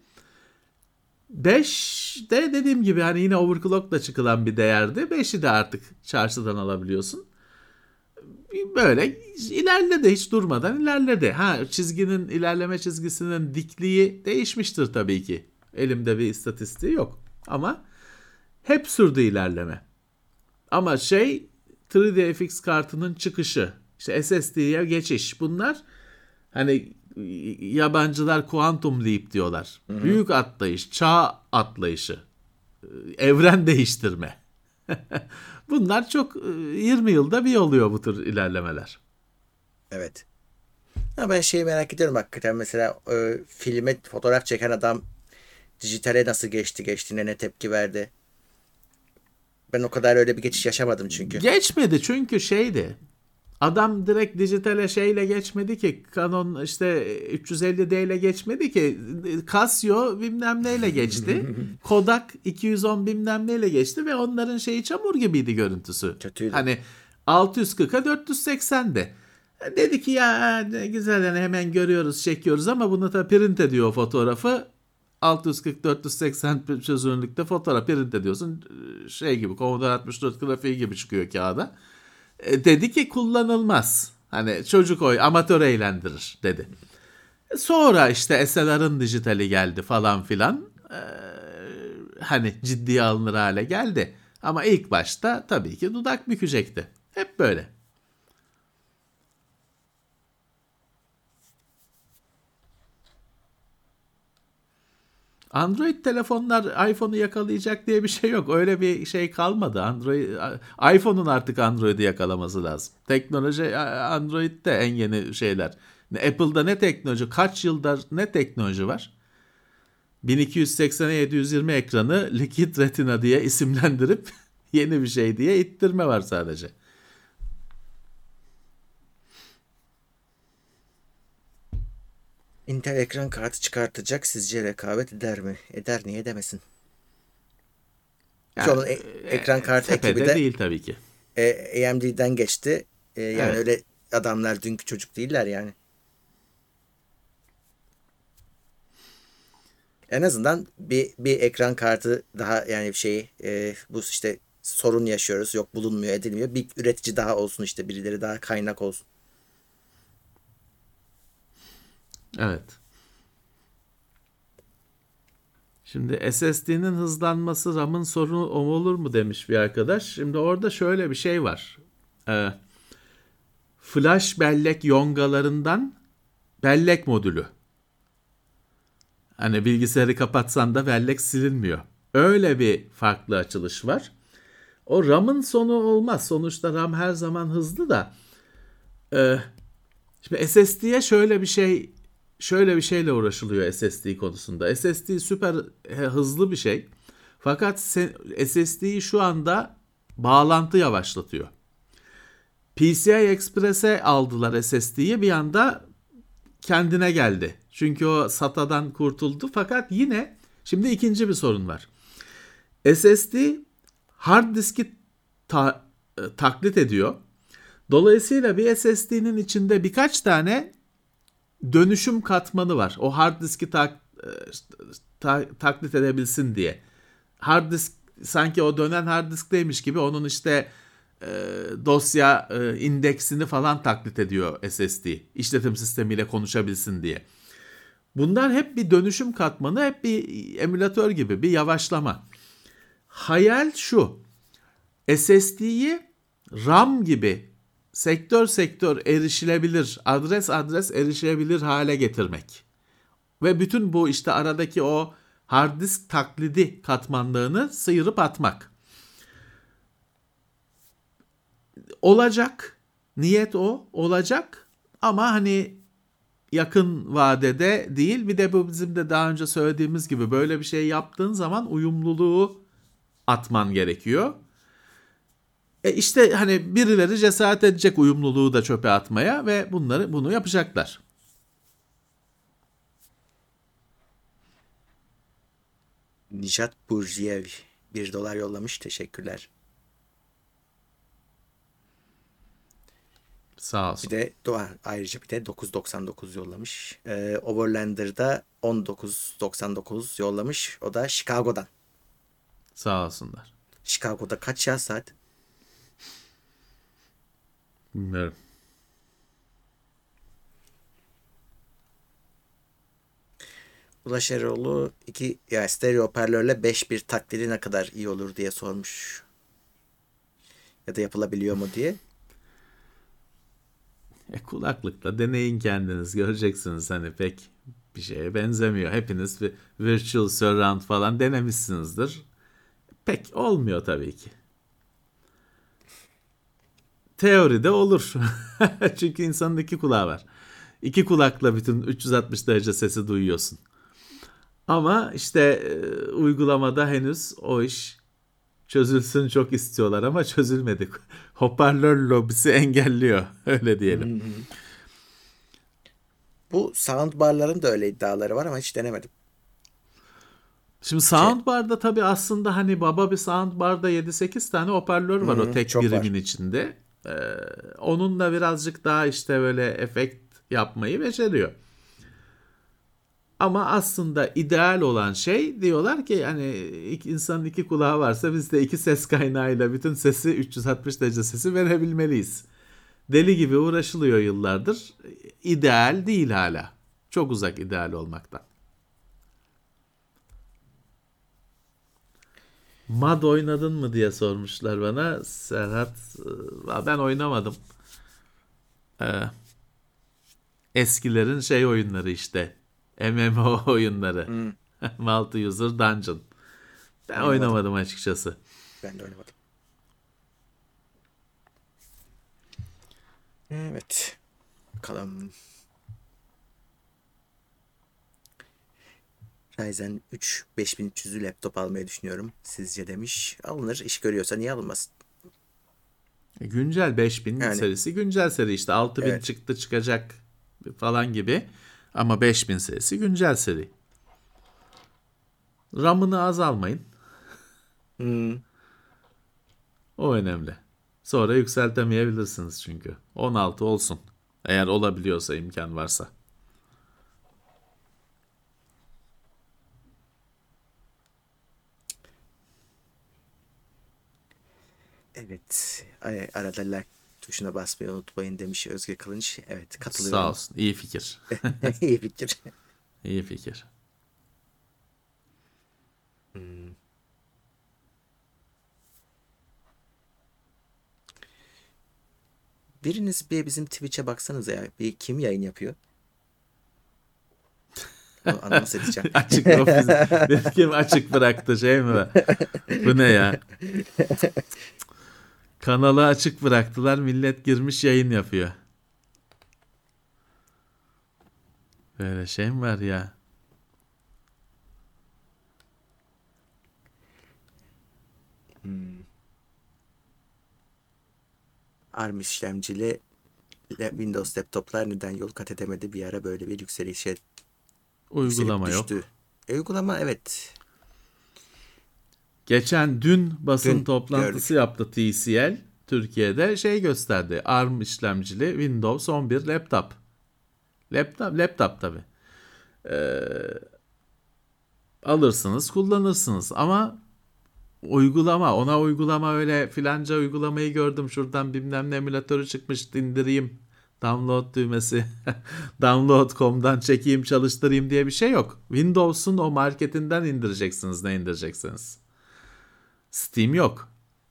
Speaker 3: 5 de dediğim gibi hani yine overclock'la çıkılan bir değerdi. 5'i de artık çarşıdan alabiliyorsun. Böyle ilerledi, hiç durmadan ilerledi. Çizginin, ilerleme çizgisinin dikliği değişmiştir tabii ki. Elimde bir istatistiği yok. Ama hep sürdü ilerleme. Ama 3D FX kartının çıkışı, işte SSD'ye geçiş, bunlar hani yabancılar quantum leap diyorlar. Hı-hı. Büyük atlayış, çağ atlayışı, evren değiştirme. Bunlar çok 20 yılda bir oluyor bu tür ilerlemeler.
Speaker 2: Evet. Ya ben merak ediyorum hakikaten, mesela filme fotoğraf çeken adam dijitale nasıl geçtiğine ne tepki verdi? Ben o kadar öyle bir geçiş yaşamadım çünkü.
Speaker 3: Geçmedi çünkü adam direkt dijitale geçmedi ki, Canon işte 350D ile geçmedi ki, Casio bilmem neyle geçti. Kodak 210 bilmem neyle geçti ve onların çamur gibiydi görüntüsü.
Speaker 2: Kötüydü.
Speaker 3: Hani 640'a 480'di. Dedi ki ya ne güzel, yani hemen görüyoruz, çekiyoruz ama bunu da print ediyor o fotoğrafı. 640-480 çözünürlükte fotoğraf print ediyorsun. Gibi Commodore 64 grafiği gibi çıkıyor kağıda. Dedi ki kullanılmaz. Hani çocuk amatör eğlendirir dedi. Sonra işte SLR'ın dijitali geldi falan filan. Hani ciddiye alınır hale geldi. Ama ilk başta tabii ki dudak bükecekti. Hep böyle. Android telefonlar iPhone'u yakalayacak diye bir şey yok. Öyle bir kalmadı. iPhone'un artık Android'i yakalaması lazım. Teknoloji Android'de en yeni şeyler. Apple'da ne teknoloji, kaç yıldır ne teknoloji var? 1280'e 720 ekranı Liquid Retina diye isimlendirip yeni bir şey diye ittirme var sadece.
Speaker 2: Intel ekran kartı çıkartacak, sizce rekabet eder mi? Eder, niye demesin? Yani, onun ekran kartı ekibi de
Speaker 3: değil tabii ki.
Speaker 2: AMD'den geçti. Yani öyle adamlar dünkü çocuk değiller yani. En azından bir ekran kartı daha, yani bu işte sorun yaşıyoruz, yok bulunmuyor edilmiyor. Bir üretici daha olsun, işte birileri daha kaynak olsun.
Speaker 3: Evet. Şimdi SSD'nin hızlanması RAM'ın sorunu olur mu demiş bir arkadaş. Şimdi orada şöyle bir şey var. Flash bellek yongalarından bellek modülü. Hani bilgisayarı kapatsan da bellek silinmiyor. Öyle bir farklı açılış var. O RAM'ın sonu olmaz. Sonuçta RAM her zaman hızlı da. Şimdi SSD'ye şöyle bir şeyle uğraşılıyor SSD konusunda. SSD süper hızlı bir şey. Fakat SSD'yi şu anda bağlantı yavaşlatıyor. PCI Express'e aldılar SSD'yi, bir anda kendine geldi. Çünkü o SATA'dan kurtuldu. Fakat yine şimdi ikinci bir sorun var. SSD hard diski taklit ediyor. Dolayısıyla bir SSD'nin içinde birkaç tane dönüşüm katmanı var. O hard diski taklit edebilsin diye. Hard disk sanki o dönen hard diskteymiş gibi onun dosya indeksini falan taklit ediyor SSD. İşletim sistemiyle konuşabilsin diye. Bunlar hep bir dönüşüm katmanı, hep bir emülatör gibi bir yavaşlama. Hayal şu: SSD'yi RAM gibi sektör erişilebilir, adres erişilebilir hale getirmek. Ve bütün bu aradaki o hard disk taklidi katmanlarını sıyırıp atmak. Olacak. Niyet olacak. Ama hani yakın vadede değil. Bir de bu bizim de daha önce söylediğimiz gibi böyle bir şey yaptığın zaman uyumluluğu atman gerekiyor. Hani birileri cesaret edecek uyumluluğu da çöpe atmaya ve bunu yapacaklar.
Speaker 2: Nijat Burjiyev 1 dolar yollamış. Teşekkürler.
Speaker 3: Sağ
Speaker 2: Bir
Speaker 3: olsun.
Speaker 2: de ayrıca bir de 9,99 yollamış. Overlander'da 19,99 yollamış. O da Chicago'dan.
Speaker 3: Sağ olsunlar.
Speaker 2: Chicago'da kaç ya saat?
Speaker 3: Bilmiyorum.
Speaker 2: Ulaş Eroğlu stereo hoparlörle 5.1 taklidi ne kadar iyi olur diye sormuş. Ya da yapılabiliyor mu diye.
Speaker 3: Kulaklıkla deneyin kendiniz, göreceksiniz, hani pek bir şeye benzemiyor. Hepiniz bir virtual surround falan denemişsinizdir. Pek olmuyor tabii ki. Teoride olur. Çünkü insanın iki kulağı var. İki kulakla bütün 360 derece sesi duyuyorsun. Ama işte uygulamada henüz o iş çözülsün çok istiyorlar ama çözülmedi. Hoparlör lobisi engelliyor, öyle diyelim.
Speaker 2: Bu soundbar'ların da öyle iddiaları var ama hiç denemedim.
Speaker 3: Şimdi soundbar'da tabii aslında hani baba bir soundbar'da 7-8 tane hoparlör var o tek
Speaker 2: Çok
Speaker 3: birimin
Speaker 2: var.
Speaker 3: içinde. Onunla birazcık daha işte böyle efekt yapmayı beceriyor. Ama aslında ideal olan şey, diyorlar ki hani insanın iki kulağı varsa biz de iki ses kaynağıyla bütün sesi 360 derece sesi verebilmeliyiz. Deli gibi uğraşılıyor yıllardır. İdeal değil hala. Çok uzak ideal olmaktan. MAD oynadın mı diye sormuşlar bana. Serhat, ben oynamadım. Ee, Eskilerin şey oyunları işte. MMO oyunları. Multi User Dungeon. Ben
Speaker 2: Oynamadım.
Speaker 3: oynamadım açıkçası.
Speaker 2: Ben de oynamadım. Evet. Bakalım. Ryzen 3 5300'lü laptop almayı düşünüyorum. Sizce demiş. Alınır. İş görüyorsa niye alınmasın?
Speaker 3: Güncel 5000
Speaker 2: Yani
Speaker 3: serisi güncel seri, işte 6000
Speaker 2: evet.
Speaker 3: çıktı çıkacak falan gibi. Ama 5000 serisi güncel seri. RAM'ını az almayın.
Speaker 2: Hmm.
Speaker 3: O önemli. Sonra yükseltemeyebilirsiniz çünkü. 16 olsun. Eğer olabiliyorsa, imkan varsa.
Speaker 2: Evet. Arada like tuşuna basmayı unutmayın demiş Özge Kılınç. Evet,
Speaker 3: Sağ
Speaker 2: katılıyorum.
Speaker 3: olsun. İyi fikir.
Speaker 2: İyi fikir.
Speaker 3: İyi fikir.
Speaker 2: Hmm. Biriniz bir bizim Twitch'e baksanıza ya. Bir kim yayın yapıyor? Onu anons edeceğim.
Speaker 3: Açık ofis. Kim açık bıraktı, şey mi var? Bu ne ya? Kanalı açık bıraktılar. Millet girmiş yayın yapıyor. Böyle şey mi var ya?
Speaker 2: ARM işlemcili Windows laptoplar neden yol kat edemedi? Bir ara böyle bir yükselip
Speaker 3: Uygulama
Speaker 2: düştü.
Speaker 3: yok.
Speaker 2: Uygulama evet.
Speaker 3: Dün basın
Speaker 2: Dün
Speaker 3: toplantısı
Speaker 2: gördük.
Speaker 3: yaptı TCL. Türkiye'de şey gösterdi. ARM işlemcili Windows 11 laptop. Laptop tabii. Alırsınız, kullanırsınız ama ona uygulama öyle filanca uygulamayı gördüm, şuradan bilmem ne emülatörü çıkmış, indireyim, download düğmesi, download.com'dan çekeyim çalıştırayım diye bir şey yok. Windows'un o marketinden indireceksiniz, ne indireceksiniz. Steam yok.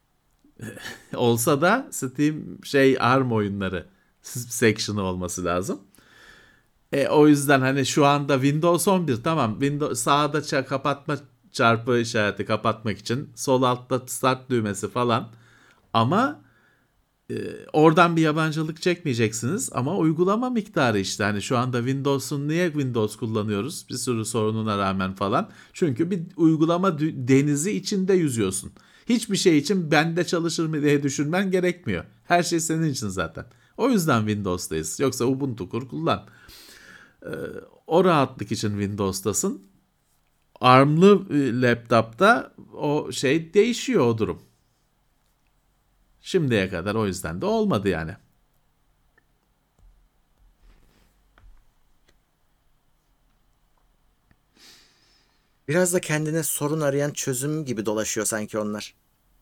Speaker 3: Olsa da Steam ARM oyunları section'ı olması lazım. O yüzden hani şu anda Windows 11 tamam. Sağda kapatma çarpı işareti kapatmak için, sol altta start düğmesi falan. Ama oradan bir yabancılık çekmeyeceksiniz. Ama uygulama miktarı işte. Hani şu anda niye Windows kullanıyoruz? Bir sürü sorununa rağmen falan. Çünkü bir uygulama denizi içinde yüzüyorsun. Hiçbir şey için bende çalışır mı diye düşünmen gerekmiyor. Her şey senin için zaten. O yüzden Windows'tayız. Yoksa Ubuntu kur kullan. O rahatlık için Windows'tasın. ARM'lı laptopta o şey değişiyor, o durum. Şimdiye kadar o yüzden de olmadı yani.
Speaker 2: Biraz da kendine sorun arayan çözüm gibi dolaşıyor sanki onlar.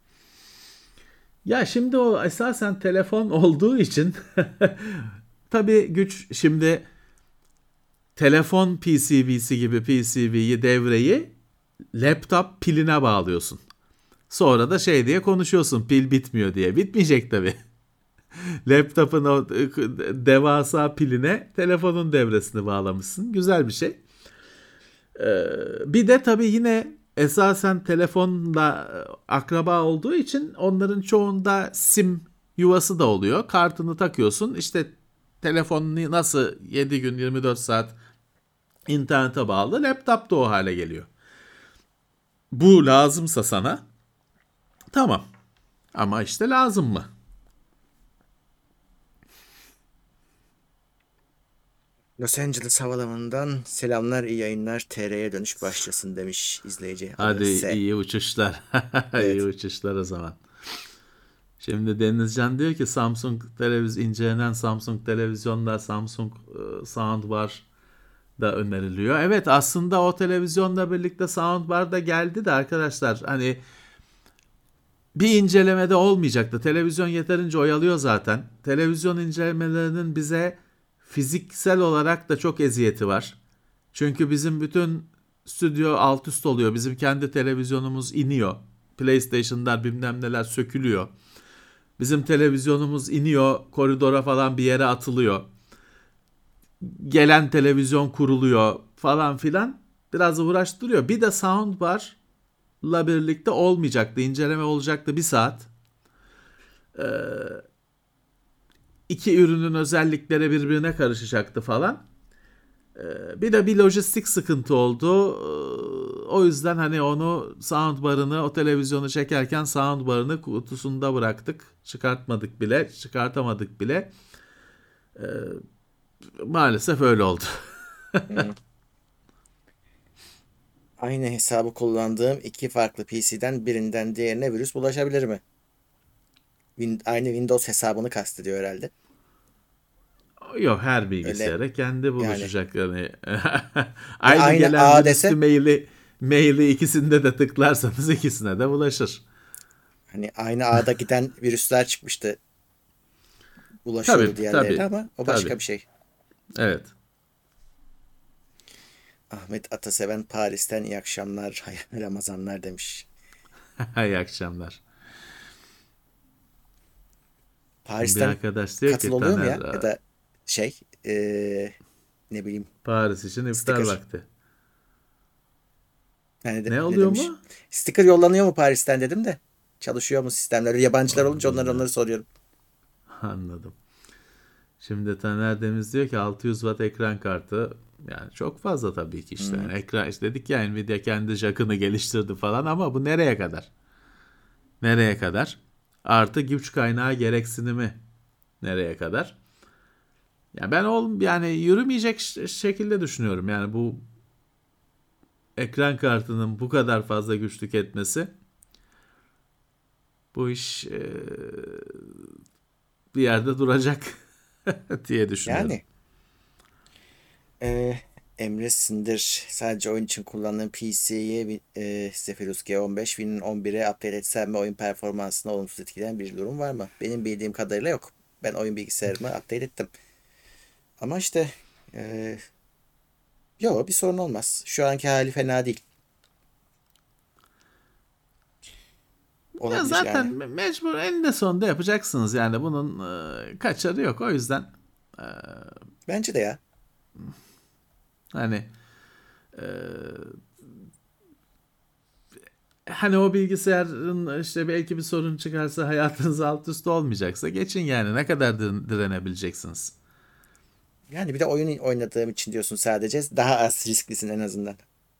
Speaker 3: Ya şimdi o esasen telefon olduğu için tabii güç, şimdi telefon PCB'si gibi PCB'yi, devreyi laptop piline bağlıyorsun. Sonra da şey diye konuşuyorsun, pil bitmiyor diye. Bitmeyecek tabii. Laptopun o devasa piline telefonun devresini bağlamışsın. Güzel bir şey. Bir de tabii yine esasen telefonla akraba olduğu için onların çoğunda sim yuvası da oluyor. Kartını takıyorsun. İşte telefonunu nasıl 7 gün 24 saat internete bağlı, laptop da o hale geliyor. Bu lazımsa sana tamam. Ama işte lazım mı?
Speaker 2: Los Angeles Havalimanı'ndan selamlar, iyi yayınlar, TR'ye dönüş başlasın demiş izleyici.
Speaker 3: Hadi
Speaker 2: Adı S.
Speaker 3: iyi uçuşlar. İyi
Speaker 2: Evet.
Speaker 3: uçuşlar o zaman. Şimdi Denizcan diyor ki Samsung incelenen Samsung televizyonda Samsung soundbar da öneriliyor. Evet, aslında o televizyonla birlikte soundbar da geldi de arkadaşlar, hani bir incelemede olmayacaktı. Televizyon yeterince oyalıyor zaten. Televizyon incelemelerinin bize fiziksel olarak da çok eziyeti var. Çünkü bizim bütün stüdyo alt üst oluyor. Bizim kendi televizyonumuz iniyor. PlayStation'lar bilmem neler sökülüyor. Bizim televizyonumuz iniyor, koridora falan bir yere atılıyor. Gelen televizyon kuruluyor falan filan. Biraz uğraştırıyor. Bir de soundbar'la birlikte olmayacaktı. İnceleme olacaktı 1 saat. İki ürünün özellikleri birbirine karışacaktı falan. Bir de bir lojistik sıkıntı oldu. O yüzden hani onu, soundbar'ını, o televizyonu çekerken soundbar'ını kutusunda bıraktık. Çıkartamadık bile. Maalesef öyle oldu.
Speaker 2: Hı. Aynı hesabı kullandığım iki farklı PC'den birinden diğerine virüs bulaşabilir mi? Aynı Windows hesabını kastediyor herhalde.
Speaker 3: Yok, her
Speaker 2: Öyle
Speaker 3: bilgisayara kendi
Speaker 2: yani.
Speaker 3: buluşacak. Yani
Speaker 2: Hani
Speaker 3: aynı
Speaker 2: aynı
Speaker 3: gelen
Speaker 2: A
Speaker 3: virüslü
Speaker 2: dese,
Speaker 3: maili ikisinde de tıklarsanız ikisine de bulaşır.
Speaker 2: hani aynı A'da giden virüsler çıkmıştı.
Speaker 3: Tabii
Speaker 2: Bulaşıyordu diğerlerine
Speaker 3: tabii
Speaker 2: ama o
Speaker 3: tabii.
Speaker 2: başka bir şey.
Speaker 3: Evet.
Speaker 2: Ahmet Ataseven Paris'ten iyi akşamlar, hayırlı Ramazanlar demiş.
Speaker 3: İyi akşamlar. Bir
Speaker 2: Paris'ten
Speaker 3: arkadaş diyor
Speaker 2: katıl
Speaker 3: ki
Speaker 2: oluyor mu
Speaker 3: Taner,
Speaker 2: ya? Ya da şey ne bileyim,
Speaker 3: Paris için iftar
Speaker 2: sticker.
Speaker 3: vakti.
Speaker 2: Yani
Speaker 3: Ne
Speaker 2: ne
Speaker 3: oluyor
Speaker 2: demiş?
Speaker 3: mu?
Speaker 2: Sticker yollanıyor mu Paris'ten dedim de. Çalışıyor mu sistemler? Yabancılar
Speaker 3: Onu
Speaker 2: olunca
Speaker 3: bilmiyorum.
Speaker 2: onları soruyorum.
Speaker 3: Anladım. Şimdi Taner Demiz diyor ki 600 watt ekran kartı, yani çok fazla tabii ki işte.
Speaker 2: Hı.
Speaker 3: Yani ekran, işte dedik ya Nvidia kendi jackını geliştirdi falan, ama bu nereye kadar? Nereye kadar? Artı güç kaynağı gereksinimi nereye kadar? Ya ben yani yürümeyecek şekilde düşünüyorum. Yani bu ekran kartının bu kadar fazla güç tüketmesi, bu iş bir yerde duracak diye düşünüyorum.
Speaker 2: Yani e, Emre Sindir, sadece oyun için kullandığım PC'ye Zephyrus G15 Win 11'e update etsem mi oyun performansını olumsuz etkileyen bir durum var mı? Benim bildiğim kadarıyla yok. Ben oyun bilgisayarımı update ettim. Ama işte e, yok, bir sorun olmaz. Şu anki hali fena değil.
Speaker 3: Ya
Speaker 2: Olabilir
Speaker 3: zaten
Speaker 2: yani.
Speaker 3: mecbur eninde sonunda yapacaksınız, yani bunun kaçarı yok. O yüzden e,
Speaker 2: Bence de ya.
Speaker 3: hani e, hani o bilgisayarın işte belki bir sorun çıkarsa, hayatınız alt üst olmayacaksa geçin, yani ne kadar direnebileceksiniz.
Speaker 2: Yani bir de oyun oynadığım için diyorsun sadece. Daha az risklisin en azından.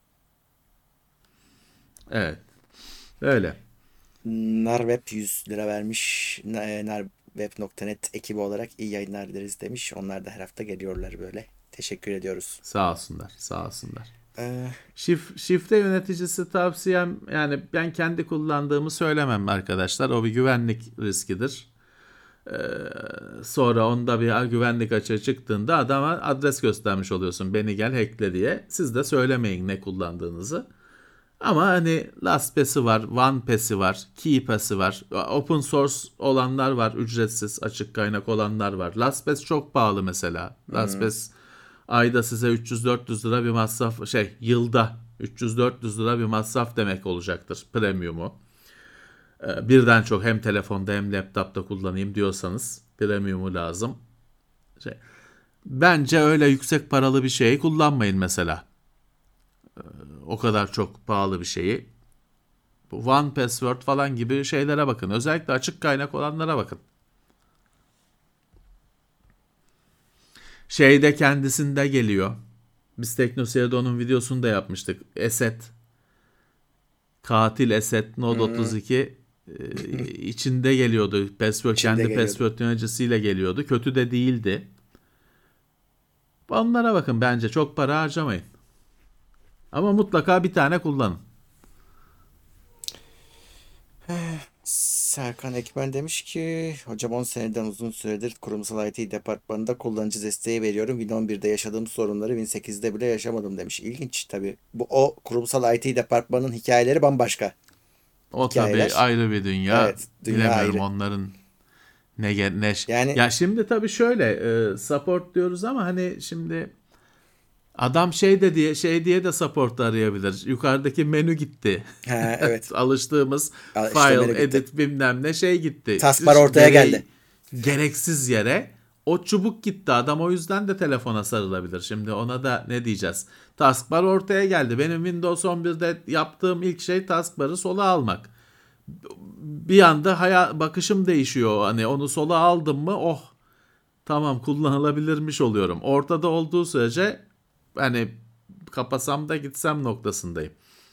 Speaker 3: Evet, öyle.
Speaker 2: Narweb 100 lira vermiş. Narweb.net ekibi olarak iyi yayınlar dileriz demiş. Onlar da her hafta geliyorlar böyle. Teşekkür ediyoruz.
Speaker 3: Sağ olsunlar, sağ olsunlar.
Speaker 2: Ee,
Speaker 3: Şifre yöneticisi tavsiyem, yani ben kendi kullandığımı söylemem arkadaşlar. O bir güvenlik riskidir. Sonra onda bir güvenlik açığı çıktığında adama adres göstermiş oluyorsun. Beni gel hackle diye. Siz de söylemeyin ne kullandığınızı. Ama hani LastPass'i var, OnePass'i var, KeePass'i var. Open source olanlar var, ücretsiz, açık kaynak olanlar var. LastPass çok pahalı mesela. LastPass ayda size 300-400 lira bir masraf, yılda 300-400 lira bir masraf demek olacaktır premium'u. Birden çok hem telefonda hem laptopta kullanayım diyorsanız premium'u lazım. Bence öyle yüksek paralı bir şeyi kullanmayın mesela. O kadar çok pahalı bir şeyi. Bu One Password falan gibi şeylere bakın. Özellikle açık kaynak olanlara bakın. Şeyde kendisinde geliyor. Biz TeknoSeyir'de onun videosunu da yapmıştık. Esed. Katil Esed Node 32 içinde geliyordu. Password, kendi
Speaker 2: geliyordu.
Speaker 3: password yöneticisiyle geliyordu. Kötü de değildi. Onlara bakın, bence çok para harcamayın. Ama mutlaka bir tane kullanın.
Speaker 2: Serkan Ekmen demiş ki hocam 10 seneden uzun süredir kurumsal IT departmanında kullanıcı desteği veriyorum. Win 11'de yaşadığım sorunları Win 8'de bile yaşamadım demiş. İlginç tabii. O kurumsal IT departmanının hikayeleri bambaşka.
Speaker 3: O
Speaker 2: Hikayeler.
Speaker 3: tabii ayrı bir dünya.
Speaker 2: Evet, dünya
Speaker 3: Bilemiyorum
Speaker 2: ayrı.
Speaker 3: onların ne.
Speaker 2: Yani
Speaker 3: Ya şimdi tabii şöyle support diyoruz ama hani şimdi adam şey diye de support arayabilir. Yukarıdaki menü gitti.
Speaker 2: evet.
Speaker 3: Alıştığımız
Speaker 2: İşte menü
Speaker 3: file,
Speaker 2: gitti.
Speaker 3: edit bilmem ne şey gitti.
Speaker 2: Taskbar ortaya geldi.
Speaker 3: Gereksiz yere o çubuk gitti. Adam o yüzden de telefona sarılabilir. Şimdi ona da ne diyeceğiz? Taskbar ortaya geldi. Benim Windows 11'de yaptığım ilk şey taskbar'ı sola almak. Bir anda bakışım değişiyor. Hani onu sola aldım mı, oh tamam, kullanılabilirmiş oluyorum. Ortada olduğu sürece hani kapasam da gitsem noktasındayım.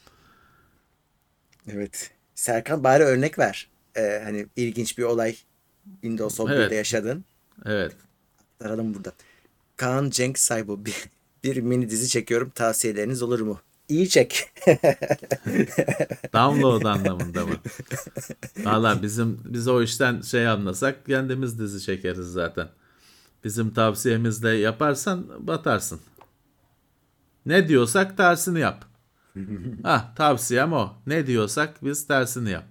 Speaker 2: Evet. Serkan bari örnek ver. Hani ilginç bir olay Windows 11'de
Speaker 3: Evet,
Speaker 2: yaşadın.
Speaker 3: evet.
Speaker 2: Aralım burada. Kaan Cenk Saybu bir mini dizi çekiyorum. Tavsiyeleriniz olur mu? İyi çek.
Speaker 3: Download anlamında mı? Valla biz o işten anlasak kendimiz dizi çekeriz zaten. Bizim tavsiyemizle yaparsan batarsın. Ne diyorsak tersini yap. Tavsiyem o. Ne diyorsak biz tersini yap.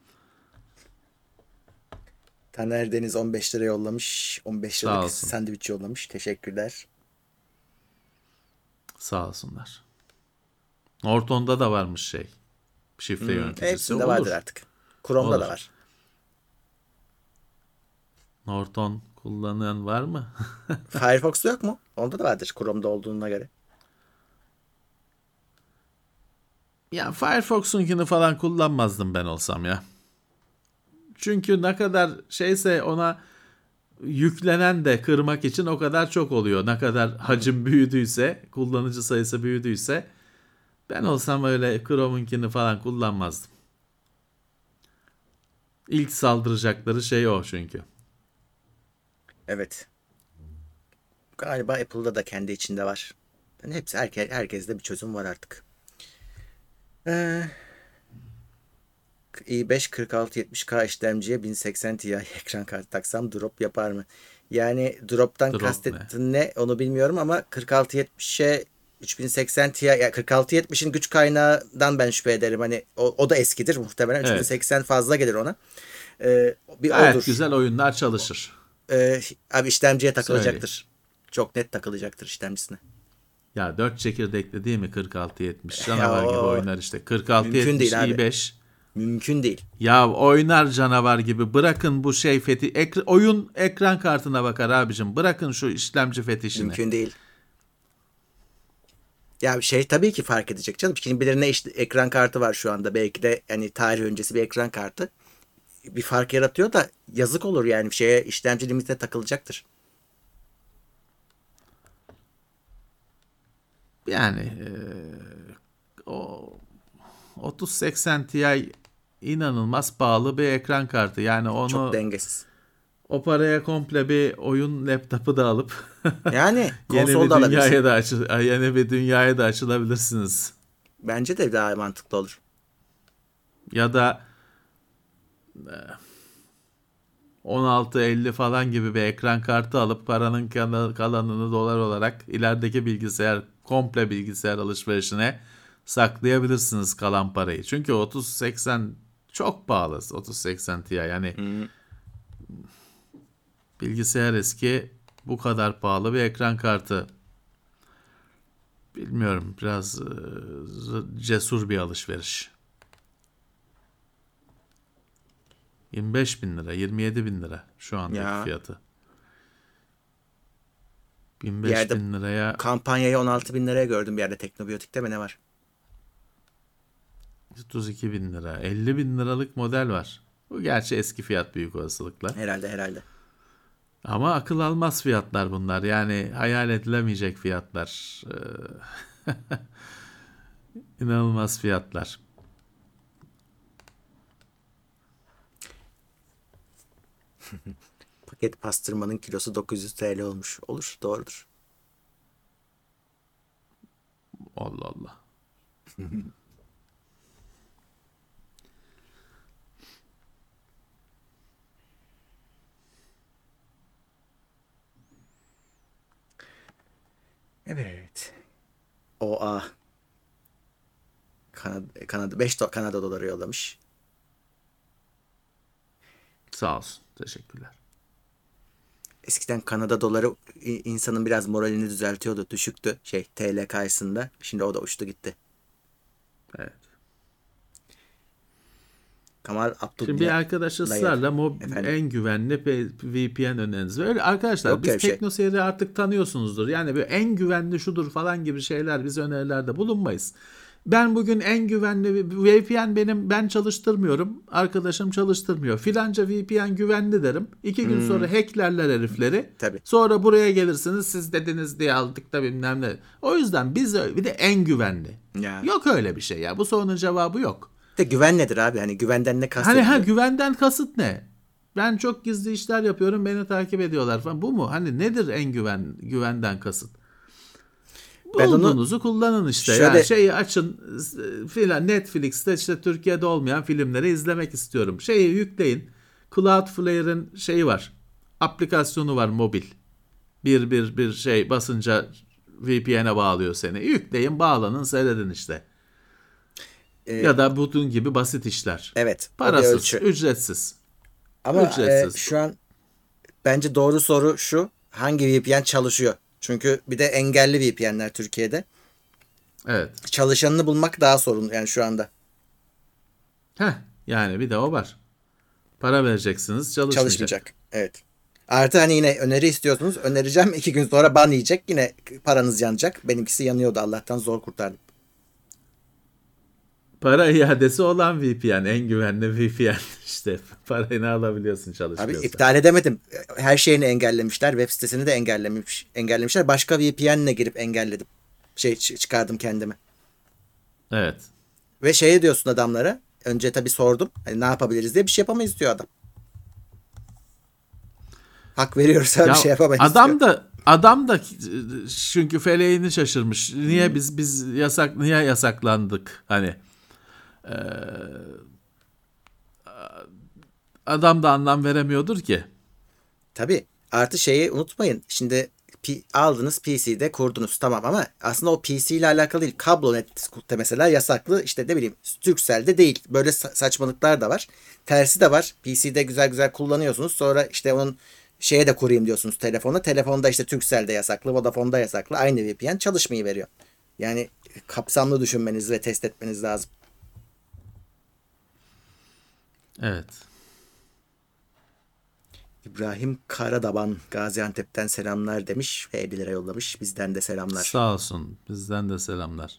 Speaker 2: Taner Deniz 15 lira yollamış. 15
Speaker 3: Sağ
Speaker 2: liralık
Speaker 3: olsun.
Speaker 2: sandviç yollamış. Teşekkürler.
Speaker 3: Sağ olsunlar. Norton'da da varmış şifre yöneticisi.
Speaker 2: Hepsinde vardır artık. Chrome'da da
Speaker 3: Olur.
Speaker 2: var.
Speaker 3: Norton kullanan var mı?
Speaker 2: Firefox'ta yok mu? Onda da vardır Chrome'da olduğuna göre.
Speaker 3: Ya Firefox'unkini falan kullanmazdım ben olsam ya. Çünkü ne kadar ona yüklenen de kırmak için o kadar çok oluyor. Ne kadar hacim büyüdüyse, kullanıcı sayısı büyüdüyse, ben olsam öyle Chrome'unkini falan kullanmazdım. İlk saldıracakları o çünkü.
Speaker 2: Evet. Galiba Apple'da da kendi içinde var. Yani hepsi herkeste bir çözüm var artık. i5 4670K işlemciye 1080 Ti ekran kartı taksam drop yapar mı? Yani drop'tan
Speaker 3: Drop
Speaker 2: kastettin ne onu bilmiyorum ama 4670'e 3080 Ti yani 4670'in güç kaynağından ben şüphe ederim. Hani o da eskidir muhtemelen.
Speaker 3: Evet.
Speaker 2: 3080 fazla gelir ona. Bir
Speaker 3: Gayet
Speaker 2: odur.
Speaker 3: güzel oyunlar çalışır.
Speaker 2: Abi işlemciye takılacaktır. Çok net takılacaktır işlemcisine.
Speaker 3: Ya 4 çekirdekli değil mi 4670?
Speaker 2: Ya
Speaker 3: Canavar gibi oynar işte.
Speaker 2: mümkün
Speaker 3: 4670
Speaker 2: değil abi.
Speaker 3: i5.
Speaker 2: Mümkün değil.
Speaker 3: Ya oynar canavar gibi. Bırakın bu oyun ekran kartına bakar abicim. Bırakın şu işlemci fetişini.
Speaker 2: Mümkün değil. Ya tabii ki fark edecek canım. Kim bilir ne ekran kartı var şu anda. Belki de yani tarih öncesi bir ekran kartı. Bir fark yaratıyor da yazık olur yani işlemci limitine takılacaktır.
Speaker 3: Yani o 3080 Ti inanılmaz pahalı bir ekran kartı. Yani
Speaker 2: Çok
Speaker 3: onu
Speaker 2: dengesiz.
Speaker 3: O paraya komple bir oyun laptopu da alıp
Speaker 2: Yani
Speaker 3: yeni
Speaker 2: konsol
Speaker 3: bir
Speaker 2: da alabilirsin.
Speaker 3: yeni bir dünyaya da açılabilirsiniz.
Speaker 2: Bence de daha mantıklı olur.
Speaker 3: Ya da 1650 falan gibi bir ekran kartı alıp paranın kalanını dolar olarak ilerideki komple bilgisayar alışverişine saklayabilirsiniz kalan parayı. Çünkü 3080 çok pahalı. 3080 Ti yani
Speaker 2: Hmm.
Speaker 3: bilgisayar eski, bu kadar pahalı bir ekran kartı. Bilmiyorum, biraz cesur bir alışveriş. 25 bin lira, 27 bin lira şu andaki
Speaker 2: Ya
Speaker 3: fiyatı.
Speaker 2: bir
Speaker 3: 25
Speaker 2: yerde
Speaker 3: bin liraya
Speaker 2: kampanyayı 16 bin liraya gördüm bir yerde, Teknobiyotik'te mi ne var?
Speaker 3: 32 bin lira, 50 bin liralık model var. Bu gerçi eski fiyat büyük olasılıkla.
Speaker 2: Herhalde.
Speaker 3: Ama akıl almaz fiyatlar bunlar. Yani hayal edilemeyecek fiyatlar. İnanılmaz fiyatlar.
Speaker 2: Paket pastırmanın kilosu 900 TL olmuş. Olur, doğrudur.
Speaker 3: Allah Allah.
Speaker 2: Evet. OA Kanada 5 Kanada doları yollamış.
Speaker 3: Sağ olsun. Teşekkürler.
Speaker 2: Eskiden Kanada doları insanın biraz moralini düzeltiyordu. Düşüktü TL karşısında. Şimdi o da uçtu gitti.
Speaker 3: Evet.
Speaker 2: Kemal
Speaker 3: Şimdi bir arkadaş
Speaker 2: Abdullayev.
Speaker 3: ısrarla
Speaker 2: Efendim.
Speaker 3: en güvenli VPN öneriniz. Öyle arkadaşlar,
Speaker 2: Yok
Speaker 3: biz
Speaker 2: öyle bir şey.
Speaker 3: TeknoSeyir'i artık tanıyorsunuzdur. Yani böyle en güvenli şudur falan gibi şeyler, biz önerilerde bulunmayız. Ben bugün en güvenli VPN ben çalıştırmıyorum. Arkadaşım çalıştırmıyor. Filanca VPN güvenli derim. 2 gün sonra hacklerler herifleri.
Speaker 2: Tabii.
Speaker 3: Sonra buraya gelirsiniz, siz dediniz diye aldık da bilmem ne. O yüzden biz bir de en güvenli.
Speaker 2: Ya.
Speaker 3: Yok öyle bir şey ya. Bu sorunun cevabı yok.
Speaker 2: De güven nedir abi? Hani güvenden ne
Speaker 3: Hani
Speaker 2: kastediliyor?
Speaker 3: güvenden kasıt ne? Ben çok gizli işler yapıyorum, beni takip ediyorlar falan. Bu mu? Hani nedir güvenden kasıt?
Speaker 2: Ben onu
Speaker 3: Bulduğunuzu kullanın işte. Yani
Speaker 2: şöyle
Speaker 3: şeyi açın filan, Netflix'te işte Türkiye'de olmayan filmleri izlemek istiyorum. Şeyi yükleyin. Cloudflare'ın şeyi var. Aplikasyonu var, mobil. Bir şey basınca VPN'e bağlıyor seni. Yükleyin, bağlanın, seyredin işte.
Speaker 2: e,
Speaker 3: Ya da bunun gibi basit işler.
Speaker 2: evet, o bir
Speaker 3: Parasız,
Speaker 2: ölçü.
Speaker 3: ücretsiz.
Speaker 2: Ama
Speaker 3: Ücretsiz.
Speaker 2: şu an bence doğru soru şu. Hangi VPN çalışıyor? Çünkü bir de engelli VPN'ler Türkiye'de.
Speaker 3: Evet.
Speaker 2: Çalışanını bulmak daha sorun yani şu anda.
Speaker 3: Yani bir de o var. Para vereceksiniz, çalışmayacak.
Speaker 2: Çalışmayacak. Evet. Artı hani yine öneri istiyorsunuz. Önereceğim. 2 gün sonra ban yiyecek. Yine paranız yanacak. Benimkisi yanıyordu. Allah'tan zor kurtardım.
Speaker 3: Para iadesi olan VPN, en güvenli VPN. İşte parayı alabiliyorsun
Speaker 2: Abi
Speaker 3: çalışmıyorsa.
Speaker 2: iptal edemedim. Her şeyini engellemişler. Web sitesini de engellemişler. Başka VPN'le girip engelledim. Çıkardım kendimi.
Speaker 3: Evet.
Speaker 2: Ve şey diyorsun adamlara. Önce tabii sordum. Hani ne yapabiliriz diye, bir şey yapamayız diyor adam. Hak veriyoruz abi, bir şey
Speaker 3: Ya
Speaker 2: yapamayız diyor.
Speaker 3: adam da çünkü feleğini şaşırmış. Niye biz niye yasaklandık hani? Ee, Adam da anlam veremiyordur ki.
Speaker 2: Tabii. Artı şeyi unutmayın. Şimdi aldınız, PC'de kurdunuz tamam, ama aslında o PC ile alakalı değil. Kablonet mesela yasaklı, işte ne bileyim Turkcell'de değil. Böyle saçmalıklar da var. Tersi de var. PC'de güzel güzel kullanıyorsunuz. Sonra işte onun şeye de kurayım diyorsunuz telefona. Telefonda işte Turkcell'de yasaklı, Vodafone'da yasaklı. Aynı VPN çalışmayı veriyor. Yani kapsamlı düşünmeniz ve test etmeniz lazım.
Speaker 3: Evet.
Speaker 2: İbrahim Karadaban Gaziantep'ten selamlar demiş ve 50 lira yollamış. Bizden de selamlar.
Speaker 3: Sağ olsun. Bizden de selamlar.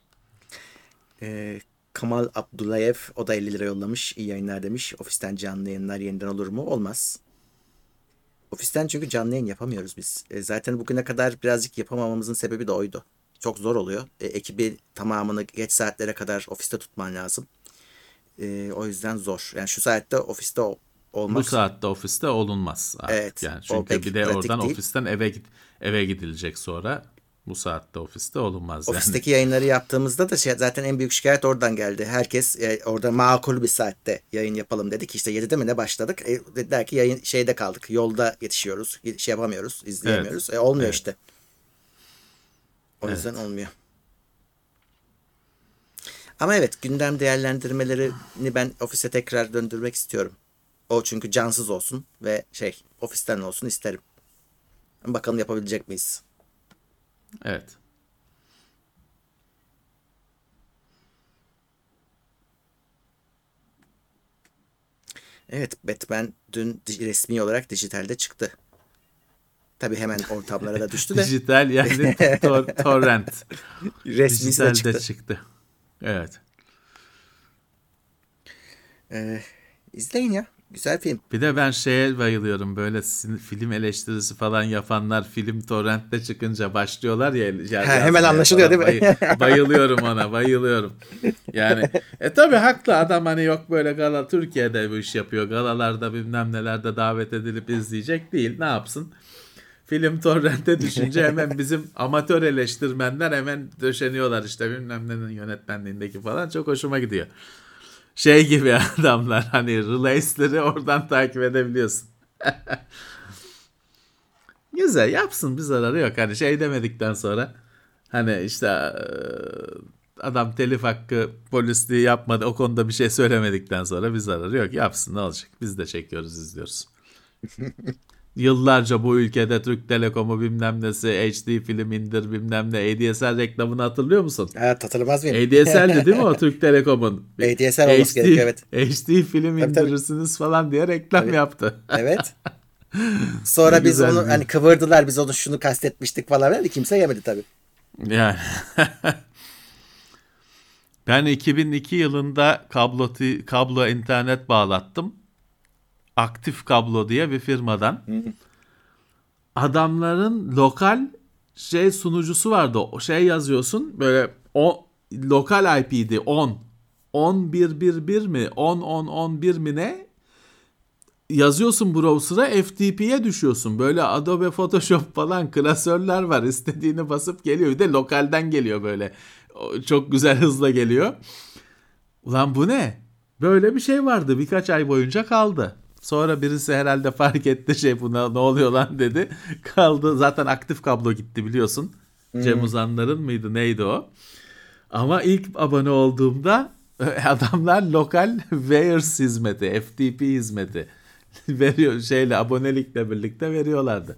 Speaker 2: Kemal Abdullayev, o da 50 lira yollamış. İyi yayınlar demiş. Ofisten canlı yayınlar yeniden olur mu? Olmaz. Ofisten çünkü canlı yayın yapamıyoruz biz. Zaten bugüne kadar birazcık yapamamamızın sebebi de oydu. Çok zor oluyor. Ekibi tamamını geç saatlere kadar ofiste tutman lazım. O yüzden zor. Yani şu saatte ofiste
Speaker 3: Bu
Speaker 2: olmak.
Speaker 3: saatte ofiste olunmaz artık
Speaker 2: Evet,
Speaker 3: yani.
Speaker 2: o
Speaker 3: Çünkü
Speaker 2: pek
Speaker 3: bir de
Speaker 2: pratik
Speaker 3: oradan
Speaker 2: değil.
Speaker 3: ofisten eve gidilecek sonra. Bu saatte ofiste olunmaz yani.
Speaker 2: Ofisteki yayınları yaptığımızda da zaten en büyük şikayet oradan geldi. Herkes orada makul bir saatte yayın yapalım dedik. İşte 7'de mi ne başladık? Dediler ki yayın şeyde kaldık. Yolda yetişiyoruz. Şey yapamıyoruz,
Speaker 3: Evet.
Speaker 2: izleyemiyoruz. Olmuyor
Speaker 3: Evet.
Speaker 2: işte. O yüzden
Speaker 3: Evet.
Speaker 2: olmuyor. Ama evet, gündem değerlendirmelerini ben ofise tekrar döndürmek istiyorum. O çünkü cansız olsun ve ofisten olsun isterim. Bakalım yapabilecek miyiz?
Speaker 3: Evet.
Speaker 2: Evet, Batman dün resmi olarak dijitalde çıktı. Tabii hemen ortamlara da düştü de
Speaker 3: Dijital yani torrent.
Speaker 2: resmisi de
Speaker 3: Dijitalde
Speaker 2: çıktı.
Speaker 3: çıktı. Evet.
Speaker 2: Ee, izleyin ya. Güzel film.
Speaker 3: Bir de ben şeye bayılıyorum, böyle film eleştirisi falan yapanlar film torrentte çıkınca başlıyorlar ya
Speaker 2: Hemen
Speaker 3: yazmaya
Speaker 2: anlaşılıyor
Speaker 3: falan.
Speaker 2: değil mi?
Speaker 3: Bayılıyorum ona, bayılıyorum. Yani tabii haklı adam, hani yok böyle gala, Türkiye'de bu iş yapıyor. Galalarda bilmem nelerde davet edilip izleyecek değil. Ne yapsın? Film torrente düşünce hemen bizim amatör eleştirmenler hemen döşeniyorlar işte bilmem nenin yönetmenliğindeki falan. Çok hoşuma gidiyor. Şey gibi adamlar, hani release'leri oradan takip edebiliyorsun. Güzel yapsın, bir zararı yok. Hani şey demedikten sonra, hani işte adam telif hakkı polisliği yapmadı, o konuda bir şey söylemedikten sonra bir zararı yok. Yapsın, ne olacak? Biz de çekiyoruz, izliyoruz. Yıllarca bu ülkede Türk Telekom'u bilmem nesi HD film indir bilmem ne ADSL reklamını hatırlıyor musun?
Speaker 2: Evet, hatırlamaz mıyım?
Speaker 3: ADSL'di değil mi o, Türk Telekom'un?
Speaker 2: ADSL olması
Speaker 3: HD,
Speaker 2: gerekiyor, evet.
Speaker 3: HD film
Speaker 2: Tabii tabii.
Speaker 3: indirirsiniz falan diye reklam
Speaker 2: Tabii.
Speaker 3: yaptı.
Speaker 2: Evet.
Speaker 3: Ne
Speaker 2: Sonra biz onu
Speaker 3: güzel bir.
Speaker 2: hani kıvırdılar, biz onu şunu kastetmiştik falan. Yani kimse yemedi tabii.
Speaker 3: Yani ben 2002 yılında kablo internet bağlattım. Aktif Kablo diye bir firmadan.
Speaker 2: Hı.
Speaker 3: Adamların lokal sunucusu vardı. O yazıyorsun böyle, o lokal IP'di 10.1.1.1 mi 10.10.11 mi ne, yazıyorsun browser'a, FTP'ye düşüyorsun. Böyle Adobe Photoshop falan klasörler var. İstediğini basıp geliyor. Bir de lokalden geliyor böyle. Çok güzel hızla geliyor. Ulan bu ne? Böyle bir şey vardı. Birkaç ay boyunca kaldı. Sonra birisi herhalde fark etti, buna ne oluyor lan dedi. Kaldı. Zaten Aktif Kablo gitti biliyorsun. Cem
Speaker 2: Hı.
Speaker 3: Uzanlar'ın mıydı neydi o? Ama ilk abone olduğumda adamlar lokal Wires hizmeti, FTP hizmeti veriyor, abonelikle birlikte veriyorlardı.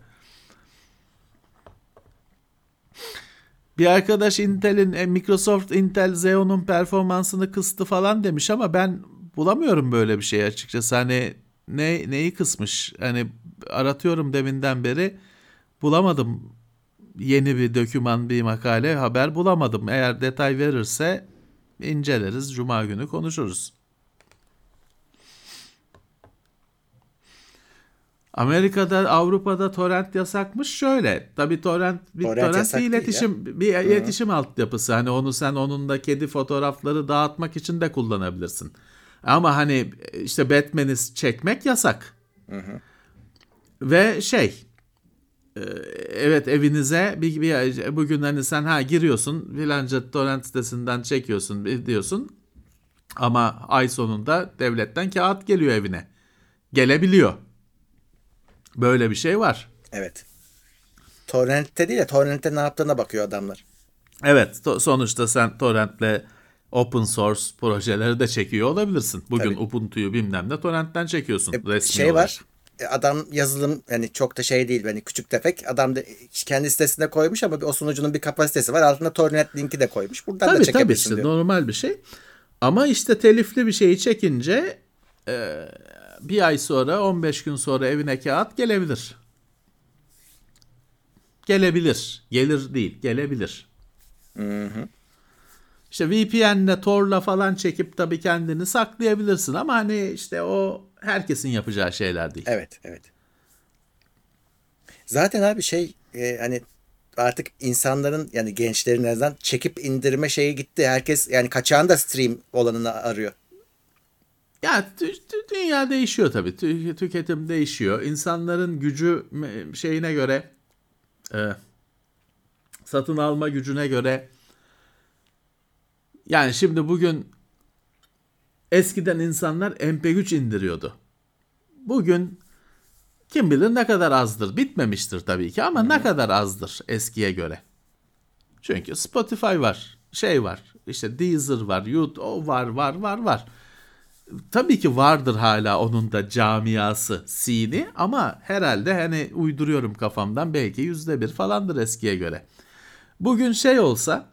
Speaker 3: Bir arkadaş Microsoft Intel Xeon'un performansını kıstı falan demiş ama ben bulamıyorum böyle bir şey açıkçası. Hani neyi kısmış? Hani aratıyorum deminden beri, bulamadım. Yeni bir doküman, bir makale, haber bulamadım. Eğer detay verirse inceleriz. Cuma günü konuşuruz. Amerika'da, Avrupa'da torrent yasakmış şöyle. Tabii
Speaker 2: Torrent
Speaker 3: torrent
Speaker 2: yasak değil ya.
Speaker 3: bir
Speaker 2: Hı.
Speaker 3: iletişim altyapısı. Hani onu sen onun da kedi fotoğrafları dağıtmak için de kullanabilirsin. Ama hani işte Batman'i çekmek yasak.
Speaker 2: Hı hı.
Speaker 3: Ve e, evet, evinize bugün hani sen giriyorsun filanca torrent sitesinden çekiyorsun diyorsun, ama ay sonunda devletten kağıt geliyor evine. Gelebiliyor. Böyle bir şey var.
Speaker 2: Evet. Torrent'te değil de torrent'te ne yaptığına bakıyor adamlar.
Speaker 3: Evet, sonuçta sen torrentle open source projeleri de çekiyor olabilirsin. Bugün
Speaker 2: Tabii.
Speaker 3: Ubuntu'yu bilmem ne torrentten çekiyorsun resmi
Speaker 2: Şey
Speaker 3: olarak.
Speaker 2: var. Adam yazılım, yani çok da şey değil, hani küçük tefek. Adam da kendi sitesinde koymuş ama o sunucunun bir kapasitesi var. Altında torrent linki de koymuş. Buradan da
Speaker 3: Tabii
Speaker 2: çekebilirsin
Speaker 3: işte
Speaker 2: diyor.
Speaker 3: normal bir şey. Ama işte telifli bir şeyi çekince bir ay sonra, 15 gün sonra evine kağıt gelebilir. Gelebilir. Gelir değil, gelebilir.
Speaker 2: Hı hı.
Speaker 3: İşte VPN'le, Tor'la falan çekip tabii kendini saklayabilirsin ama hani işte o herkesin yapacağı şeyler değil.
Speaker 2: Evet, evet. Zaten abi hani artık insanların, yani gençlerin en azından çekip indirme şeyi gitti. Herkes yani kaçağın da stream olanını arıyor.
Speaker 3: Ya dünya değişiyor tabii. Tüketim değişiyor. İnsanların gücü şeyine göre, e, satın alma gücüne göre. Yani şimdi bugün, eskiden insanlar MP3 indiriyordu. Bugün kim bilir ne kadar azdır. Bitmemiştir tabii ki ama ne kadar azdır eskiye göre. Çünkü Spotify var, şey var, işte Deezer var, YouTube o var. Tabii ki vardır hala onun da camiası, scene, ama herhalde hani uyduruyorum kafamdan, belki %1 falandır eskiye göre. Bugün şey olsa,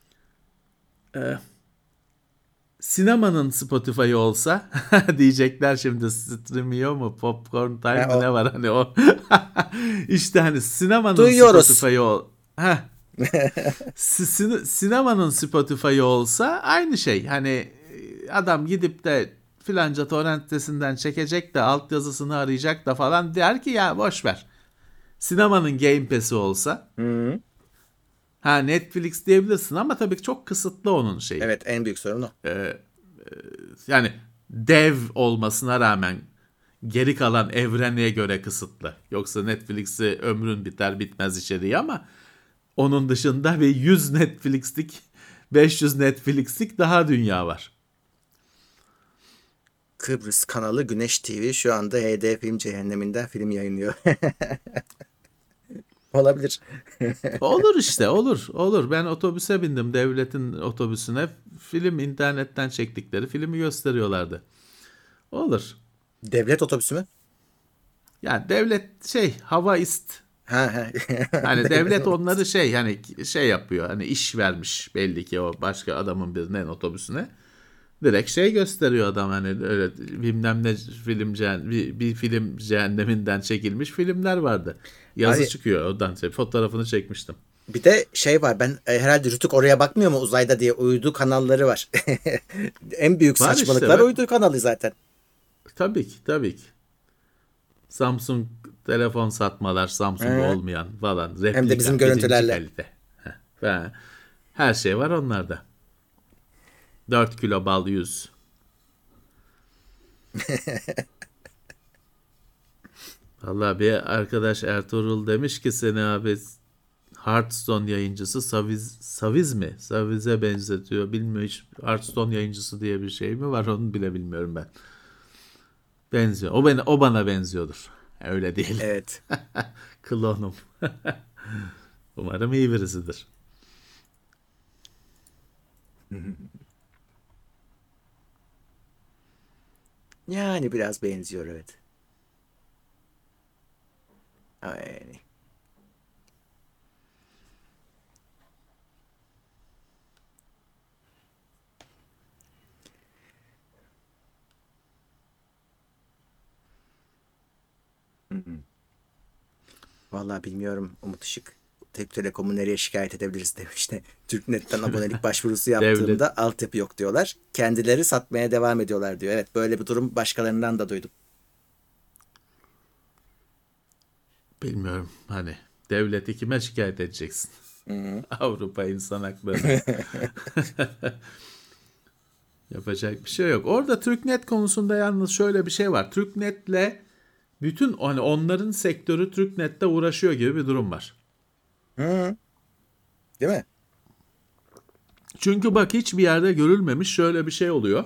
Speaker 3: sinemanın Spotify'ı olsa diyecekler şimdi, Streamio mu, Popcorn Time
Speaker 2: Ha,
Speaker 3: mı, ne var hani o. İşte hani sinemanın
Speaker 2: duyuyoruz.
Speaker 3: Spotify'ı Heh, sinemanın Spotify'ı olsa aynı şey. Hani adam gidip de filanca torrent sitesinden çekecek de altyazısını arayacak da falan, der ki ya boş ver. Sinemanın Game Pass'i olsa,
Speaker 2: Hı.
Speaker 3: ha Netflix diyebilirsin ama tabii çok kısıtlı onun şeyi.
Speaker 2: Evet, en büyük sorun o.
Speaker 3: Yani dev olmasına rağmen geri kalan evrene göre kısıtlı. Yoksa Netflix'i ömrün biter bitmez içeriği, ama onun dışında bir 100 Netflix'lik, 500 Netflix'lik daha dünya var.
Speaker 2: Kıbrıs kanalı Güneş TV şu anda HD Film Cehenneminden film yayınlıyor. Olabilir.
Speaker 3: Olur işte, olur. Ben otobüse bindim, devletin otobüsüne. Film, internetten çektikleri filmi gösteriyorlardı. Olur.
Speaker 2: Devlet otobüsü mü?
Speaker 3: Yani devlet şey, havaist.
Speaker 2: Ha, ha.
Speaker 3: Hani devlet
Speaker 2: Devlet.
Speaker 3: onları şey, hani şey yapıyor. Hani iş vermiş belli ki o başka adamın birinin otobüsüne. Direkt şey gösteriyor adam, hani öyle bilmem ne film bir film cehenneminden çekilmiş filmler vardı. Yazı
Speaker 2: Abi
Speaker 3: çıkıyor oradan, fotoğrafını çekmiştim.
Speaker 2: bir de şey var, ben herhalde Rütük oraya bakmıyor mu uzayda diye, uydu kanalları var. En büyük
Speaker 3: Var işte
Speaker 2: saçmalıklar
Speaker 3: bak.
Speaker 2: uydu kanalı zaten.
Speaker 3: Tabii ki. Samsung telefon satmalar, Samsung
Speaker 2: He.
Speaker 3: olmayan falan,
Speaker 2: Hem de bizim
Speaker 3: replika, birinci
Speaker 2: görüntülerle.
Speaker 3: kalite. Heh, ve her şey var onlarda. 4 kilo bal 100. Vallahi bir arkadaş Ertuğrul demiş ki, seni abi Hearthstone yayıncısı Saviz mi? Saviz'e benzetiyor. Bilmiyorum, hiç Hearthstone yayıncısı diye bir şey mi var, onu bile bilmiyorum ben. Benziyor. O bana benziyordur. Öyle değil.
Speaker 2: Evet.
Speaker 3: Klonum. Umarım iyi birisidir.
Speaker 2: Yani biraz benziyor, evet. Yani. Vallahi bilmiyorum Umut Işık. Türk Telekom'u nereye şikayet edebiliriz demişti. Türknet'ten abonelik başvurusu
Speaker 3: Devlet.
Speaker 2: yaptığımda altyapı yok diyorlar. Kendileri satmaya devam ediyorlar diyor. Evet, böyle bir durum başkalarından da duydum.
Speaker 3: Bilmiyorum, hani devleti kime şikayet edeceksin?
Speaker 2: Hı.
Speaker 3: Avrupa İnsan Hakları. Yapacak bir şey yok. Orada Türknet konusunda yalnız şöyle bir şey var. Türknet'le bütün, hani onların sektörü Türknet'le uğraşıyor gibi bir durum var.
Speaker 2: Hı. Değil mi?
Speaker 3: Çünkü bak, hiçbir yerde görülmemiş şöyle bir şey oluyor.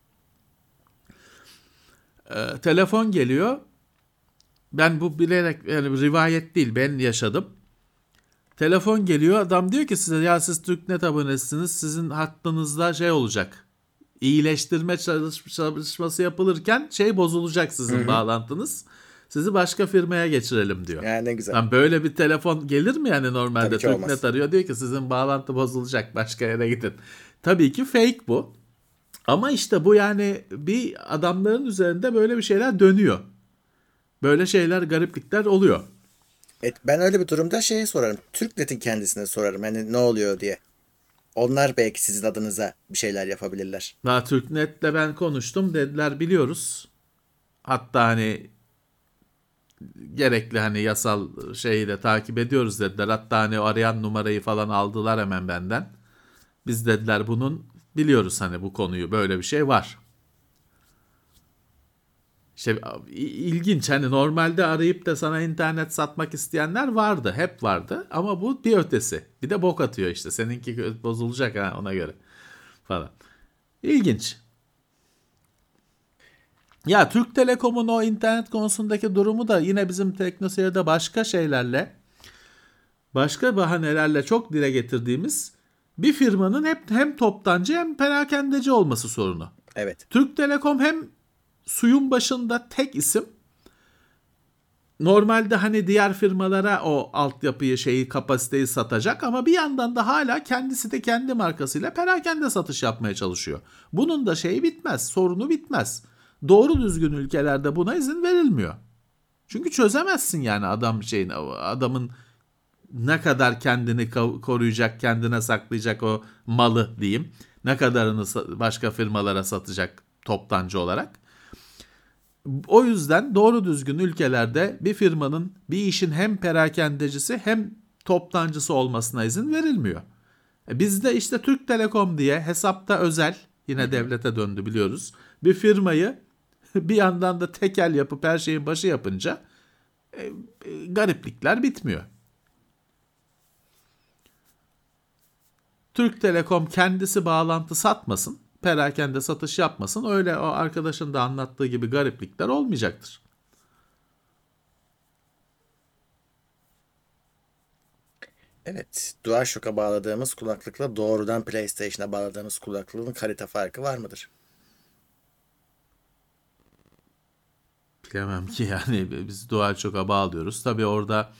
Speaker 3: Telefon geliyor. Ben bu bilerek, yani rivayet değil, ben yaşadım. Telefon geliyor, adam diyor ki size, ya siz Türknet abonesiniz, sizin hattınızda şey olacak. İyileştirme çalışması yapılırken şey bozulacak
Speaker 2: Hı
Speaker 3: sizin
Speaker 2: hı.
Speaker 3: bağlantınız. Sizi başka firmaya geçirelim diyor.
Speaker 2: Yani ne güzel.
Speaker 3: Lan böyle bir telefon gelir mi yani
Speaker 2: Tabii
Speaker 3: normalde?
Speaker 2: ki olmaz.
Speaker 3: Türknet arıyor, diyor ki sizin bağlantı bozulacak, başka yere gidin. Tabii ki fake bu. Ama işte bu, yani bir adamların üzerinde böyle bir şeyler dönüyor. Böyle şeyler, gariplikler oluyor.
Speaker 2: Ben öyle bir durumda şeye sorarım. Türknet'in kendisine sorarım. Hani ne oluyor diye. Onlar belki sizin adınıza bir şeyler yapabilirler.
Speaker 3: Daha Türknet'le ben konuştum, dediler biliyoruz. Hatta hani gerekli hani yasal şeyi de takip ediyoruz dediler. Hatta hani arayan numarayı falan aldılar hemen benden. Biz dediler bunun biliyoruz, hani bu konuyu, böyle bir şey var. İşte ilginç, hani normalde arayıp da sana internet satmak isteyenler vardı. Hep vardı ama bu bir ötesi. Bir de bok atıyor işte. Seninki bozulacak ha ona göre falan. İlginç. Ya Türk Telekom'un o internet konusundaki durumu da yine bizim TeknoSeyir'de başka şeylerle, başka bahanelerle çok dile getirdiğimiz bir firmanın hep hem toptancı hem perakendeci olması sorunu.
Speaker 2: Evet.
Speaker 3: Türk Telekom hem suyun başında tek isim. Normalde hani diğer firmalara o altyapıyı, kapasiteyi satacak ama bir yandan da hala kendisi de kendi markasıyla perakende satış yapmaya çalışıyor. Bunun da bitmez, sorunu bitmez. Doğru düzgün ülkelerde buna izin verilmiyor. Çünkü çözemezsin yani adamın ne kadar kendini koruyacak, kendine saklayacak o malı diyeyim. Ne kadarını başka firmalara satacak toptancı olarak. O yüzden doğru düzgün ülkelerde bir firmanın bir işin hem perakendecisi hem toptancısı olmasına izin verilmiyor. Bizde işte Türk Telekom diye hesapta özel, yine devlete döndü biliyoruz, bir firmayı bir yandan da tekel yapıp her şeyin başı yapınca gariplikler bitmiyor. Türk Telekom kendisi bağlantı satmasın, perakende satış yapmasın. Öyle o arkadaşın da anlattığı gibi gariplikler olmayacaktır.
Speaker 2: Evet. DualShock'a bağladığımız kulaklıkla doğrudan PlayStation'a bağladığımız kulaklığın kalite farkı var mıdır?
Speaker 3: Bilemem ki yani biz DualShock'a bağlıyoruz. Tabii orada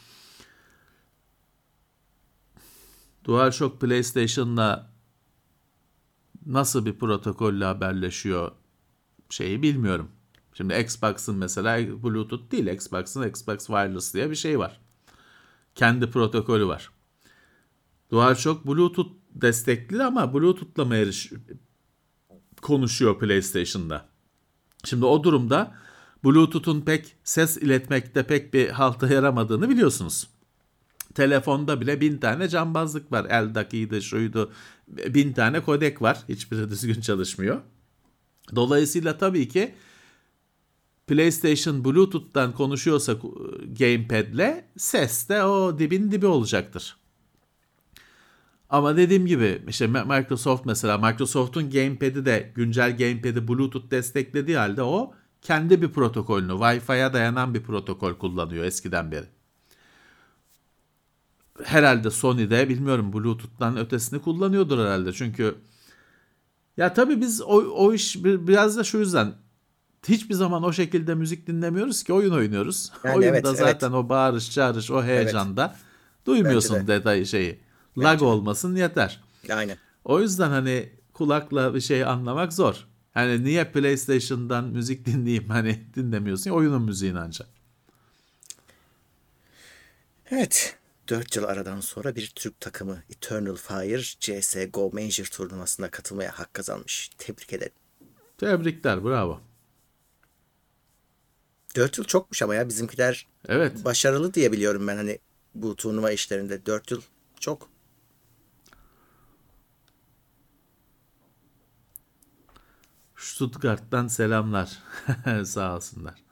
Speaker 3: DualShock PlayStation'la nasıl bir protokolle haberleşiyor bilmiyorum. Şimdi Xbox'ın mesela Bluetooth değil, Xbox'ın Xbox Wireless diye bir şey var. Kendi protokolü var. DualShock Bluetooth destekli ama Bluetooth'la mı konuşuyor PlayStation'da? Şimdi o durumda Bluetooth'un pek ses iletmekte pek bir halta yaramadığını biliyorsunuz. Telefonda bile 1000 tane cambazlık var. LDAC'ydı, şuydu. 1000 tane kodek var. Hiçbiri düzgün çalışmıyor. Dolayısıyla tabii ki PlayStation Bluetooth'tan konuşuyorsa gamepad'le ses de o dibin dibi olacaktır. Ama dediğim gibi işte Microsoft'un gamepad'i de güncel gamepad'i Bluetooth desteklediği halde o kendi bir protokolünü, Wi-Fi'ye dayanan bir protokol kullanıyor eskiden beri. Herhalde Sony'de bilmiyorum Bluetooth'tan ötesini kullanıyordur herhalde. Çünkü ya tabii biz o iş biraz da şu yüzden hiçbir zaman o şekilde müzik dinlemiyoruz ki, oyun oynuyoruz.
Speaker 2: Yani
Speaker 3: Oyunda zaten
Speaker 2: evet.
Speaker 3: o bağırış çağırış, o heyecanda duymuyorsun
Speaker 2: Bence de.
Speaker 3: detayı Lag
Speaker 2: Bence de.
Speaker 3: olmasın yeter.
Speaker 2: Aynen.
Speaker 3: O yüzden hani kulakla bir şey anlamak zor. Hani niye PlayStation'dan müzik dinleyeyim, hani dinlemiyorsun, oyunun müziğini ancak.
Speaker 2: Evet. 4 yıl aradan sonra bir Türk takımı Eternal Fire CSGO Major turnuvasına katılmaya hak kazanmış. Tebrik ederim.
Speaker 3: Tebrikler, bravo.
Speaker 2: 4 yıl çokmuş ama ya bizimkiler
Speaker 3: Evet.
Speaker 2: başarılı diye biliyorum ben hani bu turnuva işlerinde 4 yıl çok.
Speaker 3: Stuttgart'tan selamlar. Sağ olsunlar.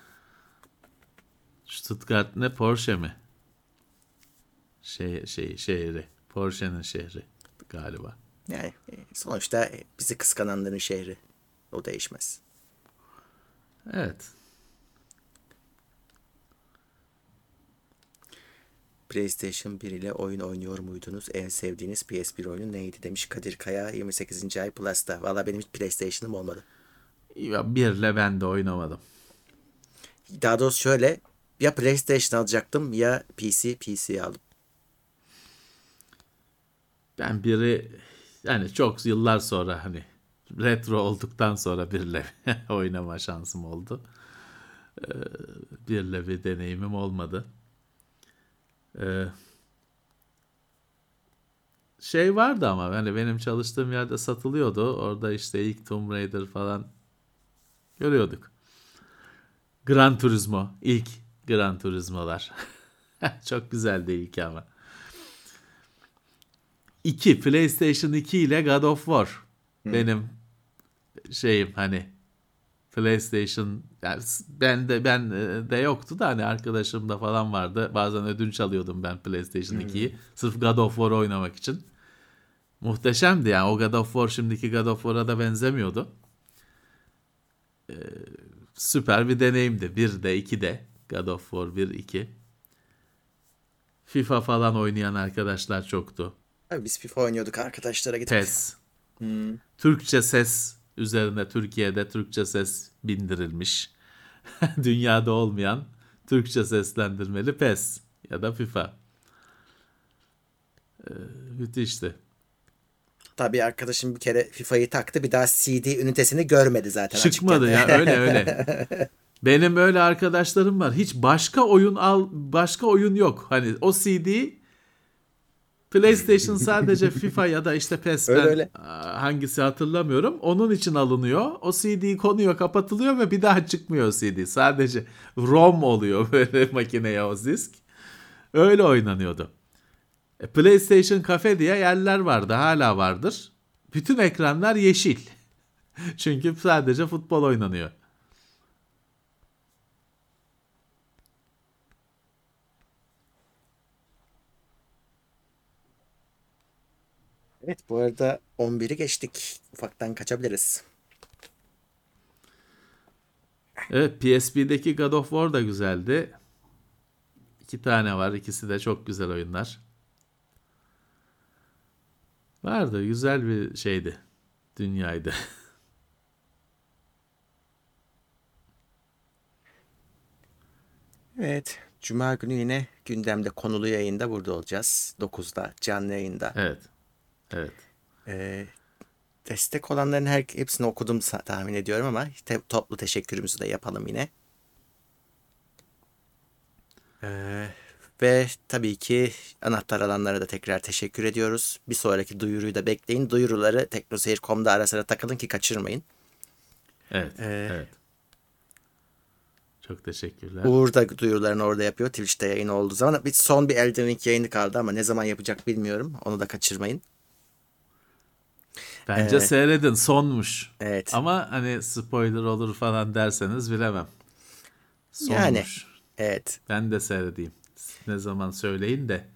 Speaker 3: Stuttgart ne, Porsche mi? Şehri. Porsche'nin şehri galiba.
Speaker 2: Yani sonuçta bizi kıskananların şehri. O değişmez.
Speaker 3: Evet.
Speaker 2: PlayStation 1 ile oyun oynuyor muydunuz? En sevdiğiniz PS1 oyunu neydi demiş Kadir Kaya 28. ay Plus'ta. Valla benim hiç PlayStation'ım olmadı.
Speaker 3: Ya birle ben de oynamadım.
Speaker 2: Daha doğrusu şöyle, ya PlayStation alacaktım ya PC aldım.
Speaker 3: Ben biri yani çok yıllar sonra hani retro olduktan sonra birle oynama şansım oldu. Birle bir deneyimim olmadı. Vardı ama hani benim çalıştığım yerde satılıyordu. Orada işte ilk Tomb Raider falan görüyorduk. Gran Turismo, ilk Gran Turismo'lar. Çok güzeldi ilk ama. 2, PlayStation 2 ile God of War. Benim hani PlayStation yani ben de yoktu da hani arkadaşımda falan vardı. Bazen ödünç alıyordum ben PlayStation 2'yi. Sırf God of War oynamak için. Muhteşemdi yani. O God of War şimdiki God of War'a da benzemiyordu. Süper bir deneyimdi. 1'de 2'de God of War 1 2. FIFA falan oynayan arkadaşlar çoktu.
Speaker 2: Abi biz FIFA oynuyorduk arkadaşlara gidip.
Speaker 3: PES. Türkçe ses üzerine Türkiye'de Türkçe ses bindirilmiş. Dünyada olmayan Türkçe seslendirmeli PES ya da FIFA. Müthişti.
Speaker 2: Tabii arkadaşım bir kere FIFA'yı taktı. Bir daha CD ünitesini görmedi zaten.
Speaker 3: Çıkmadı ya öyle. Benim öyle arkadaşlarım var. Hiç başka oyun yok. Hani o CD PlayStation sadece FIFA ya da işte PES
Speaker 2: Öyle.
Speaker 3: hangisi hatırlamıyorum. Onun için alınıyor. O CD konuyor, kapatılıyor ve bir daha çıkmıyor o CD. Sadece ROM oluyor böyle makineye o disk. Öyle oynanıyordu. PlayStation Cafe diye yerler vardı, hala vardır. Bütün ekranlar yeşil. Çünkü sadece futbol oynanıyor.
Speaker 2: Evet, bu arada 11'i geçtik. Ufaktan kaçabiliriz.
Speaker 3: Evet, PSP'deki God of War da güzeldi. 2 tane var. İkisi de çok güzel oyunlar. Vardı. Güzel bir şeydi. Dünyaydı.
Speaker 2: Evet. Cuma günü yine gündemde konulu yayında burada olacağız. 9'da canlı yayında.
Speaker 3: Evet. Evet.
Speaker 2: Ee, Destek olanların hepsini okudum tahmin ediyorum ama toplu teşekkürümüzü de yapalım yine. Ve tabii ki anahtar alanlara da tekrar teşekkür ediyoruz. Bir sonraki duyuruyu da bekleyin. Duyuruları teknoseyir.com'da ara sıra takılın ki kaçırmayın.
Speaker 3: Evet. Evet. Çok teşekkürler.
Speaker 2: Uğur da duyurularını orada yapıyor. Twitch'te yayın olduğu zaman. Son bir Elden Ring yayını kaldı ama ne zaman yapacak bilmiyorum. Onu da kaçırmayın.
Speaker 3: Bence seyredin, sonmuş.
Speaker 2: Evet.
Speaker 3: Ama hani spoiler olur falan derseniz bilemem. Sonmuş.
Speaker 2: Yani evet.
Speaker 3: Ben de seyredeyim. Ne zaman söyleyin de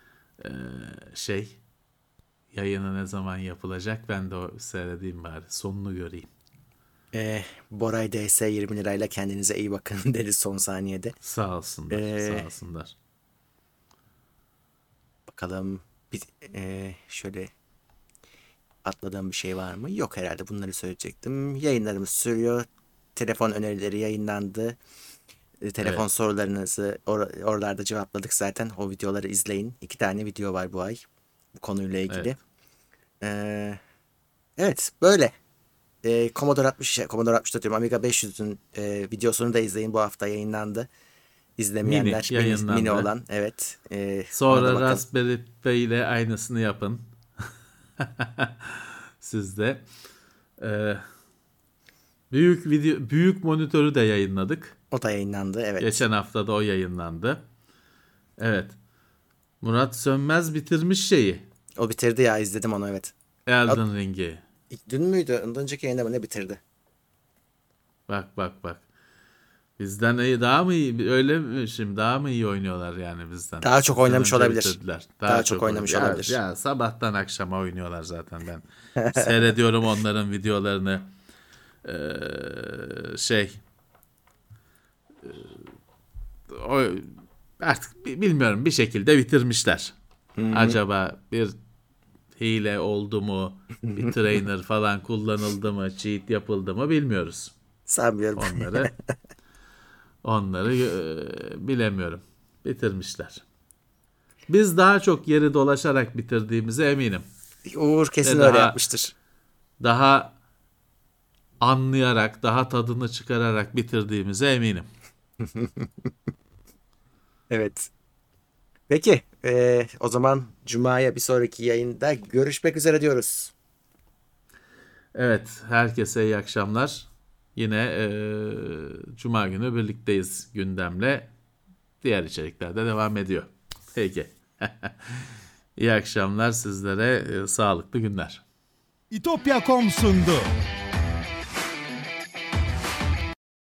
Speaker 3: yayını ne zaman yapılacak ben de seyredeyim bari. Sonunu göreyim.
Speaker 2: Boray DS 20 lirayla kendinize iyi bakın dedi son saniyede.
Speaker 3: Sağ olsunlar. Sağ olsunlar.
Speaker 2: Bakalım şöyle atladığım bir şey var mı? Yok herhalde, bunları söyleyecektim. Yayınlarımız sürüyor. Telefon önerileri yayınlandı. Telefon sorularınızı oralarda cevapladık zaten. O videoları izleyin. 2 tane video var bu ay bu konuyla ilgili. Evet böyle. Commodore 64 diyorum. Amiga 500'ün videosunu da izleyin. Bu hafta yayınlandı. İzlemeyenler mini olan. Evet.
Speaker 3: Sonra Raspberry Pi ile aynısını yapın. Siz de. Büyük monitörü de yayınladık.
Speaker 2: O da yayınlandı. Evet.
Speaker 3: Geçen hafta da o yayınlandı. Evet. Murat Sönmez bitirmiş şeyi.
Speaker 2: O bitirdi ya, izledim onu, evet.
Speaker 3: Elden Ring'i.
Speaker 2: Dün müydü? Ondan önceki yayında mı ne bitirdi?
Speaker 3: Bak. Bizden iyi, daha mı iyi? Öyle mi şimdi? Daha mı iyi oynuyorlar yani bizden?
Speaker 2: Daha çok oynamış olabilir.
Speaker 3: Bitirdiler.
Speaker 2: Daha çok oynamış olabilir.
Speaker 3: Ya sabahtan akşama oynuyorlar zaten ben. Seyrediyorum onların videolarını. Artık bilmiyorum, bir şekilde bitirmişler. Acaba bir hile oldu mu? Bir trainer falan kullanıldı mı? Cheat yapıldı mı? Bilmiyoruz.
Speaker 2: Sanmıyorum.
Speaker 3: Onları bilemiyorum. Bitirmişler. Biz daha çok yeri dolaşarak bitirdiğimize eminim.
Speaker 2: Uğur kesin öyle yapmıştır.
Speaker 3: Daha anlayarak, daha tadını çıkararak bitirdiğimize eminim.
Speaker 2: Evet. Peki. O zaman Cuma'ya bir sonraki yayında görüşmek üzere diyoruz.
Speaker 3: Evet. Herkese iyi akşamlar. Yine Cuma günü birlikteyiz gündemle. Diğer içerikler de devam ediyor. Peki. İyi akşamlar sizlere. Sağlıklı günler.
Speaker 1: İtopya.com sundu.